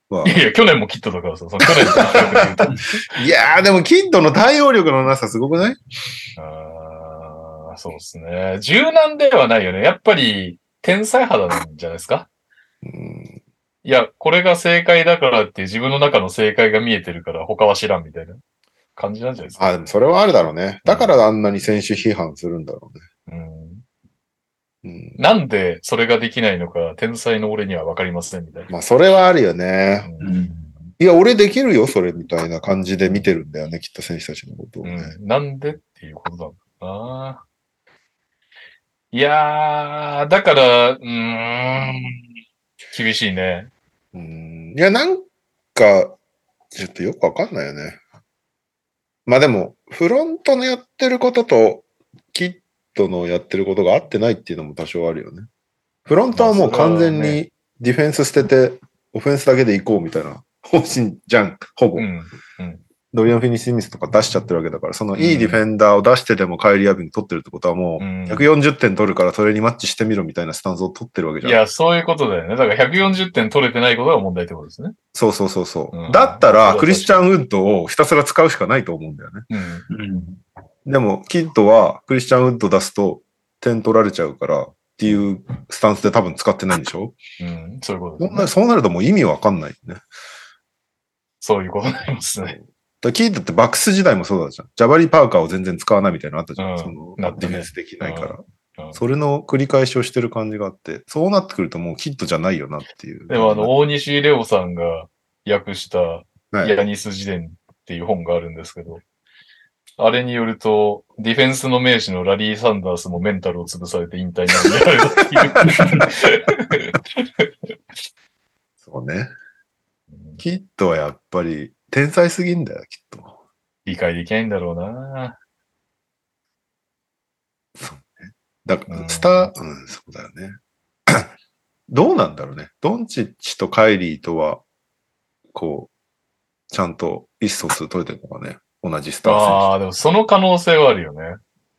A: まあ、
B: いやいや、去年もキットだからさ、その去年の比較で言うと。
A: いやー、でもキッドの対応力のなさすごくない？
B: あーそうですね。柔軟ではないよね。やっぱり、天才肌なんじゃないですか？
A: うん、
B: いや、これが正解だからって自分の中の正解が見えてるから他は知らんみたいな感じなんじゃないですか。
A: あ、でもそれはあるだろうね。だからあんなに選手批判するんだろうね。
B: うん
A: うん、
B: なんでそれができないのか、天才の俺には分かりませんみたいな。
A: まあ、それはあるよね。
B: うん
C: うん。
A: いや、俺できるよ、それみたいな感じで見てるんだよね、きっと選手たちのことをね。
B: うん、なんでっていうことなんだな。いやー、だから、うーん、厳しいね。
A: うん、いや、なんか、ちょっとよくわかんないよね。まあでも、フロントのやってることと、キッドのやってることが合ってないっていうのも多少あるよね。フロントはもう完全
B: まあそれは
A: にディフェンス捨てて、オフェンスだけで行こうみたいな方針じゃん、ほぼ。
B: うん。うん。
A: ドリアン・フィニッシュ・スミスとか出しちゃってるわけだから、そのいいディフェンダーを出してでもカイリー・アビング取ってるってことはも
B: うん
A: う、ひゃくよんじゅってん取るからそれにマッチしてみろみたいなスタンスを取ってるわけじゃん。
B: いや、そういうことだよね。だからひゃくよんじゅってん取れてないことが問題ってことですね。
A: そうそうそうそう。
B: うん
A: だったら、
B: それは確かに
A: クリスチャン・ウッドをひたすら使うしかないと思うんだよね。
B: うん。
C: うん。
A: でも、キッドはクリスチャン・ウッド出すと点取られちゃうからっていうスタンスで多分使ってないんでしょ？
B: うん。そういうことですね。
A: そんなそうなるともう意味わかんないよね。
B: そういうことになりますね。
A: だからキッドってバックス時代もそうだったじゃん。ジャバリ・パーカーを全然使わないみたいなのあったじゃん。
B: うん
A: その
B: なったね
A: ディフェンスできないから。
B: うん
A: それの繰り返しをしてる感じがあって、そうなってくるともうキッドじゃないよなっていう。
B: でもあの、大西レオさんが訳した
A: はい、
B: ヤニス自伝っていう本があるんですけど、あれによると、ディフェンスの名手のラリー・サンダースもメンタルを潰されて引退になるっていう。
A: そうね。キッドはやっぱり天才すぎんだよ、きっと。
B: 理解できないんだろうな。
A: だから、
B: うん
A: スター、うん、そうだよね。どうなんだろうね。ドンチッチとカイリーとは、こう、ちゃんと意思疎通取れてるのかね。同じスター選手。
B: ああ、でもその可能性はあるよね。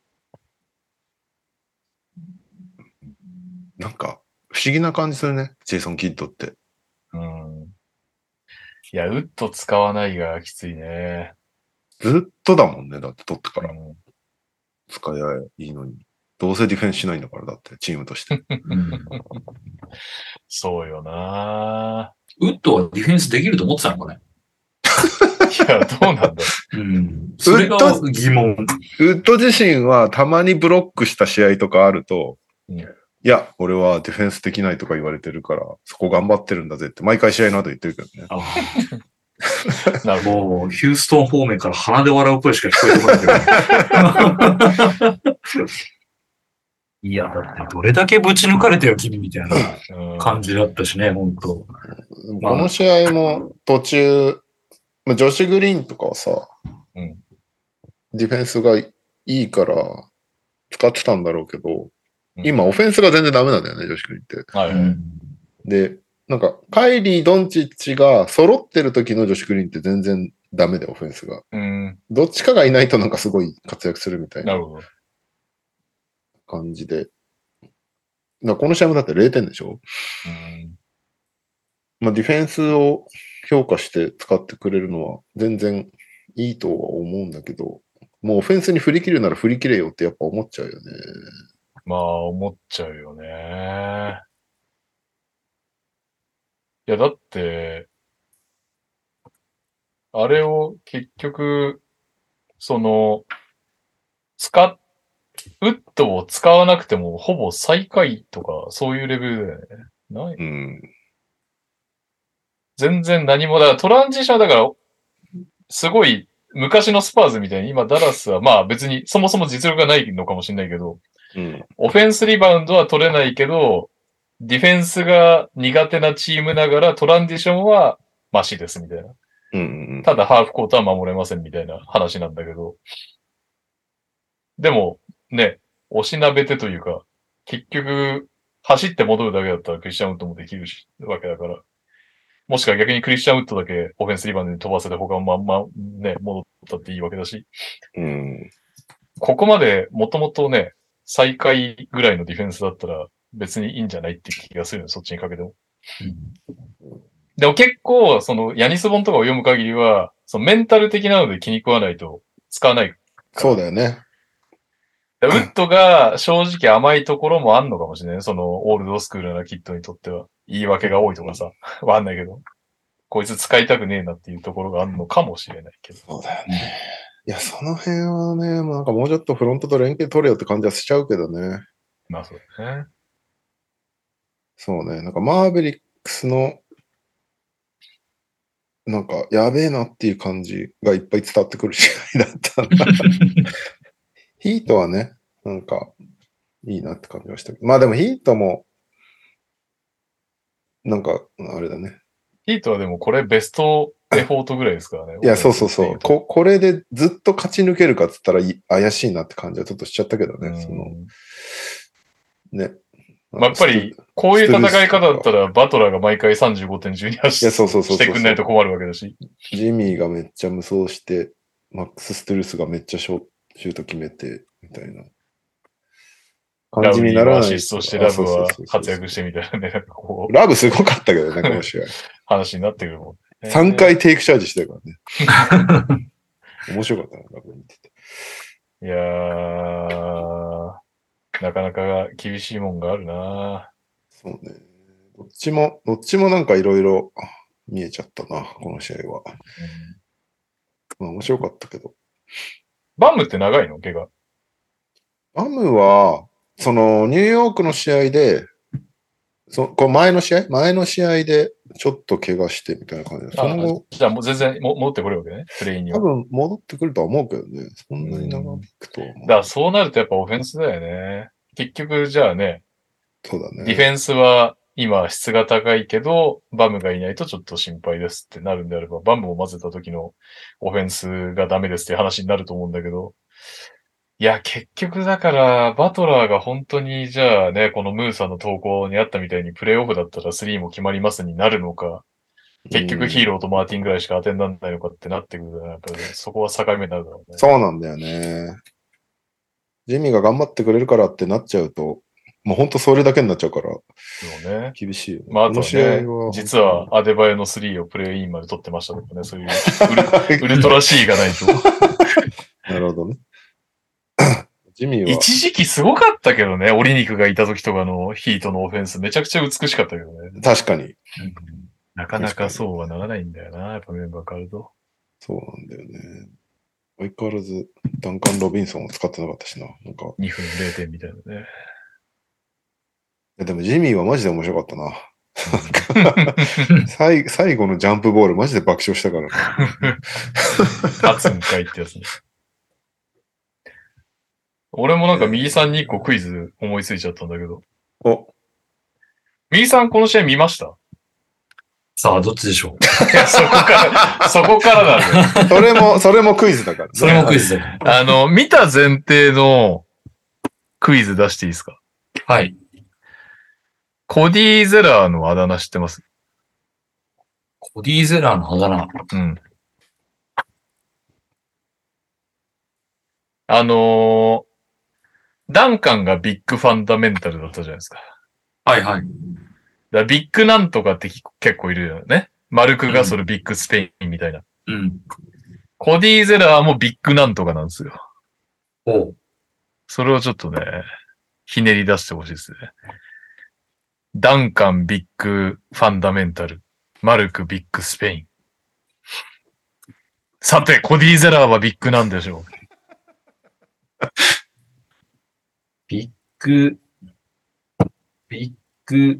A: なんか、不思議な感じするね。ジェイソン・キッドって。
B: うん。いや、ウッド使わないがきついね。
A: ずっとだもんね。だって取ってから。
B: うん
A: 使い合えいいのに。どうせディフェンスしないんだから、だって、チームとして。
C: うん。
B: そうよな。
C: ウッドはディフェンスできると思ってたのかね。
B: いや、どうなんだ。
C: うん。それが疑問。
A: ウッド自身はたまにブロックした試合とかあると、
B: うん
A: いや、俺はディフェンスできないとか言われてるから、そこ頑張ってるんだぜって毎回試合の後言ってるけどね。
C: あ
B: なるほど。
C: もう、ヒューストン方面から鼻で笑う声しか聞こえてこないけど。いや、だってどれだけぶち抜かれてよ、君みたいな
B: うん
C: 感じだったしね、本当。
A: この試合も途中、まあジョシュ・グリーンとかはさ、
B: うん
A: ディフェンスがいいから使ってたんだろうけど、
B: うん
A: 今オフェンスが全然ダメなんだよね、ジョシュ・グリーンって。
B: はいはい。
A: で、なんか、カイリー・ドンチッチが揃ってる時のジョシュ・グリーンって全然ダメで、オフェンスが。
B: うん。
A: どっちかがいないとなんかすごい活躍するみたいな
B: なるほど。
A: 感じで。だからこの試合もだってれいてんでしょ？
B: うん
A: まあディフェンスを評価して使ってくれるのは全然いいとは思うんだけど、もうオフェンスに振り切るなら振り切れよってやっぱ思っちゃうよね。
B: まあ、思っちゃうよね。いや、だって、あれを結局、その、使っ、ウッドを使わなくてもほぼ最下位とか、そういうレベルだよね。ない
A: うん。
B: 全然何も、だからトランジションはだから、すごい昔のスパーズみたいに、今ダラスはまあ別にそもそも実力がないのかもしれないけど、
A: うん。
B: オフェンスリバウンドは取れないけど、ディフェンスが苦手なチームながらトランジションはマシですみたいな。
A: うんうん
B: ただハーフコートは守れませんみたいな話なんだけど。でも、ね、押しなべてというか、結局、走って戻るだけだったらクリスチャンウッドもできるし、わけだから。もしくは逆にクリスチャンウッドだけオフェンスリバウンドに飛ばせて他のまんまね、戻ったっていいわけだし。
A: うん。うん。
B: ここまでもともとね、最下位ぐらいのディフェンスだったら別にいいんじゃないって気がするの、そっちにかけても。 でも結構、その、ヤニス本とかを読む限りは、そのメンタル的なので気に食わないと使わない。
A: そうだよね。
B: ウッドが正直甘いところもあんのかもしれない。その、オールドスクールなキットにとっては。言い訳が多いとかさ。わかんないけど。こいつ使いたくねえなっていうところがあるのかもしれないけど。
A: そうだよね。いや、その辺はね、もうなんかもうちょっとフロントと連携取れよって感じはしちゃうけどね。
B: まあそうだね。
A: そうね。なんかマーベリックスの、なんかやべえなっていう感じがいっぱい伝わってくる試合だったんだ。ヒートはね、なんかいいなって感じがしたけど。まあでもヒートも、なんか、あれだね。
B: ヒートはでもこれベストエフォートぐらいですからね。
A: いや、そうそうそう。こ、これでずっと勝ち抜けるかっつったら怪しいなって感じはちょっとしちゃったけどね。その、ね。
B: まあ、やっぱり、こういう戦い方だったら、バトラーが毎回さんじゅうごてんじゅうに発してくんないと困るわけだし。
A: ジミーがめっちゃ無双して、マックス・ストゥルスがめっちゃショシュート決めて、みたいな。
B: 感じにならない。ラブにアシストしてラブは活躍してみたいなね。
A: ラブすごかったけどね、この試合。
B: 話になってくるもん、
A: ね。さんかいテイクチャージしてたからね。面白かったな、ラブ見てて。
B: いやー、なかなか厳しいもんがあるな。
A: そうね。どっちも、どっちもなんかいろいろ見えちゃったな、この試合は。うん、まあ面白かったけど。
B: バムって長いの怪我。
A: バムは、その、ニューヨークの試合で、そこれ前の試合前の試合でちょっと怪我してみたいな感じで。その後。
B: じゃあもう全然も戻ってくるわけね、プレイには。
A: 多分戻ってくるとは思うけどね。そんなに長引くとは思う。
B: だからそうなるとやっぱオフェンスだよね。結局じゃあね。
A: そうだね。
B: ディフェンスは今質が高いけど、バムがいないとちょっと心配ですってなるんであれば、バムを混ぜた時のオフェンスがダメですっていう話になると思うんだけど。いや、結局だから、バトラーが本当に、じゃあね、このムーさんの投稿にあったみたいにプレイオフだったらスリーも決まりますになるのか、結局ヒーローとマーティンぐらいしか当てにならないのかってなってくるから、やっぱりそこは境目になるだろうね。
A: そうなんだよね。ジミーが頑張ってくれるからってなっちゃうと、もう本当それだけになっちゃうから、
B: そうね。
A: 厳しいよね。
B: まあ、あとはね、実はアデバヨのスリーをプレイインまで取ってましたとかね、そういうウル、ウルトラ C がないと。
A: なるほどね。ジミーは。
B: 一時期すごかったけどね、オリニクがいた時とかのヒートのオフェンスめちゃくちゃ美しかったけどね。
A: 確かに。うん、
B: なかなかそうはならないんだよな、やっぱメンバー変わると。
A: そうなんだよね。相変わらずダンカン・ロビンソンを使ってなかったしな。なんか。
B: にふんれいてんみたいなね。
A: いやでもジミーはマジで面白かったな。最, 最後のジャンプボールマジで爆笑したからな。
B: 勝つんかいってやつね。俺もなんか右さんに一個クイズ思いついちゃったんだけど。
A: お
B: 右さんこの試合見ました？
C: さあ、どっちでしょう。
B: いや、そこから、そこからなんだよ。
A: それも、それもクイズだから、ね。
C: それもクイズだから。
B: あの、見た前提のクイズ出していいですか？
C: はい。
B: コディ・ゼラーのあだ名知ってます？
C: コディ・ゼラーのあだ名。
B: うん。あのー、ダンカンがビッグファンダメンタルだったじゃないですか。
C: はいはい。
B: だビッグなんとかって結構いるよね。マルク・ガソル、ビッグ・スペインみたいな。
C: うん。
B: コディ・ゼラーもビッグなんとかなんですよ。
C: おう。
B: それをちょっとね、ひねり出してほしいですね。ダンカン、ビッグ、ファンダメンタル。マルク、ビッグ、スペイン。さて、コディ・ゼラーはビッグなんでしょう。
C: ビッグ、ビッグ。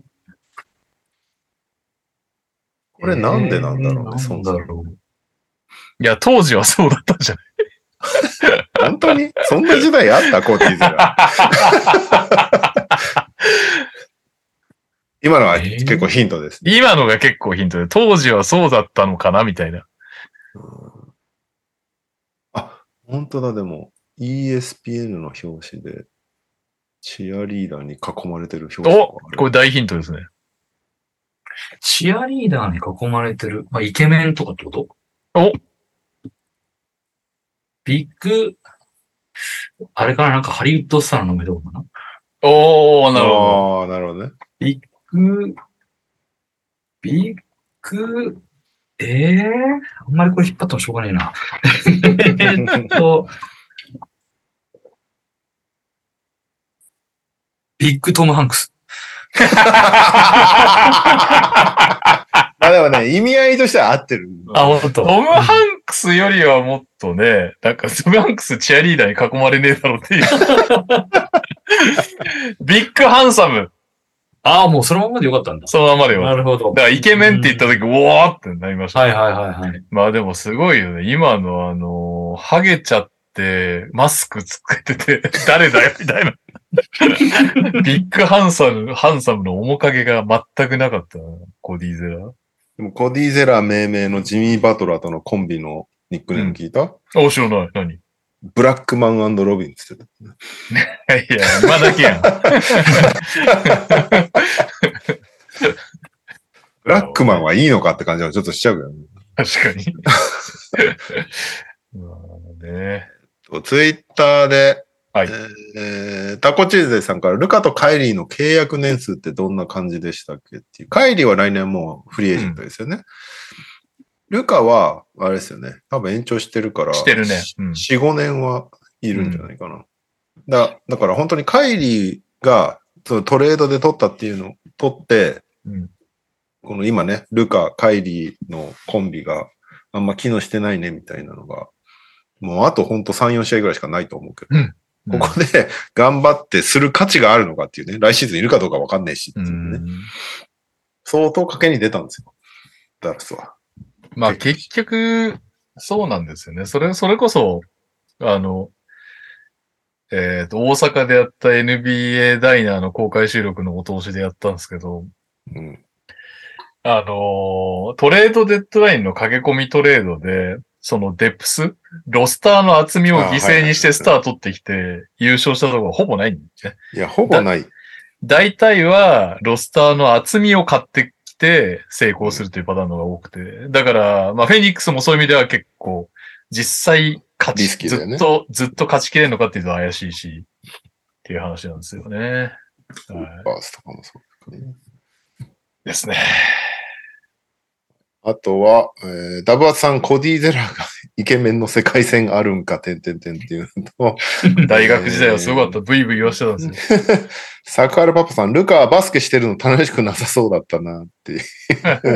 A: これなんでなんだろうね、
C: えー、なんだろう。
B: いや、当時はそうだったんじゃない
A: 本当にそんな時代あったコディ・ゼラー。今のは結構ヒントです、
B: ね。今のが結構ヒントで、当時はそうだったのかなみたいな。
A: あ、本当だ、でも イーエスピーエヌ の表紙でチアリーダーに囲まれてる表紙がある。
B: お、これ大ヒントですね。
C: チアリーダーに囲まれてる、まあ、イケメンとかってこと？
B: お
C: ビッグ、あれかな、なんかハリウッドスターの名前どうかな？
B: おー、なるほど。
A: ああ、なるほどね。
C: ビッグ、ビッ僕、ええー、あんまりこれ引っ張ってもしょうがないな。えっと、ビッグトム・ハンクス。
A: まあでもね、意味合いとしては合ってる。
C: あ、ほんと。
B: トム・ハンクスよりはもっとね、なんかトム・ハンクスチアリーダーに囲まれねえだろうっていう。ビッグ・ハンサム。
C: ああ、もうそのままでよかったんだ。
B: そのままでよ。
C: なるほど。
B: だからイケメンって言った時、うおーってなりました。
C: はいはいはいはい。
B: まあでもすごいよね。今のあの、ハゲちゃって、マスクつけてて、誰だよみたいな。ビッグハンサム、ハンサムの面影が全くなかったな、コディゼラ。
A: でもコディゼラ命名のジミー・バトラーとのコンビのニックネーム聞いた？
B: あ、知らない。何？
A: ブラックマン&ロビンって言ってた。
B: いや、今だけやん。
A: ブラックマンはいいのかって感じはちょっとしちゃうけどね。
B: 確かに。まあね。
A: ツイッターで、
B: はい
A: えー、タコチーズさんからルカとカイリーの契約年数ってどんな感じでしたっけっていう。カイリーは来年もうフリーエージェントですよね。うん、ルカは、あれですよね。多分延長してるから。
B: してるね。
A: うん、よん、ごねんはいるんじゃないかな。うん、だ, だから本当にカイリーがそのトレードで取ったっていうのを取って、うん、この今ね、ルカ、カイリーのコンビがあんま機能してないねみたいなのが、もうあと本当さん、よん試合ぐらいしかないと思うけど、うんここで頑張ってする価値があるのかっていうね、来シーズンいるかどうかわかんないしっていうね、うん、相当賭けに出たんですよ、ダラスは。
B: まあ結局、そうなんですよね。それ、それこそ、あの、えっと、大阪でやった エヌビーエー ダイナーの公開収録のお通しでやったんですけど、うん、あの、トレードデッドラインの駆け込みトレードで、そのデプス、ロスターの厚みを犠牲にしてスター取ってきて優勝したところはほぼないんですね。
A: いや、ほぼない。
B: 大体はロスターの厚みを買ってきて成功するというパターンのが多くて。だから、まあフェニックスもそういう意味では結構実際勝ち、ね、ずっと、ずっと勝ちきれるのかっていうと怪しいし、っていう話なんですよね。
A: バースとかもそうですね。
B: ですね。
A: あとは、えー、ダブアツさん、コディ・ゼラがイケメンの世界戦あるんか、てんてんてんっていうのと。
B: 大学時代はすごかった。ブイブイ言わしてたんですよ。
A: サクアルパパさん、ルカはバスケしてるの楽しくなさそうだったなっていう、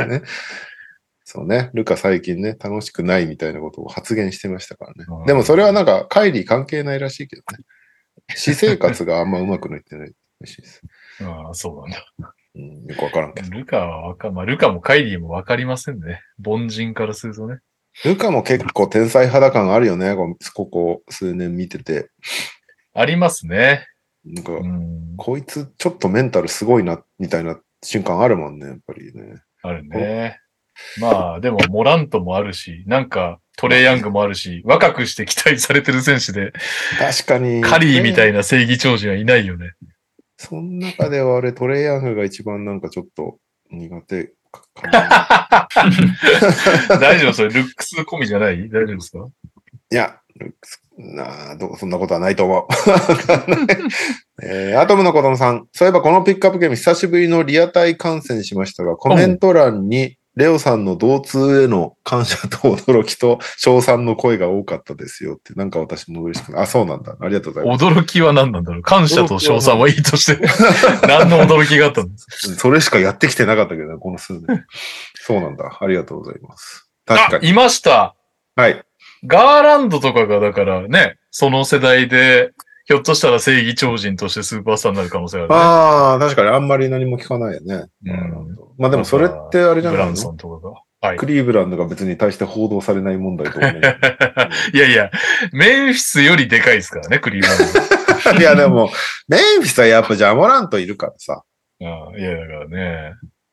A: ね。そうね。ルカ最近ね、楽しくないみたいなことを発言してましたからね。でもそれはなんか、カイリー関係ないらしいけどね。私生活があんまうまくいってないらしいです。
B: ああ、そうなんだ。
A: うん、よくわからんけど。
B: ルカはわか、まあ、ルカもカイリーもわかりませんね。凡人からするとね。
A: ルカも結構天才肌感あるよね。ここ数年見てて。
B: ありますね。
A: なんか、うん、こいつちょっとメンタルすごいな、みたいな瞬間あるもんね、やっぱりね。
B: あるね。まあ、でもモラントもあるし、なんかトレイヤングもあるし、若くして期待されてる選手で。
A: 確かに。
B: カリーみたいな正義超人はいないよね。
A: その中ではあれ、トレイヤングが一番なんかちょっと苦手か
B: な。大丈夫それ、ルックス込みじゃない大丈夫ですか？
A: いや、ルックス、なあ、どそんなことはないと思う。えー、アトムの子供さん、そういえばこのピックアップゲーム久しぶりのリアタイ観戦しましたが、コメント欄にレオさんの同通への感謝と驚きと称賛の声が多かったですよって、なんか私も嬉しくない。あ、そうなんだ。ありがとうございます。
B: 驚きは何なんだろう。感謝と称賛はいいとして、何の驚きがあったんですか？
A: それしかやってきてなかったけどね、この数年。そうなんだ。ありがとうございます。確かに。
B: あ、いました。
A: はい。
B: ガーランドとかがだからね、その世代で、ひょっとしたら正義超人としてスーパースターになる可能性あるね。
A: ああ、確かにあんまり何も聞かないよね。うん、まあでもそれってあれじゃないの？ブランソンとかが。はい、クリーブランドが別に対して報道されない問題と思う。
B: いやいや、メンフィスよりでかいですからね、クリーブランド。
A: いやでも、メンフィスはやっぱジャモラントいるからさ。
B: ああいやだからね。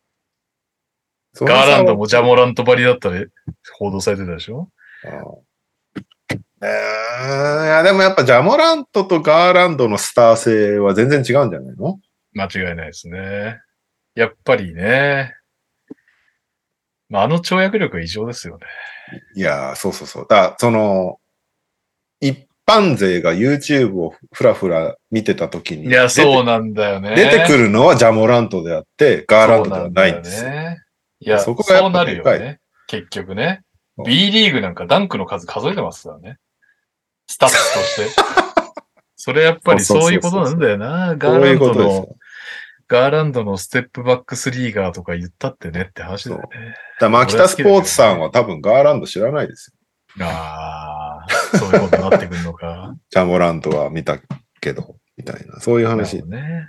B: ガーランドもジャモラントばりだったら報道されてたでしょ？ああ
A: えー、いやでもやっぱジャモラントとガーランドのスター性は全然違うんじゃないの？
B: 間違いないですね。やっぱりね。まあ、あの跳躍力は異常ですよね。
A: いやー、そうそうそう。だその、一般勢が YouTube をふらふら見てたときに。
B: いや、そうなんだよね。
A: 出てくるのはジャモラントであって、ガーランドではないんですよ。
B: ね、 いや、
A: そこがや
B: そうな
A: っぱでかい
B: るよね。結局ね。
A: そう
B: B リーグなんかダンクの数数えてますからね。スタッツとして。それやっぱりそういうことなんだよな。ガーランドの、ガーランドのステップバックスリーガーとか言ったってねって話だよね。
A: だマキタスポーツさんは多分ガーランド知らないです
B: よ。ああ、そういうことになってくるのか。
A: ジャモラントは見たけど、みたいな。そういう話。
B: ね。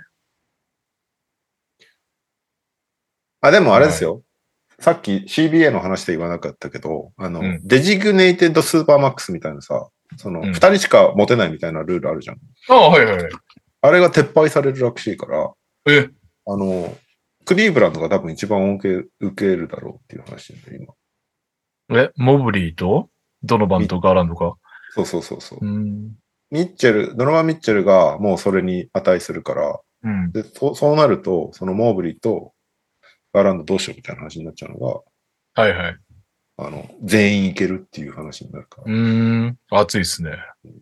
A: あ、でもあれですよ。はい、さっき シービーエー の話で言わなかったけど、あの、うん、デジグネイテッドスーパーマックスみたいなさ、その、二、うん、人しか持てないみたいなルールあるじゃん。
B: ああ、はいはいはい。
A: あれが撤廃されるらしいから、
B: え
A: あの、クリーブランドが多分一番受け、受けるだろうっていう話で、今。
B: え、モブリーとドノバンとガーランドか。
A: そうそうそうそう。
B: うん
A: ミッチェル、ドノバン・ミッチェルがもうそれに値するから、
B: うん、
A: でそそうなると、そのモーブリーとガーランドどうしようみたいな話になっちゃうのが、
B: はいはい。
A: あの、全員いけるっていう話になるから。
B: うーん、熱いっすね。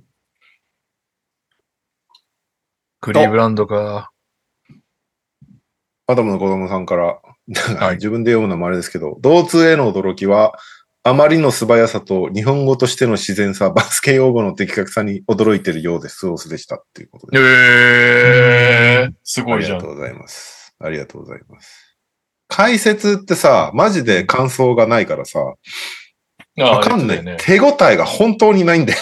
B: クリーブランドか。
A: アダムの子供さんから、はい、自分で読むのもあれですけど、同通への驚きは、あまりの素早さと日本語としての自然さ、バスケ用語の的確さに驚いているようです。スオスでしたっていうことで。
B: えー、すごいじゃん。
A: ありがとうございます。ありがとうございます。解説ってさ、マジで感想がないからさ、わかんない、ね。手応えが本当にないんだよ。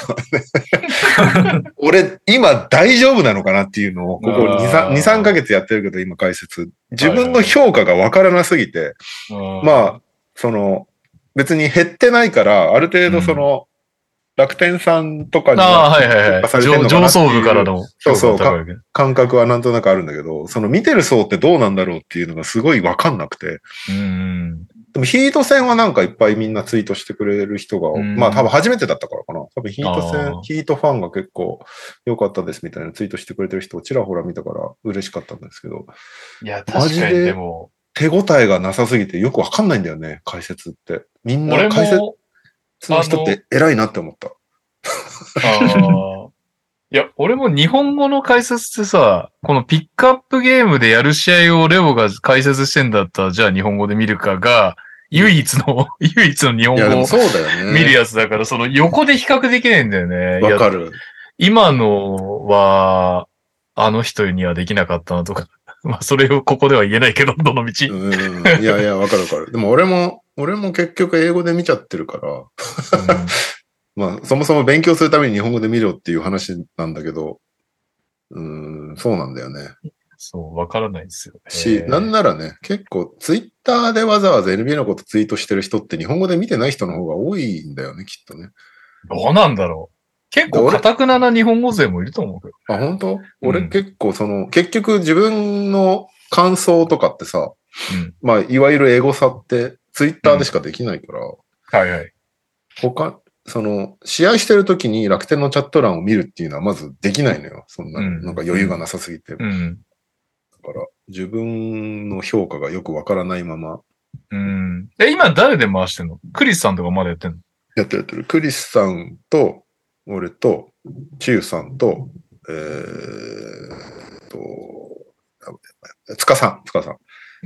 A: 俺、今大丈夫なのかなっていうのを、ここに、さんかげつやってるけど、今解説。自分の評価がわからなすぎて、まあ、その、別に減ってないから、ある程度その、うん、楽天さんとかに
B: は評価されてるのかなっていう、上層部からの
A: そうそう感覚はなんとなくあるんだけど、その見てる層ってどうなんだろうっていうのがすごいわかんなくて。
B: うん
A: でもヒート戦はなんかいっぱいみんなツイートしてくれる人が、まあ多分初めてだったからかな。多分ヒート戦、ヒートファンが結構良かったですみたいなツイートしてくれてる人をちらほら見たから嬉しかったんですけど。
B: いや、確かにでも。
A: 手応えがなさすぎてよくわかんないんだよね、解説って。みんな解説の人って偉いなって思った。
B: あいや、俺も日本語の解説ってさ、このピックアップゲームでやる試合をレオが解説してんだったら、じゃあ日本語で見るかが、唯一の、唯一の日本語を見るやつだから、その横で比較できないんだよね。
A: わかる。
B: 今のは、あの人にはできなかったなとか。まあ、それをここでは言えないけど、どの道。
A: うん。いやいや、わかるわかる。でも俺も、俺も結局英語で見ちゃってるから。うんまあ、そもそも勉強するために日本語で見ろっていう話なんだけど、うーん、そうなんだよね。
B: そう、わからないですよね。
A: し、なんならね、結構ツイッターでわざわざ エヌビーエー のことツイートしてる人って日本語で見てない人の方が多いんだよね、きっとね。
B: どうなんだろう。結構堅くなな日本語勢もいると思うけど。
A: あ、本当？うん、俺結構その、結局自分の感想とかってさ、うん、まあ、いわゆるエゴサってツイッターでしかできないから、うん、
B: はいはい。
A: 他、その、試合してる時に楽天のチャット欄を見るっていうのはまずできないのよ。そんな、うん、なんか余裕がなさすぎて。
B: うん、
A: だから、自分の評価がよくわからないまま。
B: うん。え、今誰で回してんの？クリスさんとかまだやってんの？
A: やってるやってる。クリスさんと、俺と、チューさんと、えーと、つかさん、つかさん。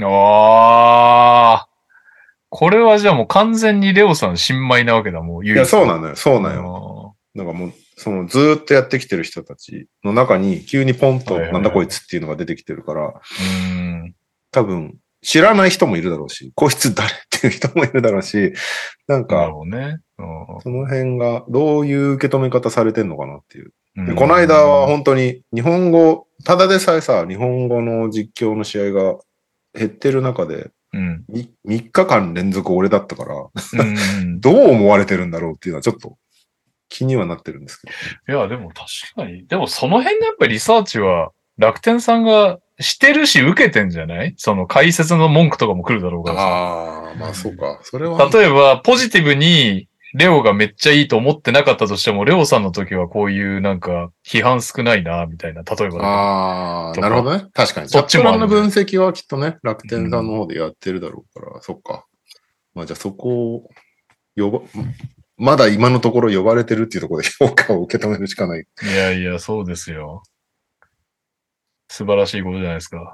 B: ああ。これはじゃあもう完全にレオさん新米なわけだ、もう。
A: いや、そうなのよ、そうなのよ。なんかもう、そのずーっとやってきてる人たちの中に急にポンとなんだこいつっていうのが出てきてるから、
B: うん
A: 多分知らない人もいるだろうし、こいつ誰っていう人もいるだろうし、なんか、
B: ね、
A: その辺がどういう受け止め方されてんのかなっていう。でこの間は本当に日本語、ただでさえさ、日本語の実況の試合が減ってる中で、
B: うん、
A: みっかかん連続俺だったから、
B: うん
A: どう思われてるんだろうっていうのはちょっと気にはなってるんですけ
B: ど。いや、でも確かに。でもその辺のやっぱりリサーチは楽天さんがしてるし受けてんじゃない？その解説の文句とかも来るだろうから。
A: ああ、まあそうか。それは。
B: 例えば、ポジティブにレオがめっちゃいいと思ってなかったとしても、レオさんの時はこういうなんか批判少ないな、みたいな、例えば。
A: ああ、なるほどね。確かに。そっちも。の分析はきっとね、楽天さんの方でやってるだろうから、うん、そっか。まあじゃあそこを呼ば、まだ今のところ呼ばれてるっていうところで評価を受け止めるしかない。
B: いやいや、そうですよ。素晴らしいことじゃないですか。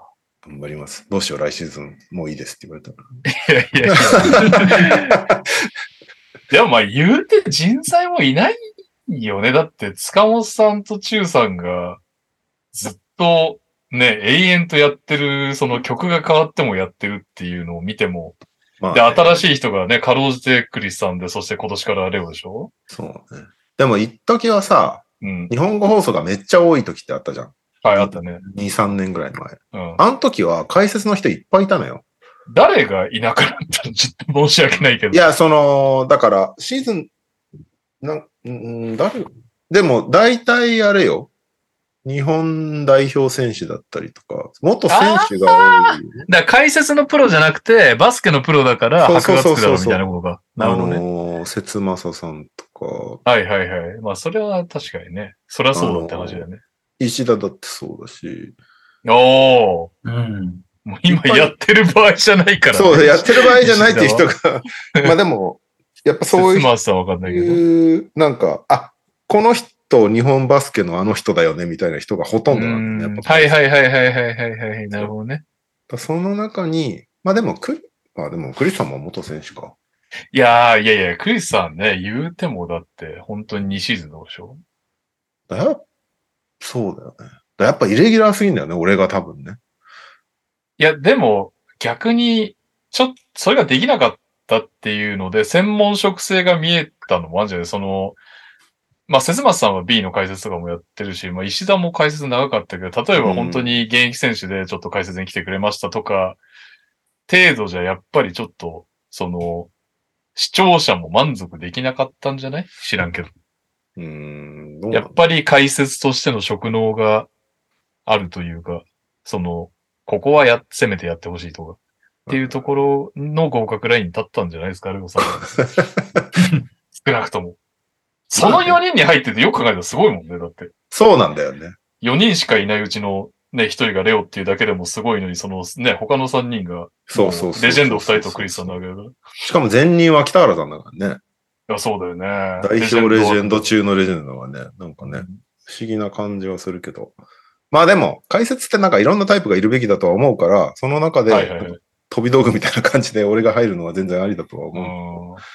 A: 頑張ります。どうしよう、来シーズンもういいですって言われたら。
B: いやいやいや。でもまあ言うて人材もいないよね。だって塚本さんと中さんがずっとね、永遠とやってる、その曲が変わってもやってるっていうのを見ても、まあね、で、新しい人がね、かろうじてクリスさんで、そして今年からレオでしょ？
A: そうね。でも一時はさ、うん、日本語放送がめっちゃ多い時ってあったじゃん。
B: はい、あったね。
A: に、さんねんぐらい前。うん。あの時は解説の人いっぱいいたのよ。
B: 誰がいなくなったの？ちょっと申し訳ないけど。
A: いや、その、だから、シーズン、な、ん誰でも、大体あれよ。日本代表選手だったりとか、元選手が多い、ね。
B: だから解説のプロじゃなくて、バスケのプロだから、箔がつくだろうみたいなことか。なるほどね。あ
A: のー、節政さんと
B: か。はいはいはい。まあ、それは確かにね。それはそうだって話だよね。
A: 石田だってそうだし。
B: おー。うん。もう今やってる場合じゃないから、
A: ね。そう、やってる場合じゃないっていう人が。まあでも、やっぱそういう。
B: 節政さんわかんないけど。
A: なんか、あ、この人、日本バスケのあの人だよねみたいな人がほとんどなんだね。やっぱ
B: はいはいはいはいはいはいはい。なるほどね。
A: その中に、まあでもクリ、あ、でもクリスさんも元選手か。
B: いやー、いやいや、クリスさんね、言うてもだって本当ににシーズンどうでしょ
A: うだよ。そうだよね。だやっぱイレギュラーすぎんだよね、俺が多分ね。
B: いや、でも逆に、ちょっと、それができなかったっていうので、専門職性が見えたのもあるんじゃない？その、まあ、節松さんは B の解説とかもやってるし、まあ、石田も解説長かったけど、例えば本当に現役選手でちょっと解説に来てくれましたとか、程度じゃやっぱりちょっと、その、視聴者も満足できなかったんじゃない？知らんけど。
A: うーん、
B: やっぱり解説としての職能があるというか、その、ここはや、せめてやってほしいとか、っていうところの合格ラインに立ったんじゃないですか、レゴさん。少なくとも。そのよにんに入っててよく考えたらすごいもんね、だって。
A: そうなんだよね。
B: よにんしかいないうちのね、ひとりがレオっていうだけでもすごいのに、そのね、他のさんにんが、
A: そうそうそう。
B: レジェンドふたりとクリスさんなわけだから。
A: しかも前任は北原さんだからね。
B: いや、そうだよね。
A: 代表レジェンド中のレジェンドはね、なんかね、うん、不思議な感じはするけど。まあでも、解説ってなんかいろんなタイプがいるべきだとは思うから、その中で、はいはいはい、飛び道具みたいな感じで俺が入るのは全然ありだとは思う。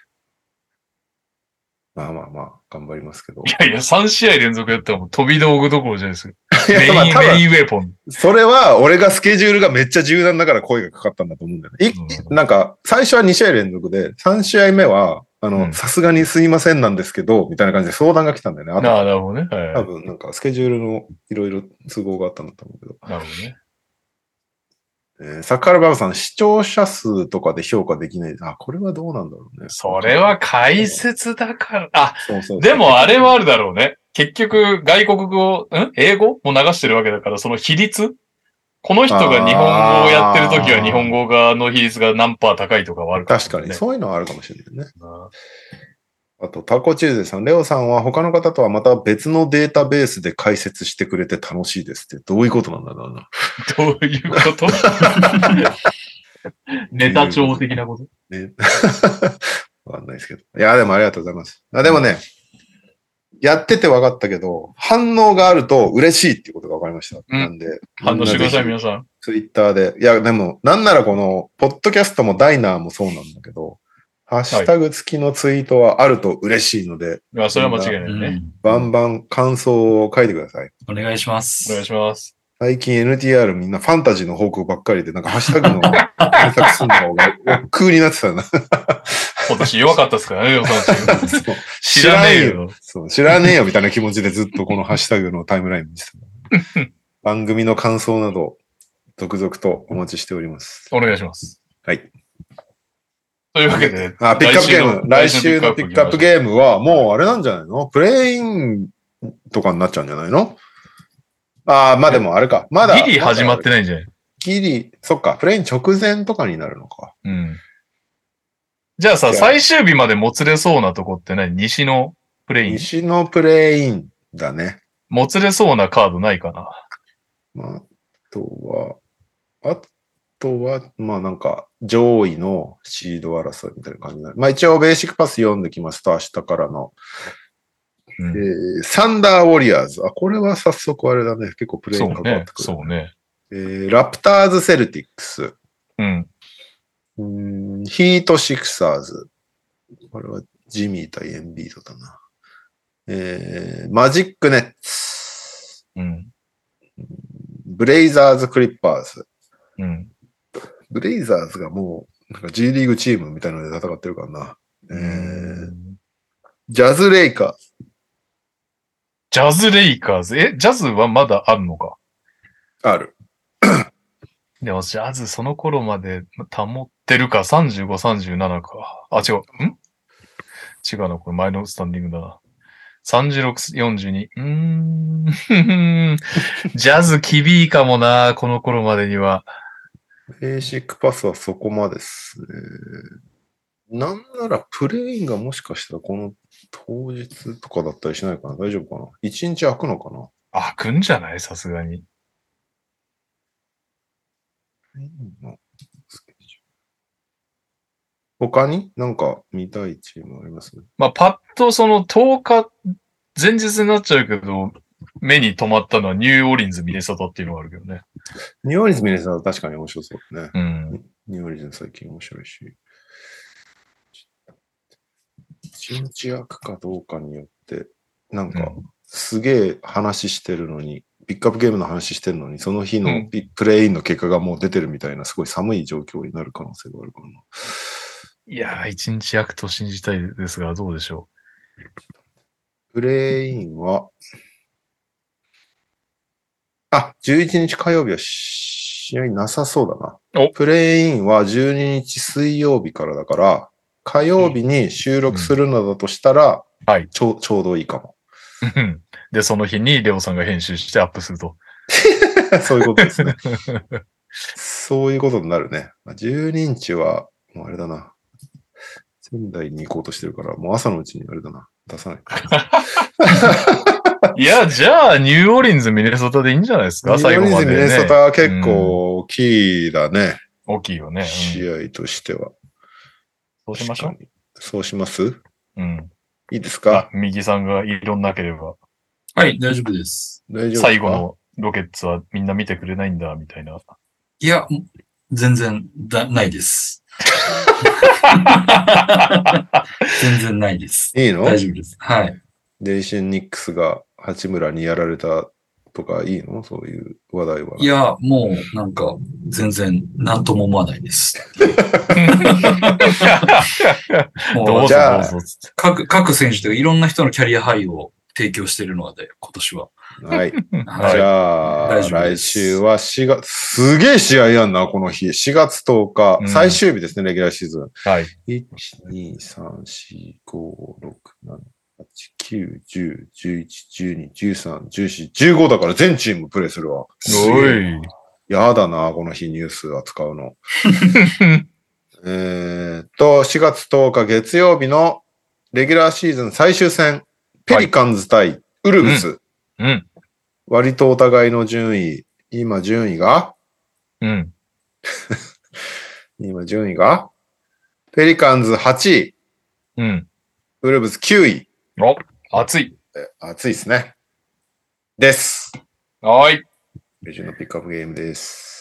A: まあまあまあ、頑張りますけど。
B: いやいや、さん試合連続やったらもう飛び道具どころじゃないですか。メイン、まあ、メインウェポン。
A: それは、俺がスケジュールがめっちゃ柔軟だから声がかかったんだと思うんだよね。うん、なんか、最初はに試合連続で、さん試合目は、あの、さすがにすいませんなんですけど、みたいな感じで相談が来たんだよね。あと、
B: なるほどね。はい、
A: 多分、なんか、スケジュールのいろいろ都合があったんだと思うけど。
B: なるほどね。
A: えー、サッカーバブさん、視聴者数とかで評価できない。あ、これはどうなんだろうね。
B: それは解説だから。あ、そうそうそう、でもあれはあるだろうね。結局、外国語、ん英語も流してるわけだから、その比率この人が日本語をやってるときは日本語がの比率が何パー高いとかはあるかもしれない、ね。
A: 確かに、そういうのはあるかもしれないね。あと、タコチューズデーさん、レオさんは他の方とはまた別のデータベースで解説してくれて楽しいですって、どういうことなんだろうな。
B: どういうことネタ帳的なこと
A: ね。わかんないですけど。いや、でもありがとうございます。あでもね、やってて分かったけど、反応があると嬉しいっていうことが分かりました。うん、なんで。
B: 反応してください、皆さん。
A: ツイッターで。いや、でも、なんならこの、ポッドキャストもダイナーもそうなんだけど、ハッシュタグ付きのツイートはあると嬉しいので。
B: いや、それは間違いないね。
A: バンバン感想を書いてください。
C: お願いします。
B: お願いします。
A: 最近 エヌティーアール みんなファンタジーの方向ばっかりで、なんかハッシュタグの検索するのが億劫になってたな。
B: 私弱かったですからね、予算中。
A: 知らねえよ。そう、知らねえよみたいな気持ちでずっとこのハッシュタグのタイムラインにしてた。番組の感想など、続々とお待ちしております。
B: お願いします。
A: はい。
B: というわけで。
A: あ、ピックアップゲーム。来週のピックアップゲームは、もうあれなんじゃないの？プレインとかになっちゃうんじゃないの？ああ、まあでもあれか。まだ。
B: ギリ始まってないんじゃない？
A: ギリ、そっか。プレイン直前とかになるのか。
B: うん。じゃあさ、最終日までもつれそうなとこって何？西のプレイン？
A: 西のプレインだね。
B: もつれそうなカードないかな？
A: まあ、あとは、あとは、まあなんか、上位のシード争いみたいな感じになる。まあ一応ベーシックパス読んできますと、明日からの。うんえー、サンダーウォリアーズ。あ、これは早速あれだね。結構プレイに関わってくる、
B: そうね。そうね。
A: えー、ラプターズ・セルティックス。
B: うん。
A: うーんヒート・シクサーズ。これはジミー対エンビードだな。えー、マジック・ネッツ。
B: うん。
A: ブレイザーズ・クリッパーズ。
B: うん。
A: ブレイザーズがもう、なんか G リーグチームみたいなので戦ってるからな。えー、ジャズ・レイカーズ。
B: ジャズ・レイカーズ。え、ジャズはまだあるのか？
A: ある。
B: でも、ジャズその頃まで保ってるか、さんじゅうご、さんじゅうななか。あ、違う。ん違うな、これ前のスタンディングだな。さんじゅうろく、よんじゅうに。うーん。ジャズ厳いかもな、この頃までには。
A: ベーシックパスはそこまでですね。なんならプレインがもしかしたらこの当日とかだったりしないかな。大丈夫かな。一日空くのかな。
B: 開くんじゃない？さすがに。
A: 他になんか見たいチームありますね。
B: まあ、パッとそのとおか、前日になっちゃうけど、目に留まったのはニューオーリンズ・ミネソタっていうのがあるけどね。
A: ニューオーリンズ・ミネソタは確かに面白そうだね。
B: うん。
A: ニューオーリンズ最近面白いし。一日空くかどうかによって、なんか、すげえ話してるのに、ピックアップゲームの話してるのに、その日のプレインの結果がもう出てるみたいな、すごい寒い状況になる可能性があるからな。
B: いやー、一日空くと信じたいですが、どうでしょ
A: う。プレインは、あ、じゅういちにち火曜日は試合なさそうだな。プレインはじゅうににち水曜日からだから、火曜日に収録するのだとしたら、うん、はい、ちょ、ちょうどいいかも。
B: で、その日にレオさんが編集してアップすると。
A: そういうことですね。そういうことになるね。じゅうににちは、もうあれだな。仙台に行こうとしてるから、もう朝のうちにあれだな。出さない。
B: いや、じゃあ、ニューオーリンズ・ミネソタでいいんじゃないですか、最後まで、ね。
A: ニューオーリンズ・ミネソタは結構大きいだね。
B: うん、大きいよね。うん、
A: 試合としては。
B: そうしましょう。
A: そうします？
B: うん。
A: いいですか？
B: 右さんがいろんなければ。
C: はい、大丈夫です。
A: 大丈夫ですか？
B: 最後のロケッツはみんな見てくれないんだ、みたいな。
C: いや、全然だ、ないです。全然ないです。
A: いいの？
C: 大丈夫です。はい。
A: デイシン・ニックスが八村にやられたとかいいの？そういう話題は。
C: いや、もうなんか全然何とも思わないです。
B: もうじゃあ
C: 各、各選手といろんな人のキャリアハイを提供しているので、今年は。
A: はい。はい、じゃあ、来週はしがつ、すげえ試合やんな、この日。しがつとおか、うん、最終日ですね、レギュラーシーズン。
B: はい。
A: いち、に、さん、よん、ご、ろく、なな、はち、きゅう、じゅう、じゅういち、じゅうに、じゅうさん、じゅうよん、じゅうごだから全チームプレイするわ。
B: おい。
A: やだな、この日ニュース扱うの。えっと、しがつとおか月曜日のレギュラーシーズン最終戦、ペリカンズ対ウルブス。はい、
B: うん。うん、
A: 割とお互いの順位、今順位が
B: うん。
A: 今順位がペリカンズはちい。
B: うん。
A: ウルブスきゅうい。
B: お、熱い。
A: 熱いですね。です。
B: はい。
A: レジュのピックアップゲームです。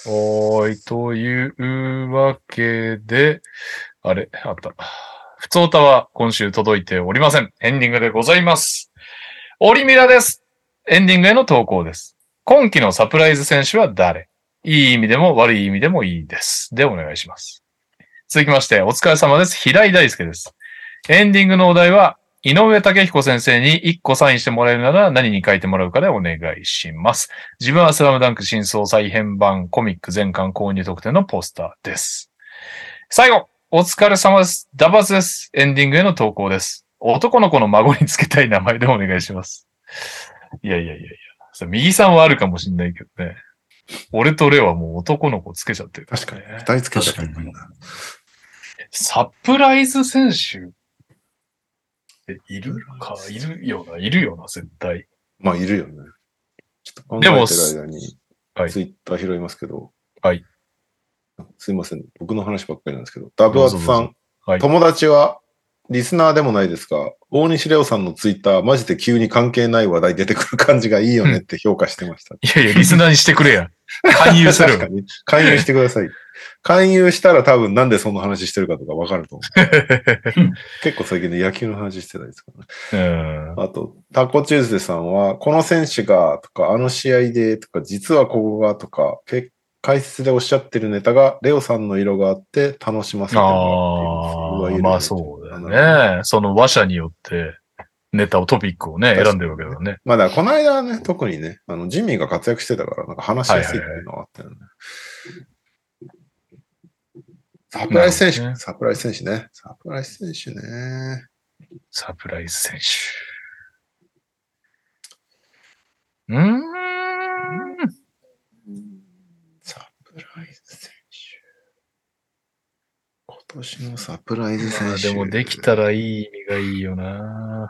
B: はい。というわけで、あれ、あった。ふつおたは今週届いておりません。エンディングでございます。オリミラです。エンディングへの投稿です。今季のサプライズ選手は誰？いい意味でも悪い意味でもいいです。で、お願いします。続きまして、お疲れ様です。平井大輔です。エンディングのお題は、井上武彦先生にいっこサインしてもらえるなら何に書いてもらうかでお願いします。自分はスラムダンク新装再編版コミック全巻購入特典のポスターです。最後、お疲れ様です。ダバスです。エンディングへの投稿です。男の子の孫につけたい名前でお願いします。いやいやいやいや。それ右さんはあるかもしんないけどね。俺とレオはもう男の子つけちゃってる、
A: ね。確かに。二人つけちゃってるんだ。
B: サプライズ選手いるか、いるよな、いるよな、絶対。
A: まあ、いるよね。ちょっと考えてる間に、ツイッター拾いますけど。
B: はい。
A: すいません。僕の話ばっかりなんですけど、ダブアツさん、
B: はい、
A: 友達はリスナーでもないですが、大西レオさんのツイッター、マジで急に関係ない話題出てくる感じがいいよねって評価してました。
B: いやいや、リスナーにしてくれや。勧誘する。
A: 確かに。勧誘してください。勧誘したら多分なんでその話してるかとかわかると思う。結構最近ね、野球の話してたですからね。
B: うん、
A: あと、タコチューズデさんは、この選手がとか、あの試合でとか、実はここがとか、解説でおっしゃってるネタが、レオさんの色があって楽しませてもらっています。
B: ああ、まあそうだよね。その話者によってネタを、トピックをね、選んでるわけだからね。
A: まあだからこの間はね、特にね、あの、ジミーが活躍してたから、なんか話しやすいっていうのがあったよね。はいはいはい、サプライズ選手、ね、サプライズ選手ね。サプライズ選手ね。
B: サプライズ選手。うーん。
A: サプライズ選手。今年のサプライズ選手。
B: でもできたらいい意味がいいよな。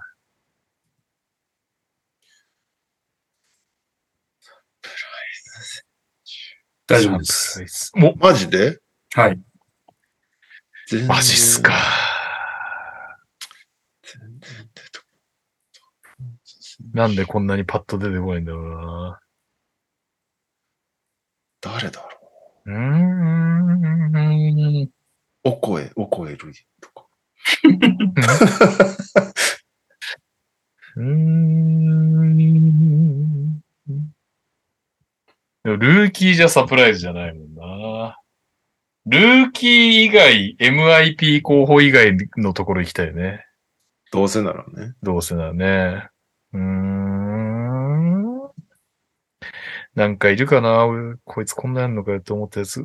A: サプライズ選手。
C: 大丈夫です。
A: もマジで？
C: はい。
B: マジっすか。
A: 全然出てこ
B: ない。なんでこんなにパッと出てこないんだろうな。
A: 誰だろ
B: う。うーん。
A: お声、お声ルイとか。
B: うーん。ルーキーじゃサプライズじゃないもんな。ルーキー以外、エムアイピー 候補以外のところ行きたいよね。
A: どうせならね。
B: どうせならね。うーん。なんかいるかな、俺こいつこんなやんのかよって思ったやつ。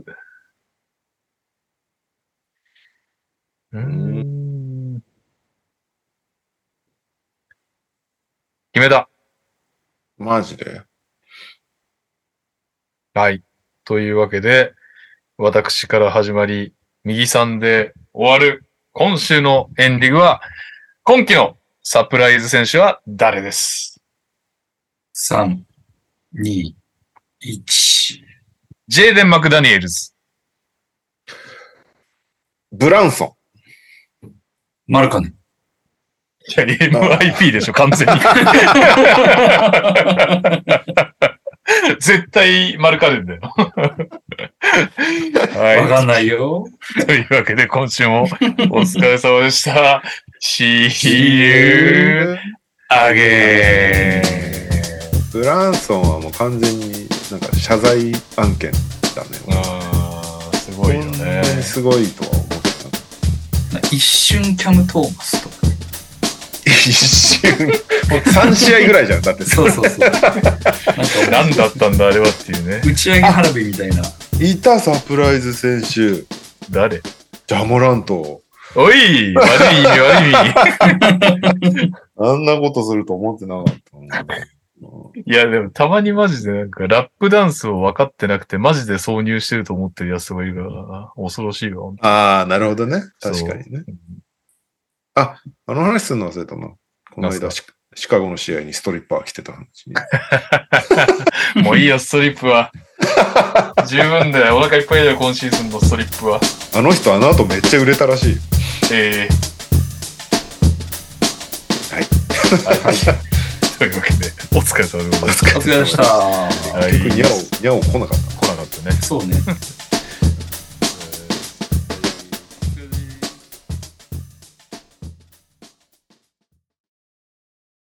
B: うーん。決めた。
A: マジで？
B: はい。というわけで、私から始まり、右さんで終わる今週のエンディングは、今季のサプライズ選手は誰です？
C: さん、に、いち。
B: ジェイデン・マクダニエルズ。
A: ブランソ
C: ン。マルカネン。
B: いや、エムアイピー でしょ、完全に。絶対マルカネンだよ。
C: はい。わかんないよ。
B: というわけで、今週もお疲れ様でした。See you again。
A: ブランソンはもう完全になんか謝罪案件だね。
B: ああ、すごいよね。
A: 本当にすごいとは思って
C: た。一瞬キャム・トーマスとか。
A: 一瞬。もうさん試合ぐらいじゃん。だって。
C: そうそうそう。なんか
B: 何だったんだあれはっていうね。
C: 打ち上げ花火みたいな。
A: いたサプライズ選手。
B: 誰？
A: ジャモラント。
B: おい、悪い意味悪い意味。
A: あんなことすると思ってなかった。
B: いや、でもたまにマジでなんかラップダンスを分かってなくてマジで挿入してると思ってるやつがいるからな。恐ろしいわ。
A: ああ、なるほどね。確かにね。あ、あの話するの忘れたな。この間シ、シカゴの試合にストリッパー来てた話。
B: もういいよ、ストリップは。十分だよ。お腹いっぱいだよ、今シーズンのストリップは。
A: あの人、あの後めっちゃ売れたらしい。
B: ええ
A: ー。はい。
B: はい。というわけで、お疲れ様でございました。
C: お疲れ様でした。
A: 結局、にゃお、にゃお来なかった。
B: 来なかったね。
C: そうね。